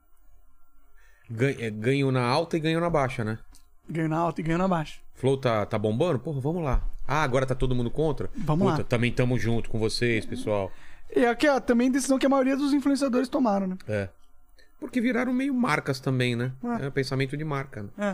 Ganham na alta e ganham na baixa, né? Ganho na alta e ganho na baixa. Flow tá bombando? Porra, vamos lá. Ah, agora tá todo mundo contra? Vamos lá. Também tamo junto com vocês, pessoal. E aqui, também decisão que a maioria dos influenciadores tomaram, né? Porque viraram meio marcas também, né? É pensamento de marca, né?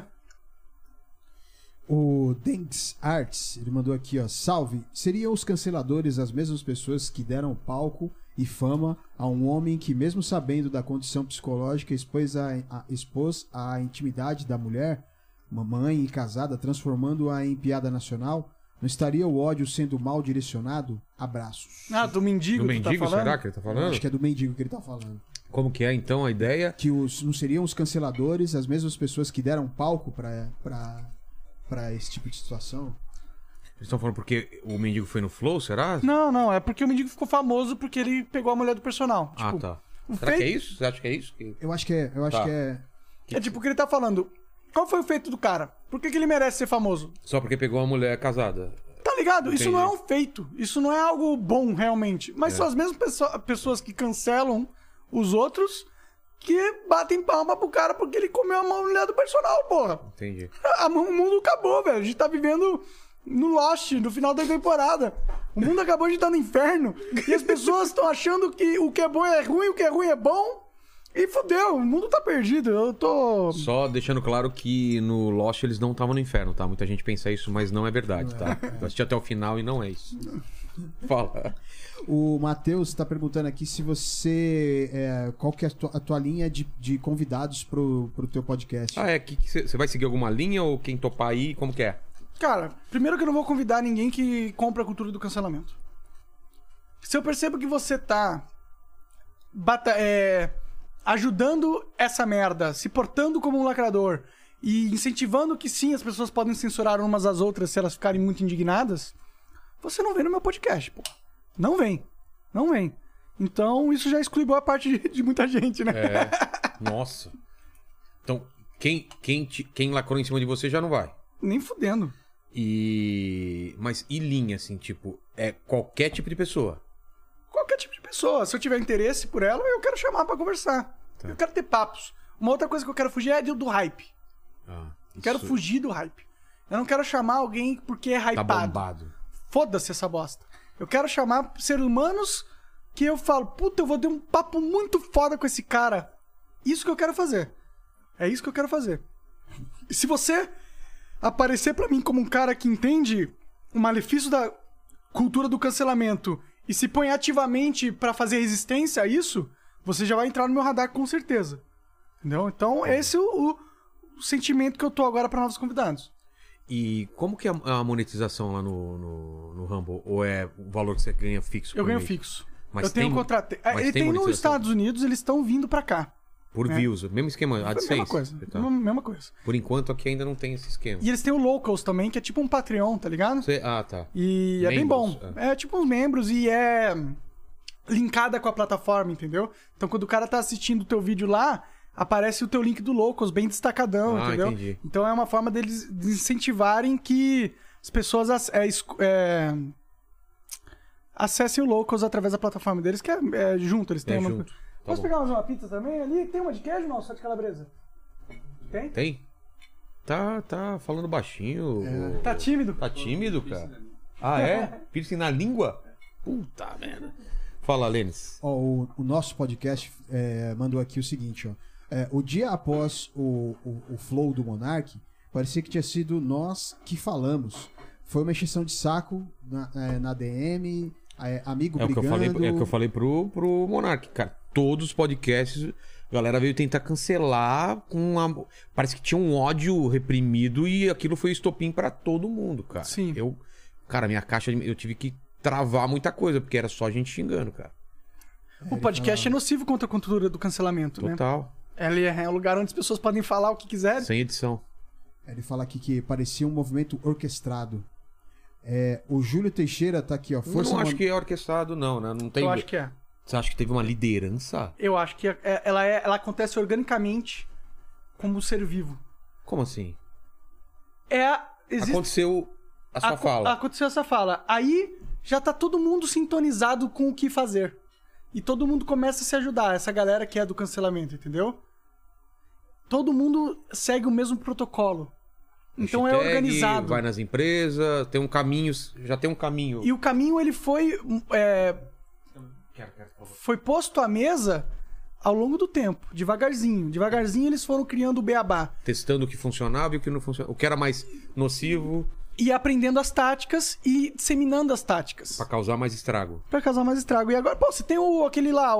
O Denks Arts, ele mandou aqui, ó. Salve, seriam os canceladores as mesmas pessoas que deram palco e fama a um homem que, mesmo sabendo da condição psicológica, expôs a intimidade da mulher, mamãe e casada, transformando-a em piada nacional? Não estaria o ódio sendo mal direcionado? Abraços. Do mendigo Do que mendigo, tá falando? será que ele tá falando? Acho que é do mendigo que ele tá falando. Como que é, então, a ideia? Que não seriam os canceladores as mesmas pessoas que deram palco pra esse tipo de situação? Eles estão falando porque o mendigo foi no Flow, será? Não, é porque o mendigo ficou famoso porque ele pegou a mulher do personal. Tipo, tá. Será que é isso? Você acha que é isso? Eu acho que é. É tipo o que ele tá falando. Qual foi o feito do cara? Por que ele merece ser famoso? Só porque pegou uma mulher casada. Tá ligado? Entendi. Isso não é um feito. Isso não é algo bom, realmente. Mas são as mesmas pessoas que cancelam os outros que batem palma pro cara porque ele comeu a mulher do personal, porra. Entendi. O mundo acabou, velho. A gente tá vivendo no Lost, no final da temporada. O mundo acabou de estar no inferno. E as pessoas estão achando que o que é bom é ruim, o que é ruim é bom. E fodeu, o mundo tá perdido. Eu tô... Só deixando claro que no Lost eles não estavam no inferno, tá? Muita gente pensa isso, mas não é verdade, tá? Eu assisti até o final e não é isso. Fala. O Matheus tá perguntando aqui se você... qual que é a tua linha de convidados pro teu podcast. Você vai seguir alguma linha ou quem topar aí, como que é? Cara, primeiro que eu não vou convidar ninguém que compra a cultura do cancelamento. Se eu percebo que você tá ajudando essa merda, se portando como um lacrador e incentivando que sim, as pessoas podem censurar umas às outras se elas ficarem muito indignadas, você não vem no meu podcast, pô. Não vem. Então, isso já exclui boa parte de muita gente, né? Nossa. Então, quem lacrou em cima de você já não vai. Nem fudendo. Mas e linha, assim, tipo, qualquer tipo de pessoa? Qualquer tipo de pessoa. Se eu tiver interesse por ela, eu quero chamar pra conversar. Tá. Eu quero ter papos. Uma outra coisa que eu quero fugir é do hype. Quero fugir do hype. Eu não quero chamar alguém porque é hypado. Tá bombado. Foda-se essa bosta. Eu quero chamar seres humanos que eu falo, puta, eu vou ter um papo muito foda com esse cara. Isso que eu quero fazer. É isso que eu quero fazer. E se você aparecer pra mim como um cara que entende o malefício da cultura do cancelamento e se põe ativamente pra fazer resistência a isso, você já vai entrar no meu radar com certeza. Entendeu? Então, esse é o sentimento que eu tô agora pra novos convidados. E como que é a monetização lá no Rumble? Ou é o valor que você ganha fixo? Eu ganho fixo. Mas eu tenho um contrato. Ele tem nos Estados Unidos, eles estão vindo pra cá. Por views, mesmo esquema, AdSense. Mesma coisa, mesma coisa. Por enquanto aqui ainda não tem esse esquema. E eles têm o Locals também, que é tipo um Patreon, tá ligado? Tá. E membros, é bem bom. É tipo uns membros e é linkada com a plataforma, entendeu? Então quando o cara tá assistindo o teu vídeo lá, aparece o teu link do Locals bem destacadão, entendeu? Entendi. Então é uma forma deles incentivarem que as pessoas acessem o Locals através da plataforma deles, que é junto, eles têm uma... junto. Posso pegar mais uma pizza também ali? Tem uma de queijo, não? Só de calabresa? Tem? Tem? Tá falando baixinho. Tá tímido? Tá tímido, cara? Ah, é? Piercing na língua? Puta merda. Fala, Lênis. O nosso podcast mandou aqui o seguinte, ó. O dia após o flow do Monark, parecia que tinha sido nós que falamos. Foi uma encheção de saco na DM, amigo brigando. É o que eu falei pro Monark, cara. Todos os podcasts, a galera veio tentar cancelar parece que tinha um ódio reprimido e aquilo foi estopim pra todo mundo, cara. Sim. Cara, minha caixa, eu tive que travar muita coisa, porque era só gente xingando, cara. O podcast é nocivo contra a cultura do cancelamento, Total. né? Ele é um lugar onde as pessoas podem falar o que quiserem. Sem edição. Ele fala aqui que parecia um movimento orquestrado. O Júlio Teixeira tá aqui, ó. Eu não acho que é orquestrado, não, né? Não tem... Eu acho que é. Você acha que teve uma liderança? Eu acho que ela acontece organicamente como um ser vivo. Como assim? Aconteceu essa fala. Aconteceu essa fala. Aí já tá todo mundo sintonizado com o que fazer. E todo mundo começa a se ajudar. Essa galera que é do cancelamento, entendeu? Todo mundo segue o mesmo protocolo. Então Hashtag, é organizado. Vai nas empresas, tem um caminho, já tem um caminho. E o caminho, ele foi posto à mesa ao longo do tempo, devagarzinho. Devagarzinho eles foram criando o beabá. Testando o que funcionava e o que não funcionava. O que era mais nocivo. E aprendendo as táticas e disseminando as táticas. Pra causar mais estrago. E agora, pô, você tem aquele lá,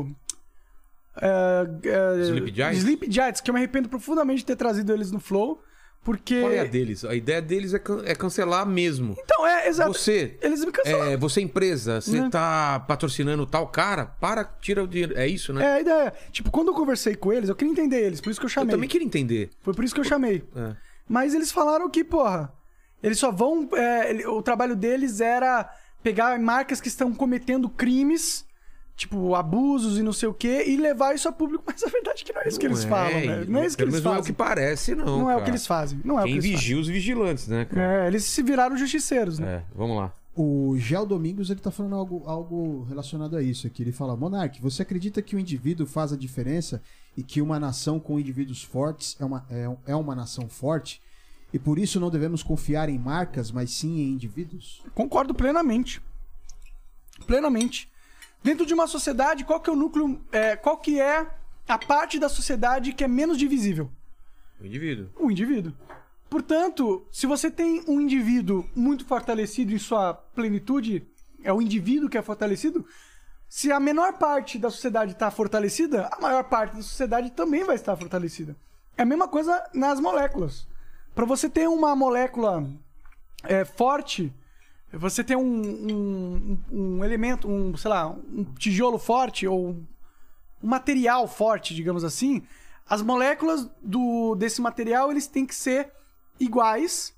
Sleep Giants? Sleep Giants, que eu me arrependo profundamente de ter trazido eles no Flow. Porque... Qual é a deles? A ideia deles é cancelar mesmo. Então, exato. Eles me cancelaram. Você empresa, você tá patrocinando tal cara, tira o dinheiro. É isso, né? É a ideia. Tipo, quando eu conversei com eles, eu queria entender eles, por isso que eu chamei. Eu também queria entender. Foi por isso que eu chamei. Mas eles falaram que, porra, eles só vão... o trabalho deles era pegar marcas que estão cometendo crimes... Tipo, abusos e não sei o quê, e levar isso a público. Mas a verdade é que não é isso que eles falam, né? Não é isso que eles fazem. Não é o que parece, não. Não cara. é o que eles fazem. Não é Quem o que eles vigia fazem. os vigilantes, né, cara? Eles se viraram justiceiros, né? Vamos lá. O Gel Domingos, ele tá falando algo relacionado a isso aqui. Ele fala, Monark, você acredita que o indivíduo faz a diferença e que uma nação com indivíduos fortes é uma nação forte? E por isso não devemos confiar em marcas, mas sim em indivíduos? Concordo plenamente. Plenamente. Dentro de uma sociedade, qual que é o núcleo... qual que é a parte da sociedade que é menos divisível? O indivíduo. O indivíduo. Portanto, se você tem um indivíduo muito fortalecido em sua plenitude, é o indivíduo que é fortalecido, se a menor parte da sociedade está fortalecida, a maior parte da sociedade também vai estar fortalecida. É a mesma coisa nas moléculas. Para você ter uma molécula forte... Você tem um elemento, sei lá, um tijolo forte ou um material forte, digamos assim. As moléculas desse material, eles têm que ser iguais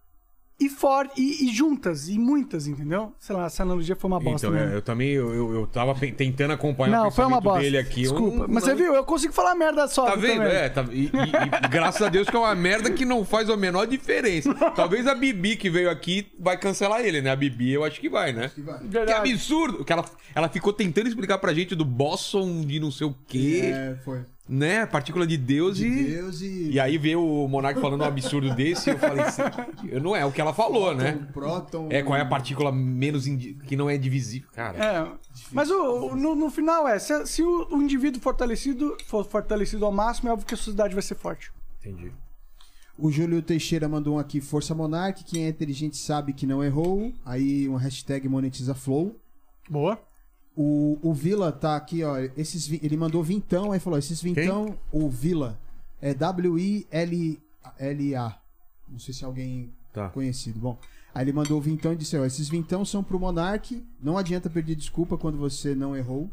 e juntas, e muitas, entendeu? Sei lá, essa analogia foi uma bosta. Então, né? eu também, eu tava tentando acompanhar o pensamento dele aqui. Desculpa, mas você viu? Eu consigo falar merda só. Tá vendo? E graças a Deus que é uma merda que não faz a menor diferença. Talvez a Bibi que veio aqui vai cancelar ele, né? A Bibi eu acho que vai, né? Que absurdo! Que ela ficou tentando explicar pra gente do Boston de não sei o quê. Foi. Né? Partícula de Deus e aí veio o Monark falando um absurdo desse e eu falei assim, não é o que ela falou, né? Próton... qual é a partícula menos que não é divisível, cara. Mas no final se o indivíduo for fortalecido ao máximo, é óbvio que a sociedade vai ser forte. Entendi. O Júlio Teixeira mandou um aqui, Força Monark, quem é inteligente sabe que não errou. Aí um hashtag monetiza flow. Boa. O Vila tá aqui, ó. Ele mandou vintão, aí falou: esses vintão, o Vila é WILLA. Não sei se é alguém conhecido. Bom, aí ele mandou o vintão e disse, ó, esses vintão são pro Monark, não adianta pedir desculpa quando você não errou.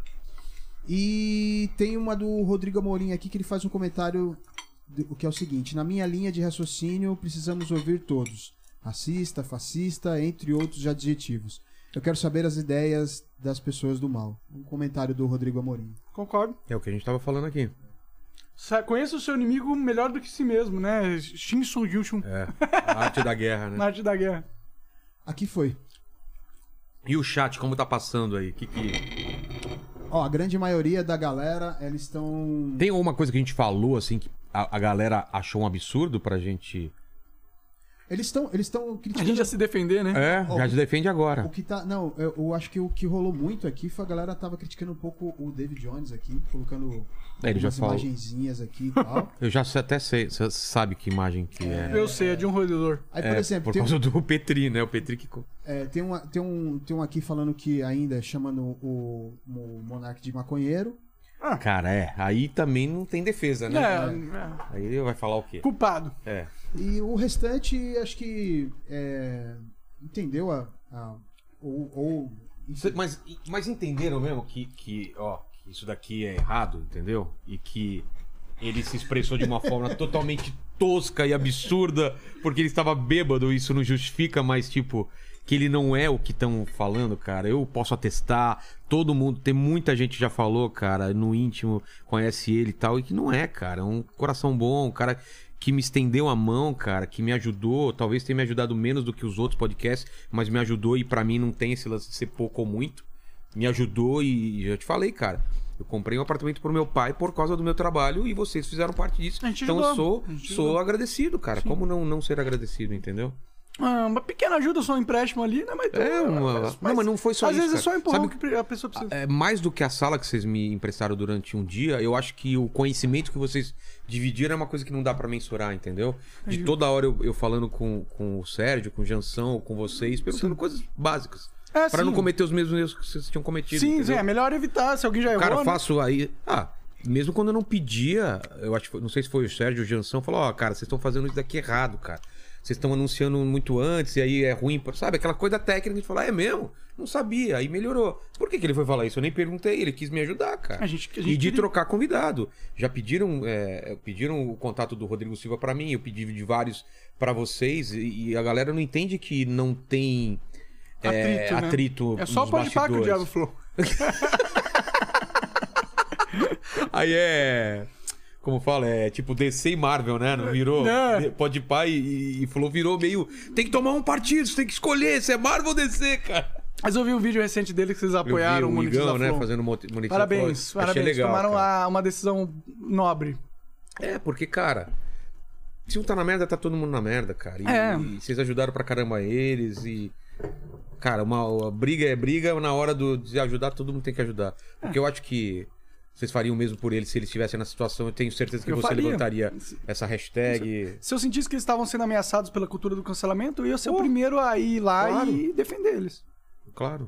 E tem uma do Rodrigo Amorim aqui que ele faz um comentário o que é o seguinte: na minha linha de raciocínio precisamos ouvir todos, racista, fascista, entre outros adjetivos. Eu quero saber as ideias das pessoas do mal. Um comentário do Rodrigo Amorim. Concordo. É o que a gente tava falando aqui. Conheça o seu inimigo melhor do que si mesmo, né? Shin Sung-Yun. É, a arte da guerra, né? Na arte da guerra. Aqui foi. E o chat, como tá passando aí? Ó, a grande maioria da galera, eles estão... Tem alguma coisa que a gente falou, assim, que a galera achou um absurdo pra gente... Eles estão criticando... A gente já se defender, né? Já se defende agora. O que tá... Não, eu acho que o que rolou muito aqui foi a galera tava criticando um pouco o David Jones aqui, colocando ele já umas falou. imagenzinhas aqui e tal. Eu já até sei, você sabe que imagem que é. Eu sei, é de um roedor. Aí, por exemplo... Por causa do Petri, né? O Petri que... Tem um aqui falando que ainda chamando o Monark de maconheiro. Cara, aí também não tem defesa, né? Aí ele vai falar o quê? Culpado. E o restante, acho que entendeu Mas entenderam mesmo que isso daqui é errado, entendeu? E que ele se expressou de uma forma totalmente tosca e absurda porque ele estava bêbado, isso não justifica, mas tipo... que ele não é o que estão falando, cara. Eu posso atestar, todo mundo, tem muita gente que já falou, cara, no íntimo, conhece ele e tal, e que não é, cara. É um coração bom, um cara que me estendeu a mão, cara, que me ajudou, talvez tenha me ajudado menos do que os outros podcasts, mas me ajudou e pra mim não tem esse lance de ser pouco ou muito. Me ajudou e já te falei, cara. Eu comprei um apartamento pro meu pai por causa do meu trabalho e vocês fizeram parte disso. Então eu sou agradecido, cara. Sim. Como não ser agradecido, entendeu? Uma pequena ajuda, só um empréstimo ali, né? Mas não foi só isso. Às vezes cara. É só empurrão que a pessoa precisa. Mais do que a sala que vocês me emprestaram durante um dia, eu acho que o conhecimento que vocês dividiram é uma coisa que não dá pra mensurar, entendeu? De toda hora eu falando com o Sérgio, com o Jansão, com vocês, perguntando coisas básicas. Pra não cometer os mesmos erros que vocês tinham cometido. Sim, é melhor evitar, se alguém já errou. Cara, eu faço aí. Mesmo quando eu não pedia, eu acho que não sei se foi o Sérgio ou o Jansão, falou: cara, vocês estão fazendo isso daqui errado, cara. Vocês estão anunciando muito antes e aí é ruim, sabe? Aquela coisa técnica de falar, é mesmo? Não sabia, aí melhorou. Por que ele foi falar isso? Eu nem perguntei, ele quis me ajudar, cara. E de trocar convidado. Já pediram o contato do Rodrigo Silva pra mim, eu pedi de vários pra vocês e a galera não entende que não tem atrito, né? É só pode parar que o Diabo Flow. Aí como fala, tipo DC e Marvel, né? Não virou? Podpah e Flow virou meio... Tem que tomar um partido, você tem que escolher se é Marvel ou DC, cara. Mas eu vi um vídeo recente dele que vocês apoiaram o Igão, né? Fazendo monetização. Parabéns. Achei legal, tomaram uma decisão nobre. Porque, cara... Se um tá na merda, tá todo mundo na merda, cara. E vocês ajudaram pra caramba eles e... Cara, uma briga é briga, na hora de ajudar, todo mundo tem que ajudar. Porque eu acho que... Vocês fariam o mesmo por eles se eles estivessem na situação. Eu tenho certeza que você levantaria essa hashtag. Se eu sentisse que eles estavam sendo ameaçados pela cultura do cancelamento, eu ia ser o primeiro a ir lá e defender eles. Claro.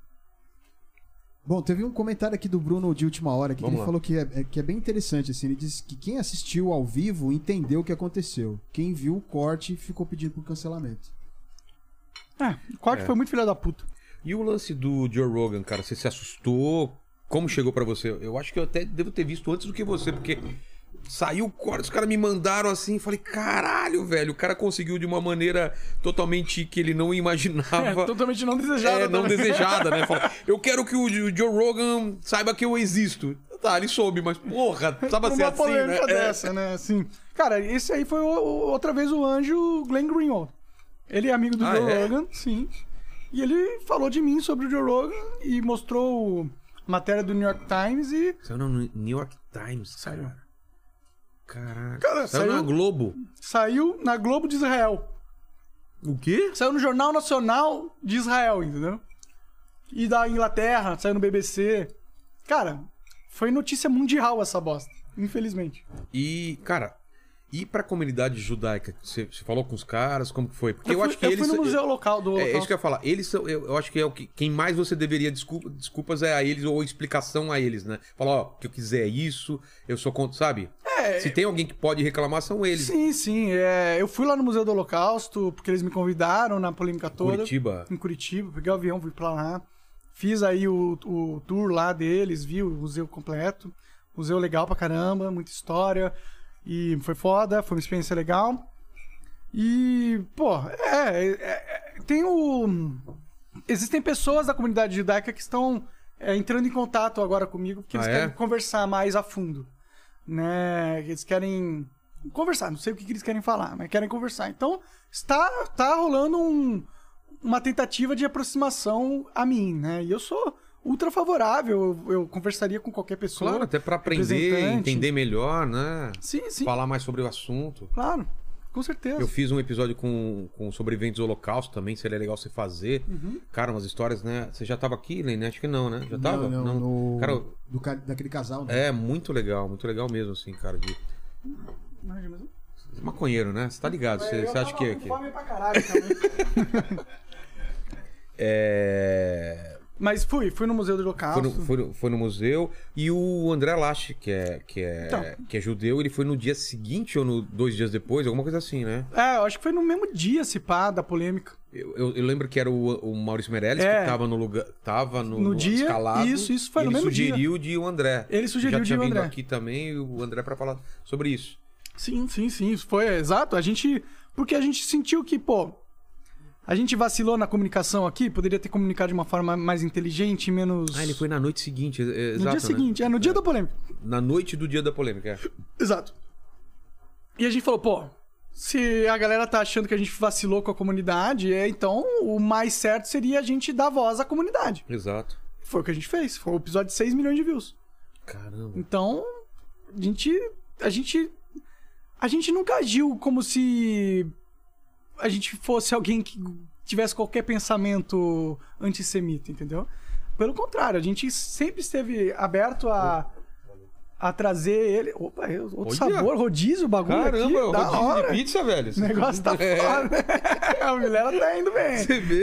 Bom, teve um comentário aqui do Bruno de última hora que ele falou que é bem interessante. Assim, ele disse que quem assistiu ao vivo entendeu o que aconteceu. Quem viu o corte ficou pedindo por cancelamento. O corte foi muito filha da puta. E o lance do Joe Rogan, cara? Você se assustou? Como chegou pra você? Eu acho que eu até devo ter visto antes do que você, porque saiu o corte, os caras me mandaram assim, falei, caralho, velho, o cara conseguiu de uma maneira totalmente que ele não imaginava. Totalmente não desejada. Não desejada, né? Fala, eu quero que o Joe Rogan saiba que eu existo. Tá, ele soube, mas porra, precisava ser assim, né? Uma polêmica dessa, né? Assim. Cara, esse aí foi outra vez o anjo Glenn Greenwald. Ele é amigo do Joe Rogan, sim. E ele falou de mim sobre o Joe Rogan e mostrou... matéria do New York Times e... Saiu no New York Times, saiu. Caraca. Saiu na Globo. Saiu na Globo de Israel. O quê? Saiu no Jornal Nacional de Israel, entendeu? E da Inglaterra, saiu no BBC. Cara, foi notícia mundial essa bosta, infelizmente. E, cara... E pra comunidade judaica? Você falou com os caras? Como que foi? Porque eu acho que eu eles... fui no museu local do Holocausto. É isso que eu ia falar. Eles são... Eu acho que quem mais você deveria... Desculpas é a eles ou explicação a eles, né? Falar, o que eu quiser é isso, eu sou contra... Sabe? Se tem alguém que pode reclamar, são eles. Sim. Eu fui lá no Museu do Holocausto, porque eles me convidaram na polêmica toda. Curitiba. Em Curitiba. Peguei o avião, fui pra lá. Fiz aí o tour lá deles, vi o museu completo. Museu legal pra caramba, muita história. E foi foda, foi uma experiência legal. E, pô, tem existem pessoas da comunidade judaica que estão entrando em contato agora comigo, porque eles querem conversar mais a fundo, né? Eles querem conversar, não sei o que eles querem falar, mas querem conversar. Então, tá rolando uma tentativa de aproximação a mim, né? E eu sou ultra favorável, eu conversaria com qualquer pessoa. Claro, até pra aprender, entender melhor, né? Sim. Falar mais sobre o assunto. Claro. Com certeza. Eu fiz um episódio com sobreviventes do Holocausto também, seria legal você fazer. Cara, umas histórias, né? Você já tava aqui, Lene? Acho que não, né? Já tava? Não. Cara, daquele casal, né? É, muito legal mesmo, assim, cara. Maconheiro, né? Você tá ligado? Você acha que é aqui? Fome pra caralho também. Mas fui no Museu do Holocausto. Foi no museu. E o André Lache, que é judeu, ele foi no dia seguinte ou 2 dias depois, alguma coisa assim, né? Eu acho que foi no mesmo dia, se pá, da polêmica. Eu lembro que era o Maurício Meirelles que tava no lugar, tava no dia escalado. Isso foi no mesmo dia. Ele sugeriu de o André. Ele sugeriu de o André. Já tinha vindo aqui também o André pra falar sobre isso. Sim. Foi exato. Porque a gente sentiu que, pô, a gente vacilou na comunicação aqui, poderia ter comunicado de uma forma mais inteligente, menos... ele foi na noite seguinte, exato, no dia seguinte, no dia da polêmica. Na noite do dia da polêmica, Exato. E a gente falou, pô, se a galera tá achando que a gente vacilou com a comunidade, então o mais certo seria a gente dar voz à comunidade. Exato. Foi o que a gente fez, foi um episódio de 6 milhões de views. Caramba. Então, a gente nunca agiu como se a gente fosse alguém que tivesse qualquer pensamento antissemita, entendeu? Pelo contrário, a gente sempre esteve aberto a trazer ele... Opa, outro sabor, rodízio, o bagulho. Caramba, aqui, da rodízio hora. de pizza, velho. O negócio tá foda. A mulher tá indo bem. Você vê.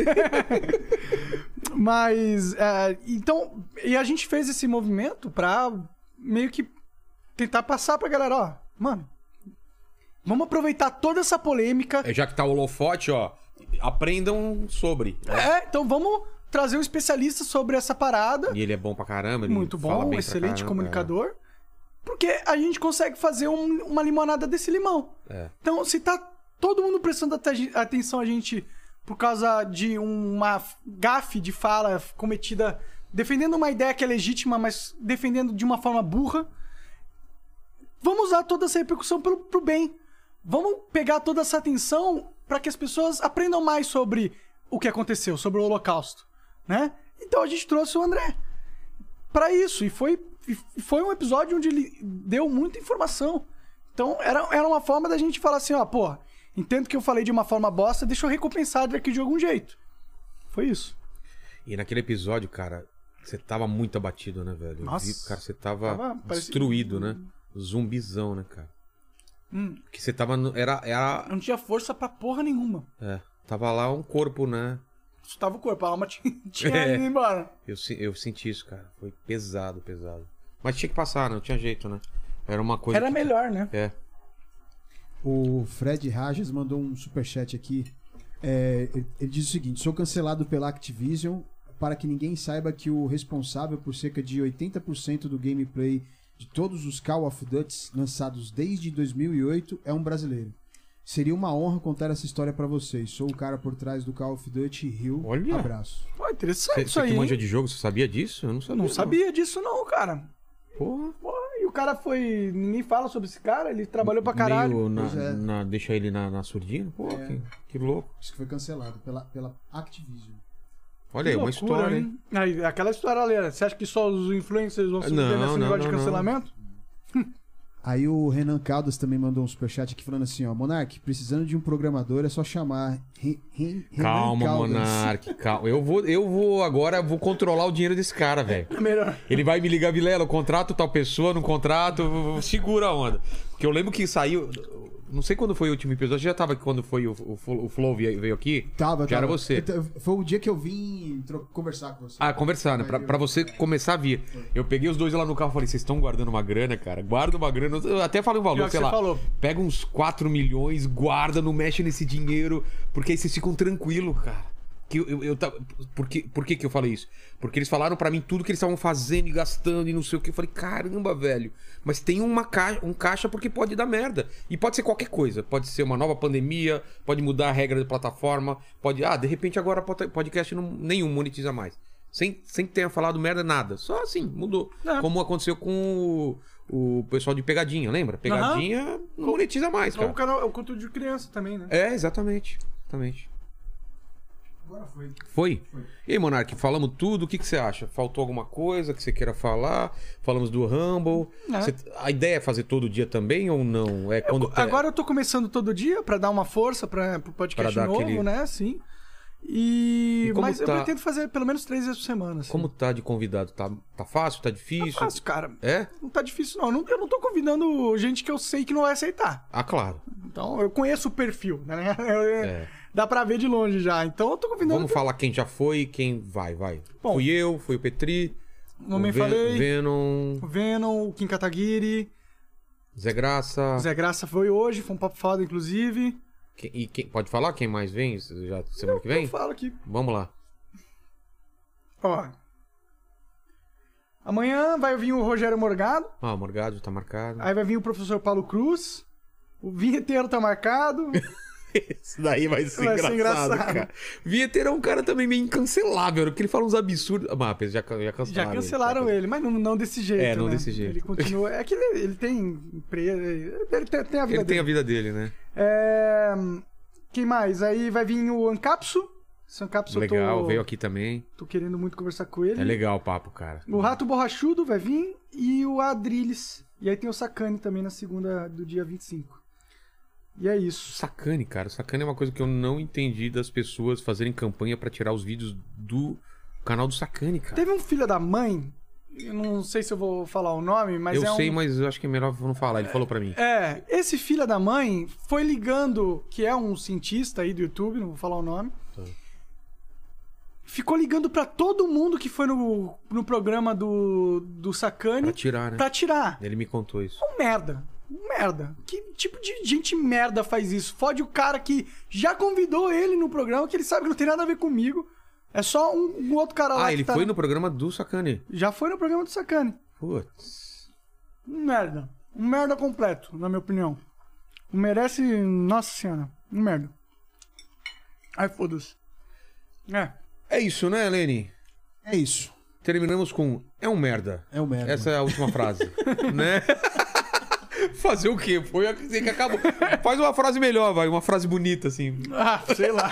Mas, então... E a gente fez esse movimento pra meio que tentar passar pra galera, ó, mano, vamos aproveitar toda essa polêmica. Já que tá o holofote, ó, aprendam sobre. Então vamos trazer um especialista sobre essa parada. E ele é bom pra caramba. Ele muito fala bom, bem excelente comunicador. Porque a gente consegue fazer uma limonada desse limão. Então, se tá todo mundo prestando atenção a gente por causa de uma gafe de fala cometida defendendo uma ideia que é legítima, mas defendendo de uma forma burra, vamos usar toda essa repercussão pro bem. Vamos pegar toda essa atenção para que as pessoas aprendam mais sobre o que aconteceu, sobre o Holocausto, né? Então a gente trouxe o André para isso, e foi um episódio onde ele deu muita informação. Então era uma forma da gente falar assim, ó, pô, entendo que eu falei de uma forma bosta, deixa eu recompensar daqui de algum jeito. Foi isso. E naquele episódio, cara, você tava muito abatido, né, velho? Nossa. Eu vi, cara, você tava destruído, né? Zumbizão, né, cara? Que você tava... Era... Não tinha força pra porra nenhuma. Tava lá um corpo, né? Só tava o corpo, a alma tinha ido embora. Eu senti isso, cara. Foi pesado. Mas tinha que passar, não tinha jeito, né? Era uma coisa... Era melhor, né? O Fred Rajas mandou um superchat aqui. Ele diz o seguinte: sou cancelado pela Activision para que ninguém saiba que o responsável por cerca de 80% do gameplay de todos os Call of Duty lançados desde 2008 é um brasileiro. Seria uma honra contar essa história pra vocês. Sou o cara por trás do Call of Duty Rio. Olha. Abraço. Pô, interessante isso aí. Você que manja de jogo, você sabia disso? Eu não sabia. Não sabia disso não, cara. Porra. E o cara foi... Ninguém fala sobre esse cara, ele trabalhou pra caralho. Deixa ele na surdina? Pô, que louco. Isso que foi cancelado pela Activision. Olha aí, uma história, hein? Aí, aquela história ali, você acha que só os influencers vão se meter nesse negócio de cancelamento? Aí o Renan Caldas também mandou um superchat aqui falando assim, ó: Monark, precisando de um programador é só chamar. Calma, Monark, calma. Eu vou agora controlar o dinheiro desse cara, velho. Melhor. Ele vai me ligar, Vilela, eu contrato tal pessoa, não contrato, segura a onda. Porque eu lembro que saiu... Não sei quando foi o último episódio. Você já tava aqui quando foi o Flow veio aqui? Tava. Era você. Foi o dia que eu vim conversar com você. Ah, conversar, né? Pra você começar a vir. Eu peguei os dois lá no carro e falei, vocês estão guardando uma grana, cara? Guarda uma grana. Eu até falei um valor, sei lá. Falou. Pega uns 4 milhões, guarda, não mexe nesse dinheiro. Porque aí vocês ficam tranquilos, cara. Por que eu falei isso? Porque eles falaram pra mim tudo que eles estavam fazendo e gastando e não sei o que. Eu falei, caramba, velho. Mas tem um caixa porque pode dar merda. E pode ser qualquer coisa. Pode ser uma nova pandemia, pode mudar a regra da plataforma, pode... de repente agora podcast nenhum monetiza mais. Sem que tenha falado merda, nada. Só assim, mudou. Como aconteceu com o pessoal de Pegadinha, lembra? Pegadinha não monetiza mais, cara. É o conteúdo de criança também, né? É, exatamente. Agora foi. Foi? E aí, Monark, falamos tudo. O que você acha? Faltou alguma coisa que você queira falar? Falamos do Rumble. A ideia é fazer todo dia também ou não? Agora eu tô começando todo dia pra dar uma força pro podcast novo, né? Sim. Mas eu pretendo fazer pelo menos 3 vezes por semana. Assim. Como tá de convidado? Tá fácil? Tá difícil? Tá fácil, cara. É? Não tá difícil, não. Eu não tô convidando gente que eu sei que não vai aceitar. Ah, claro. Então, eu conheço o perfil, né? Dá pra ver de longe já. Então, eu tô convidando... Vamos falar quem já foi e quem vai. Bom, fui eu, foi o Petri. Não falei. Venom, o Kim Kataguiri. Zé Graça. Zé Graça foi hoje, foi um papo foda, inclusive. Pode falar quem mais vem já semana que vem? Eu falo aqui. Vamos lá. Ó. Amanhã vai vir o Rogério Morgado. O Morgado tá marcado. Aí vai vir o professor Paulo Cruz. O vinheteiro tá marcado. Isso daí vai ser engraçado, cara. Vinheteiro é um cara também meio incancelável, porque ele fala uns absurdos. Mas já cancelaram. Já cancelaram ele, mas não desse jeito. Não né? desse jeito. Ele continua. É que ele tem empresa. Ele tem a vida dele. Ele tem a vida dele, né? Quem mais? Aí vai vir o Ancapso. Esse Ancapso legal, veio aqui também. Tô querendo muito conversar com ele. É legal o papo, cara. O Rato Borrachudo vai vir e o Adrilles. E aí tem o Sacane também na segunda do dia 25. E é isso. Sacane, cara. Sacane é uma coisa que eu não entendi das pessoas fazerem campanha pra tirar os vídeos do canal do Sacane, cara. Teve um filho da mãe, eu não sei se eu vou falar o nome, mas eu sei, mas eu acho que é melhor não falar. Ele falou pra mim. Esse filho da mãe foi ligando, que é um cientista aí do YouTube, não vou falar o nome. Tá. Ficou ligando pra todo mundo que foi no programa do Sacane. Pra tirar, né? Pra tirar. Ele me contou isso. Um merda. Que tipo de gente merda faz isso? Fode o cara que já convidou ele no programa, que ele sabe que não tem nada a ver comigo. É só um outro cara lá. Ele foi no programa do Sacane. Já foi no programa do Sacane. Putz. Um merda. Um merda completo, na minha opinião. Merece... Nossa senhora. Um merda. Ai, foda-se. É isso, né, Lene? É isso. Terminamos com... É um merda. É um merda. Essa é a última frase. Né? Fazer o quê? Foi assim que acabou. Faz uma frase melhor, vai. Uma frase bonita, assim. Sei lá.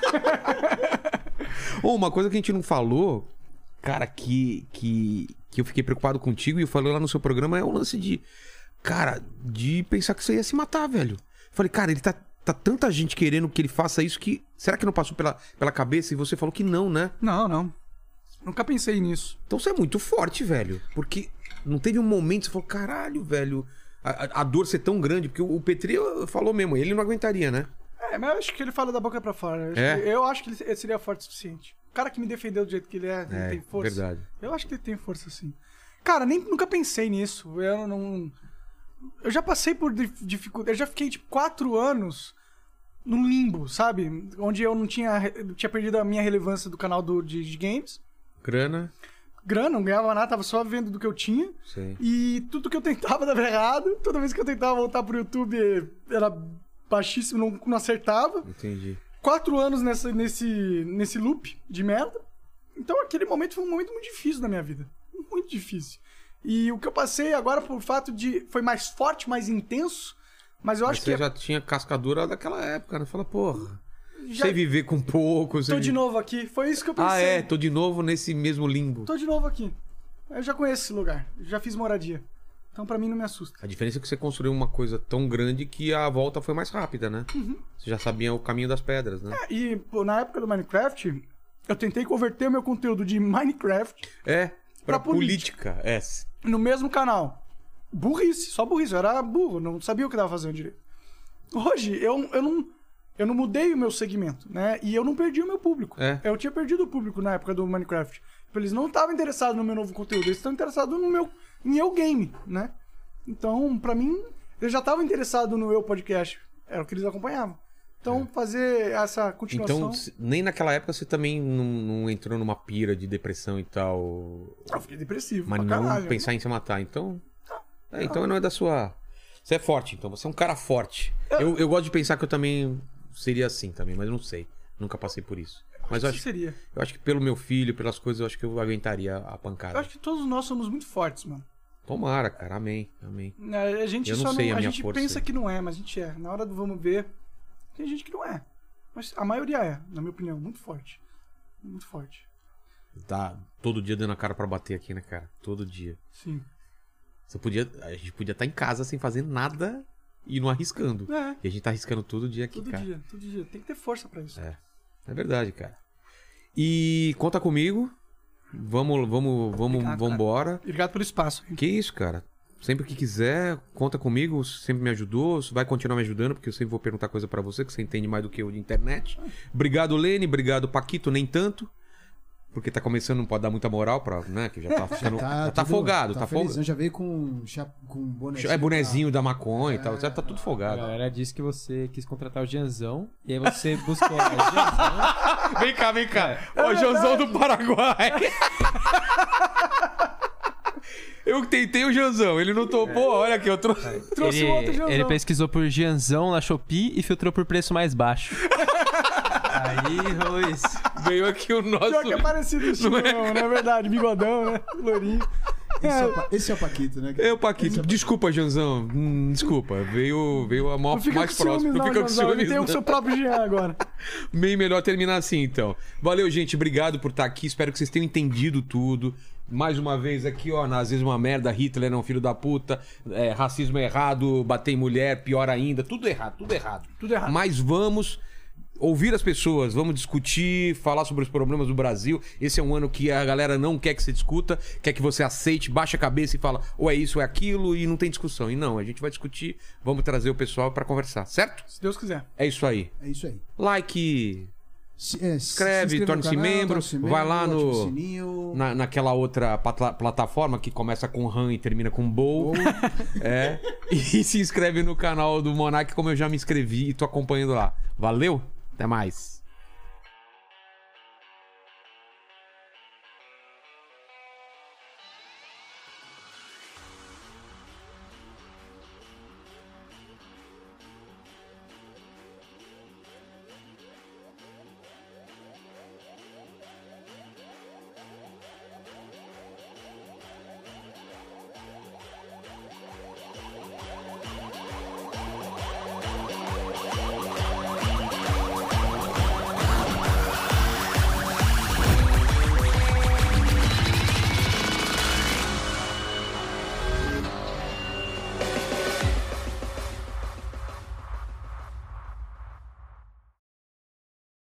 Uma coisa que a gente não falou, cara, que eu fiquei preocupado contigo e eu falei lá no seu programa, é o lance de... Cara, de pensar que você ia se matar, velho. Falei, cara, ele tá tanta gente querendo que ele faça isso que... Será que não passou pela cabeça? E você falou que não, né? Não. Nunca pensei nisso. Então você é muito forte, velho. Porque não teve um momento que você falou, caralho, velho... A dor ser tão grande, porque o Petri falou mesmo, ele não aguentaria, né? Mas eu acho que ele fala da boca pra fora. Eu acho que ele seria forte o suficiente. O cara que me defendeu do jeito que ele ele tem força. Verdade. Eu acho que ele tem força, sim. Cara, nunca pensei nisso. Eu já passei por dificuldade. Eu já fiquei, 4 anos num limbo, sabe? Onde eu tinha perdido a minha relevância do canal de games. Grana, não ganhava nada, tava só vendo do que eu tinha. Sim. E tudo que eu tentava dava errado. Toda vez que eu tentava voltar pro YouTube, era baixíssimo, não acertava. Entendi. 4 anos nesse loop de merda. Então aquele momento foi um momento muito difícil na minha vida. Muito difícil. E o que eu passei agora, por fato de... Foi mais forte, mais intenso. Mas eu acho que... Você já tinha cascadura daquela época, né? Fala, porra... Sei viver com pouco. Tô de novo aqui. Foi isso que eu pensei. Tô de novo nesse mesmo limbo. Tô de novo aqui. Eu já conheço esse lugar. Já fiz moradia. Então pra mim não me assusta. A diferença é que você construiu uma coisa tão grande que a volta foi mais rápida, né? Uhum. Você já sabia o caminho das pedras, né? Na época do Minecraft, eu tentei converter o meu conteúdo de Minecraft pra política. No mesmo canal. Burrice, só burrice. Eu era burro, não sabia o que tava fazendo direito. Hoje, eu não mudei o meu segmento, né? E eu não perdi o meu público. Eu tinha perdido o público na época do Minecraft. Eles não estavam interessados no meu novo conteúdo, eles estão interessados em eu game, né? Então, pra mim, eles já estavam interessados no eu podcast. Era o que eles acompanhavam. Então, fazer essa continuação... Então, nem naquela época você também não entrou numa pira de depressão e tal? Eu fiquei depressivo, mas pra não caralho, pensar em se matar. Então, então não é da sua... Você é forte, então. Você é um cara forte. Eu gosto de pensar que eu também seria assim também, mas eu não sei. Nunca passei por isso. Mas eu acho que pelo meu filho, pelas coisas, eu acho que eu aguentaria a pancada. Eu acho que todos nós somos muito fortes, mano. Tomara, cara. Amém. Amém. A gente eu não sei a minha gente força. pensa que não é, mas a gente é. Na hora do vamos ver, tem gente que não é. Mas a maioria é, na minha opinião, muito forte. Muito forte. Tá todo dia dando a cara pra bater aqui, né, cara? Todo dia. Sim. A gente podia estar em casa sem fazer nada e não arriscando. E a gente tá arriscando todo dia aqui, cara. Todo dia. Tem que ter força pra isso. É verdade, cara. E conta comigo. Vamos embora. Obrigado pelo espaço. Que isso, cara. Sempre que quiser, conta comigo. Sempre me ajudou. Vai continuar me ajudando, porque eu sempre vou perguntar coisa pra você, que você entende mais do que eu de internet. Obrigado, Lene. Obrigado, Paquito. Nem tanto. Porque tá começando, não pode dar muita moral pra, né? Que já tá ficando. Já tá folgado, tá folgado. Já veio com bonezinho. Bonezinho da maconha e tal. Já tá tudo folgado. A galera disse que você quis contratar o Gianzão. E aí você buscou o Gianzão. Vem cá. Ó, o Gianzão do Paraguai. Eu tentei o Gianzão, ele não topou. Olha aqui, eu trouxe um outro Gianzão. Ele pesquisou por Gianzão na Shopee e filtrou por preço mais baixo. Aí, Ruiz. Veio aqui o nosso... Pior que é parecido o estilo, não é verdade? Bigodão, né? Lourinho. Esse é o Paquito, né? É o Paquito. Desculpa, Gianzão. Desculpa. Veio a mais próxima. Não fica com ciúmes. Ele tem o seu próprio Jean agora. Bem melhor terminar assim, então. Valeu, gente. Obrigado por estar aqui. Espero que vocês tenham entendido tudo. Mais uma vez aqui, ó, às vezes uma merda, Hitler é um filho da puta, racismo é errado, bater em mulher, pior ainda, tudo errado. Tudo errado. Mas vamos ouvir as pessoas, vamos discutir, falar sobre os problemas do Brasil. Esse é um ano que a galera não quer que você discuta, quer que você aceite, baixa a cabeça e fala, ou é isso, ou é aquilo, e não tem discussão. E não, a gente vai discutir, vamos trazer o pessoal pra conversar, certo? Se Deus quiser. É isso aí. É isso aí. Like... Inscreve, torne-se membro, vai lá naquela outra plataforma que começa com RAM e termina com Bow. E se inscreve no canal do Monark, como eu já me inscrevi e tô acompanhando lá. Valeu, até mais.